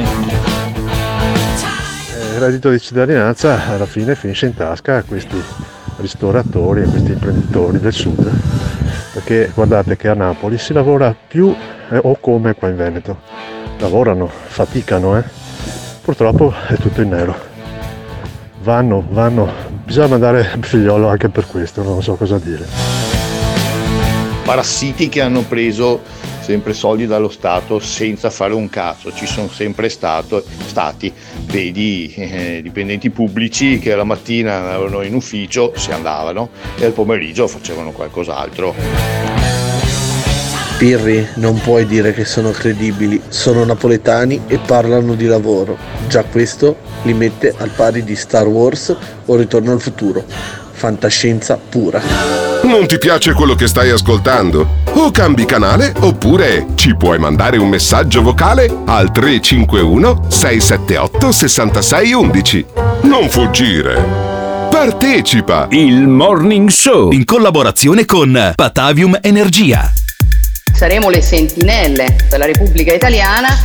Il reddito di cittadinanza alla fine finisce in tasca a questi ristoratori e questi imprenditori del sud, perché guardate che a Napoli si lavora più eh, o come qua in Veneto, lavorano, faticano, eh. Purtroppo è tutto in nero, vanno, vanno, bisogna mandare il figliolo anche per questo, non so cosa dire. Parassiti che hanno preso sempre soldi dallo Stato senza fare un cazzo, ci sono sempre stato, stati, vedi eh, dipendenti pubblici che la mattina andavano in ufficio, si andavano e al pomeriggio facevano qualcos'altro. Pirri, non puoi dire che sono credibili, sono napoletani e parlano di lavoro, già questo li mette al pari di Star Wars o Ritorno al futuro, fantascienza pura. Non ti piace quello che stai ascoltando? O cambi canale oppure ci puoi mandare un messaggio vocale al tre cinque uno sei sette otto sei sei uno uno. Non fuggire! Partecipa! Il Morning Show in collaborazione con Patavium Energia. Saremo le sentinelle della Repubblica Italiana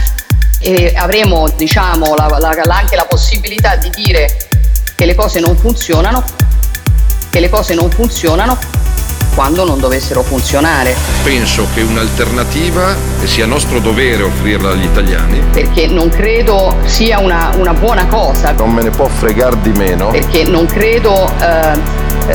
e avremo, diciamo, la, la, la, anche la possibilità di dire che le cose non funzionano, che le cose non funzionano quando non dovessero funzionare. Penso che un'alternativa sia nostro dovere offrirla agli italiani. Perché non credo sia una, una buona cosa. Non me ne può fregar di meno. Perché non credo eh, eh,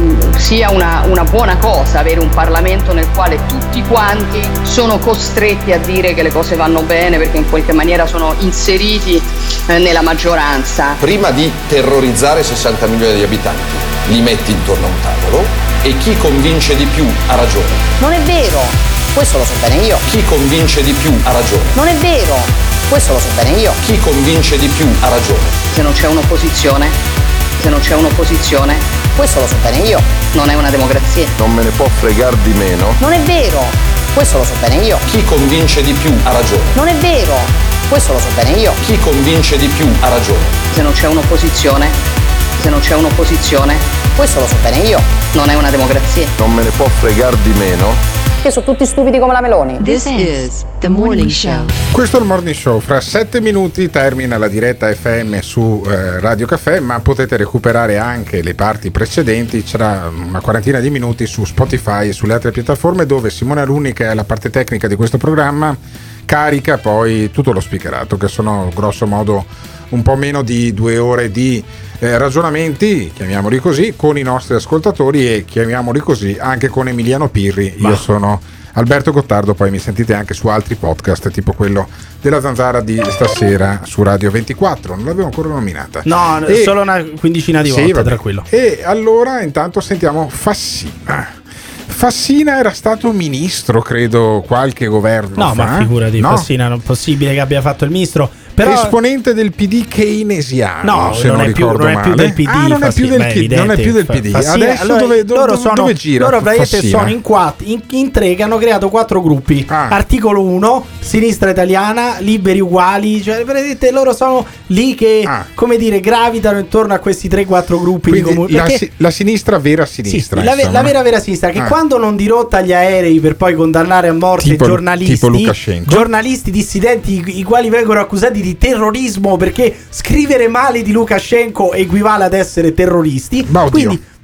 sia una, una buona cosa avere un Parlamento nel quale tutti quanti sono costretti a dire che le cose vanno bene perché in qualche maniera sono inseriti eh, nella maggioranza. Prima di terrorizzare sessanta milioni di abitanti, li metti intorno a un tavolo e chi convince di più ha ragione. Non è vero, questo lo so bene io. Chi convince di più ha ragione. Non è vero, questo lo so bene io. Chi convince di più ha ragione. Se non c'è un'opposizione, se non c'è un'opposizione, questo lo so bene io, non è una democrazia. Non me ne può fregar di meno. Non è vero, questo lo so bene io. Chi convince di più ha ragione. Non è vero, questo lo so bene io. Chi convince di più ha ragione. Se non c'è un'opposizione, se non c'è un'opposizione, questo lo so bene io, non è una democrazia. Non me ne può fregar di meno. Che sono tutti stupidi come la Meloni. This is the Morning Show. Questo è il Morning Show. Fra sette minuti termina la diretta F M su eh, Radio Caffè, ma potete recuperare anche le parti precedenti. C'era una quarantina di minuti su Spotify e sulle altre piattaforme, dove Simone Alunni, che è la parte tecnica di questo programma, carica poi tutto lo speakerato, che sono grosso modo un po' meno di due ore di eh, ragionamenti, chiamiamoli così, con i nostri ascoltatori e chiamiamoli così anche con Emiliano Pirri. Io sono Alberto Gottardo, poi mi sentite anche su altri podcast tipo quello della Zanzara di stasera su Radio ventiquattro, non l'avevo ancora nominata. No, e solo una quindicina di volte, sì, tranquillo. E allora intanto sentiamo Fassina. Fassina era stato ministro, credo, qualche governo no, fa. No, ma figurati, no? Fassina non è possibile che abbia fatto il ministro. Però... esponente del P D keynesiano, no, se non, non è più, ricordo non è più male. del P D. Ah, non, è più del, Beh, non è più del P D. Fassina, adesso allora, dove, dove, loro sono, dove gira? Loro praticamente Fassina? sono in, quattro, in, in tre che hanno creato quattro gruppi. Ah. Articolo uno, Sinistra Italiana, Liberi Uguali, cioè praticamente loro sono lì che, ah. come dire, gravitano intorno a questi tre quattro gruppi. Quindi di comuni. la, si, la sinistra vera sinistra. Sì, la, la vera vera sinistra, che ah. quando non dirotta gli aerei per poi condannare a morte tipo, giornalisti, tipo Lukashenko. giornalisti dissidenti i, i quali vengono accusati di terrorismo perché scrivere male di Lukashenko equivale ad essere terroristi. Ma quindi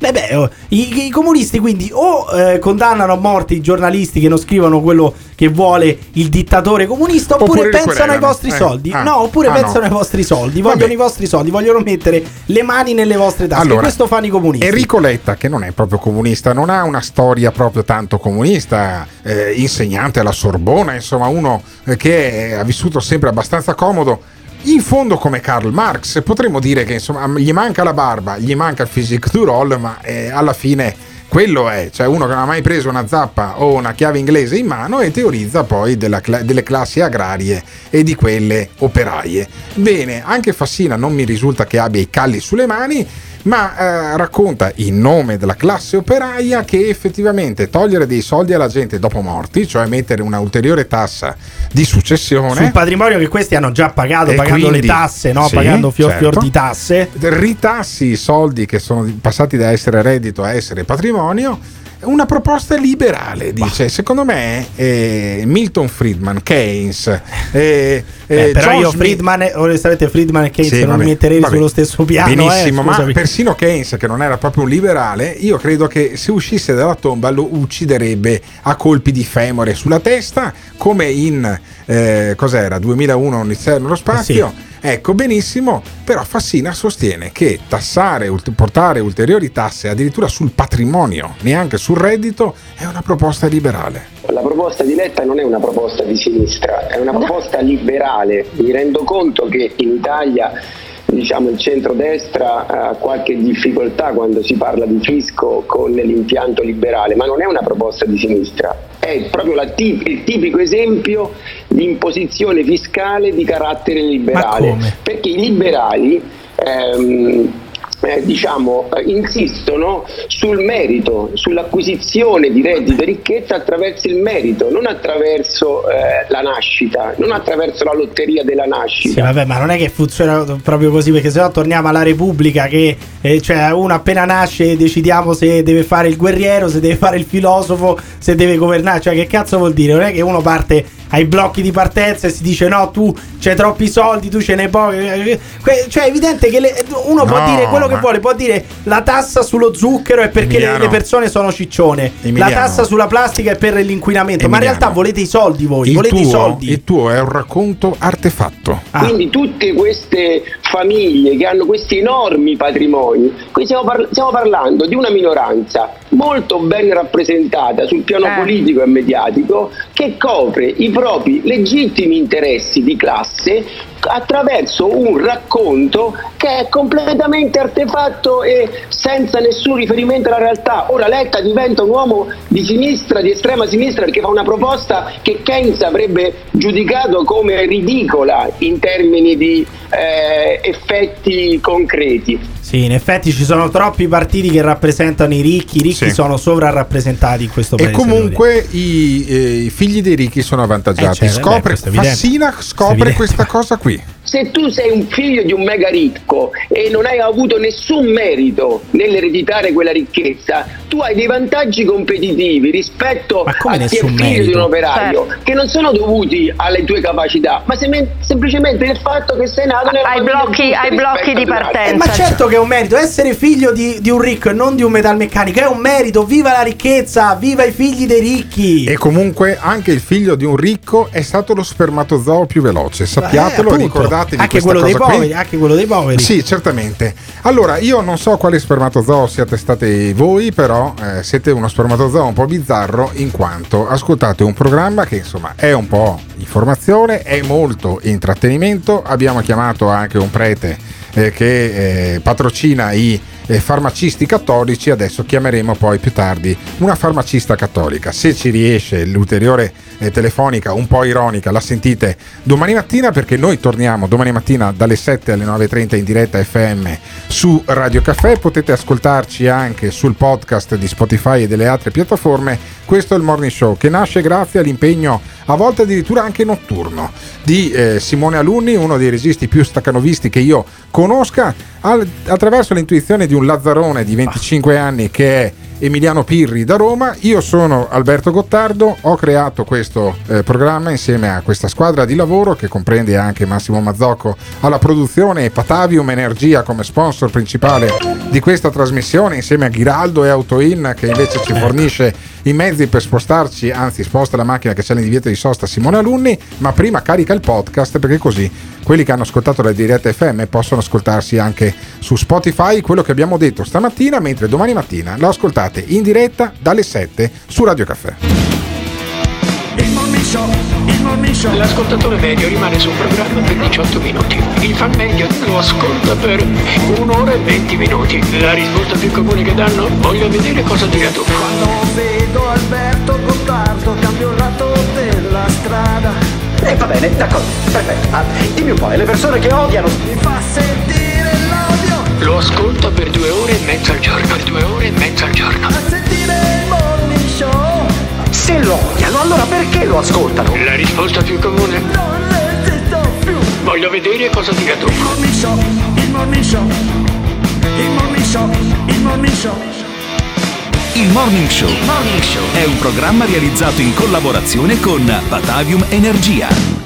Beh, beh, oh, i, i comunisti quindi o eh, condannano a morte i giornalisti che non scrivono quello che vuole il dittatore comunista, oppure, oppure pensano ai vostri eh. soldi. Ah. No, oppure ah, pensano no. ai vostri soldi, vogliono Vabbè. i vostri soldi, vogliono mettere le mani nelle vostre tasche. Allora, questo fanno i comunisti. Enrico Letta, che non è proprio comunista, non ha una storia proprio tanto comunista, eh, insegnante alla Sorbona, insomma uno eh, che è, ha vissuto sempre abbastanza comodo. In fondo come Karl Marx, potremmo dire che insomma gli manca la barba, gli manca il physique du rôle, ma eh, alla fine quello è, cioè uno che non ha mai preso una zappa o una chiave inglese in mano e teorizza poi della, delle classi agrarie e di quelle operaie. Bene, anche Fassina non mi risulta che abbia i calli sulle mani, ma eh, racconta in nome della classe operaia che effettivamente togliere dei soldi alla gente dopo morti, cioè mettere una ulteriore tassa di successione sul patrimonio che questi hanno già pagato, e pagando quindi, le tasse, no? Sì, pagando fior certo. fior di tasse, ritassi i soldi che sono passati da essere reddito a essere patrimonio. Una proposta liberale, dice. Bah. Secondo me eh, Milton Friedman, Keynes, eh, eh, però John io Friedman, Smith... onestamente Friedman e Keynes sì, non vabbè, metterei vabbè. sullo stesso piano. Benissimo, eh, ma persino Keynes, che non era proprio un liberale, io credo che se uscisse dalla tomba lo ucciderebbe a colpi di femore sulla testa, come in eh, cos'era duemilauno Odissea nello spazio. Sì. Ecco, benissimo, però Fassina sostiene che tassare, portare ulteriori tasse addirittura sul patrimonio, neanche sul reddito, è una proposta liberale. La proposta di Letta non è una proposta di sinistra, è una proposta liberale. Mi rendo conto che in Italia, diciamo, il centrodestra ha qualche difficoltà quando si parla di fisco con l'impianto liberale, ma non è una proposta di sinistra. È proprio la tip- il tipico esempio di imposizione fiscale di carattere liberale, perché i liberali ehm, eh, diciamo eh, insistono sul merito, sull'acquisizione di reddito e ricchezza attraverso il merito, non attraverso eh, la nascita, non attraverso la lotteria della nascita. Sì, vabbè, ma non è che funziona proprio così, perché sennò torniamo alla Repubblica, che eh, cioè uno appena nasce decidiamo se deve fare il guerriero, se deve fare il filosofo, se deve governare, cioè che cazzo vuol dire? Non è che uno parte ai blocchi di partenza e si dice no, tu c'hai troppi soldi, tu ce n'hai pochi, cioè è evidente che le, uno no, può dire quello ma... che vuole, può dire la tassa sullo zucchero è perché le, le persone sono ciccione, Emiliano. La tassa sulla plastica è per l'inquinamento, Emiliano. Ma in realtà volete i soldi voi, il volete tuo, i soldi. Il tuo è un racconto artefatto. Ah. Quindi tutte queste famiglie che hanno questi enormi patrimoni, qui stiamo, parla- stiamo parlando di una minoranza molto ben rappresentata sul piano eh. politico e mediatico, che copre i propri legittimi interessi di classe attraverso un racconto che è completamente artefatto e senza nessun riferimento alla realtà. Ora Letta diventa un uomo di sinistra, di estrema sinistra, perché fa una proposta che Keynes avrebbe giudicato come ridicola in termini di eh, effetti concreti. Sì, in effetti ci sono troppi partiti che rappresentano i ricchi, i ricchi sì. sono sovrarappresentati in questo paese. E comunque i, eh, i figli dei ricchi sono avvantaggiati. Eh, certo, scopre, beh, Fassina scopre questa cosa qui. Se tu sei un figlio di un mega ricco e non hai avuto nessun merito nell'ereditare quella ricchezza, tu hai dei vantaggi competitivi rispetto a chi è figlio merito? di un operaio, certo. che non sono dovuti alle tue capacità, ma sem- semplicemente il fatto che sei nato nella ai blocchi, ai blocchi di partenza. Eh, ma certo che è un merito, essere figlio di, di un ricco e non di un metalmeccanico è un merito. Viva la ricchezza, viva i figli dei ricchi. E comunque anche il figlio di un ricco è stato lo spermatozoo più veloce, sappiatelo, eh, ricordate. Anche quello dei poveri, qui. anche quello dei poveri. Sì, certamente. Allora, io non so quale spermatozoo siate state voi, però eh, siete uno spermatozoo un po' bizzarro, in quanto ascoltate un programma che insomma è un po' informazione, è molto intrattenimento. Abbiamo chiamato anche un prete eh, che eh, patrocina i eh, farmacisti cattolici. Adesso chiameremo poi più tardi una farmacista cattolica. Se ci riesce l'ulteriore eh, telefonica un po' ironica la sentite domani mattina, perché noi torniamo domani mattina dalle sette alle nove e trenta in diretta F M su Radio Caffè. Potete ascoltarci anche sul podcast di Spotify e delle altre piattaforme. Questo è il Morning Show, che nasce grazie all'impegno, a volte addirittura anche notturno, di eh, Simone Alunni, uno dei registi più staccanovisti che io conosca, al, attraverso l'intuizione di un lazzarone di venticinque anni che è Emiliano Pirri da Roma. Io sono Alberto Gottardo, ho creato questo eh, programma insieme a questa squadra di lavoro che comprende anche Massimo Mazzocco alla produzione e Patavium Energia come sponsor principale di questa trasmissione, insieme a Ghiraldo e Autoin che invece ci fornisce i mezzi per spostarci, anzi sposta la macchina che c'è in divieto di sosta, Simone Alunni. Ma prima carica il podcast, perché così quelli che hanno ascoltato la diretta F M possono ascoltarsi anche su Spotify quello che abbiamo detto stamattina, mentre domani mattina lo ascoltate in diretta dalle sette su Radio Caffè. Il Morning Show, il Morning Show. L'ascoltatore medio rimane sul programma per diciotto minuti. Il fan medio lo ascolta per un'ora e venti minuti. La risposta più comune che danno: voglio vedere cosa dirà tu. Quando vedo Alberto Gottardo cambio il lato della strada. E eh, va bene, d'accordo, perfetto. Ah, dimmi un po', e le persone che odiano? Mi fa sentire l'odio. Lo ascolto per due ore e mezza al giorno. Per due ore e mezza al giorno. A sentire il Morning Show. Se lo odiano, allora perché lo ascoltano? La risposta più comune: non esisto più. Voglio vedere cosa dirà tu. Il Morning Show, il Morning Show, il Morning Show, il Morning Show. Il Morning Show. Morning Show è un programma realizzato in collaborazione con Batavium Energia.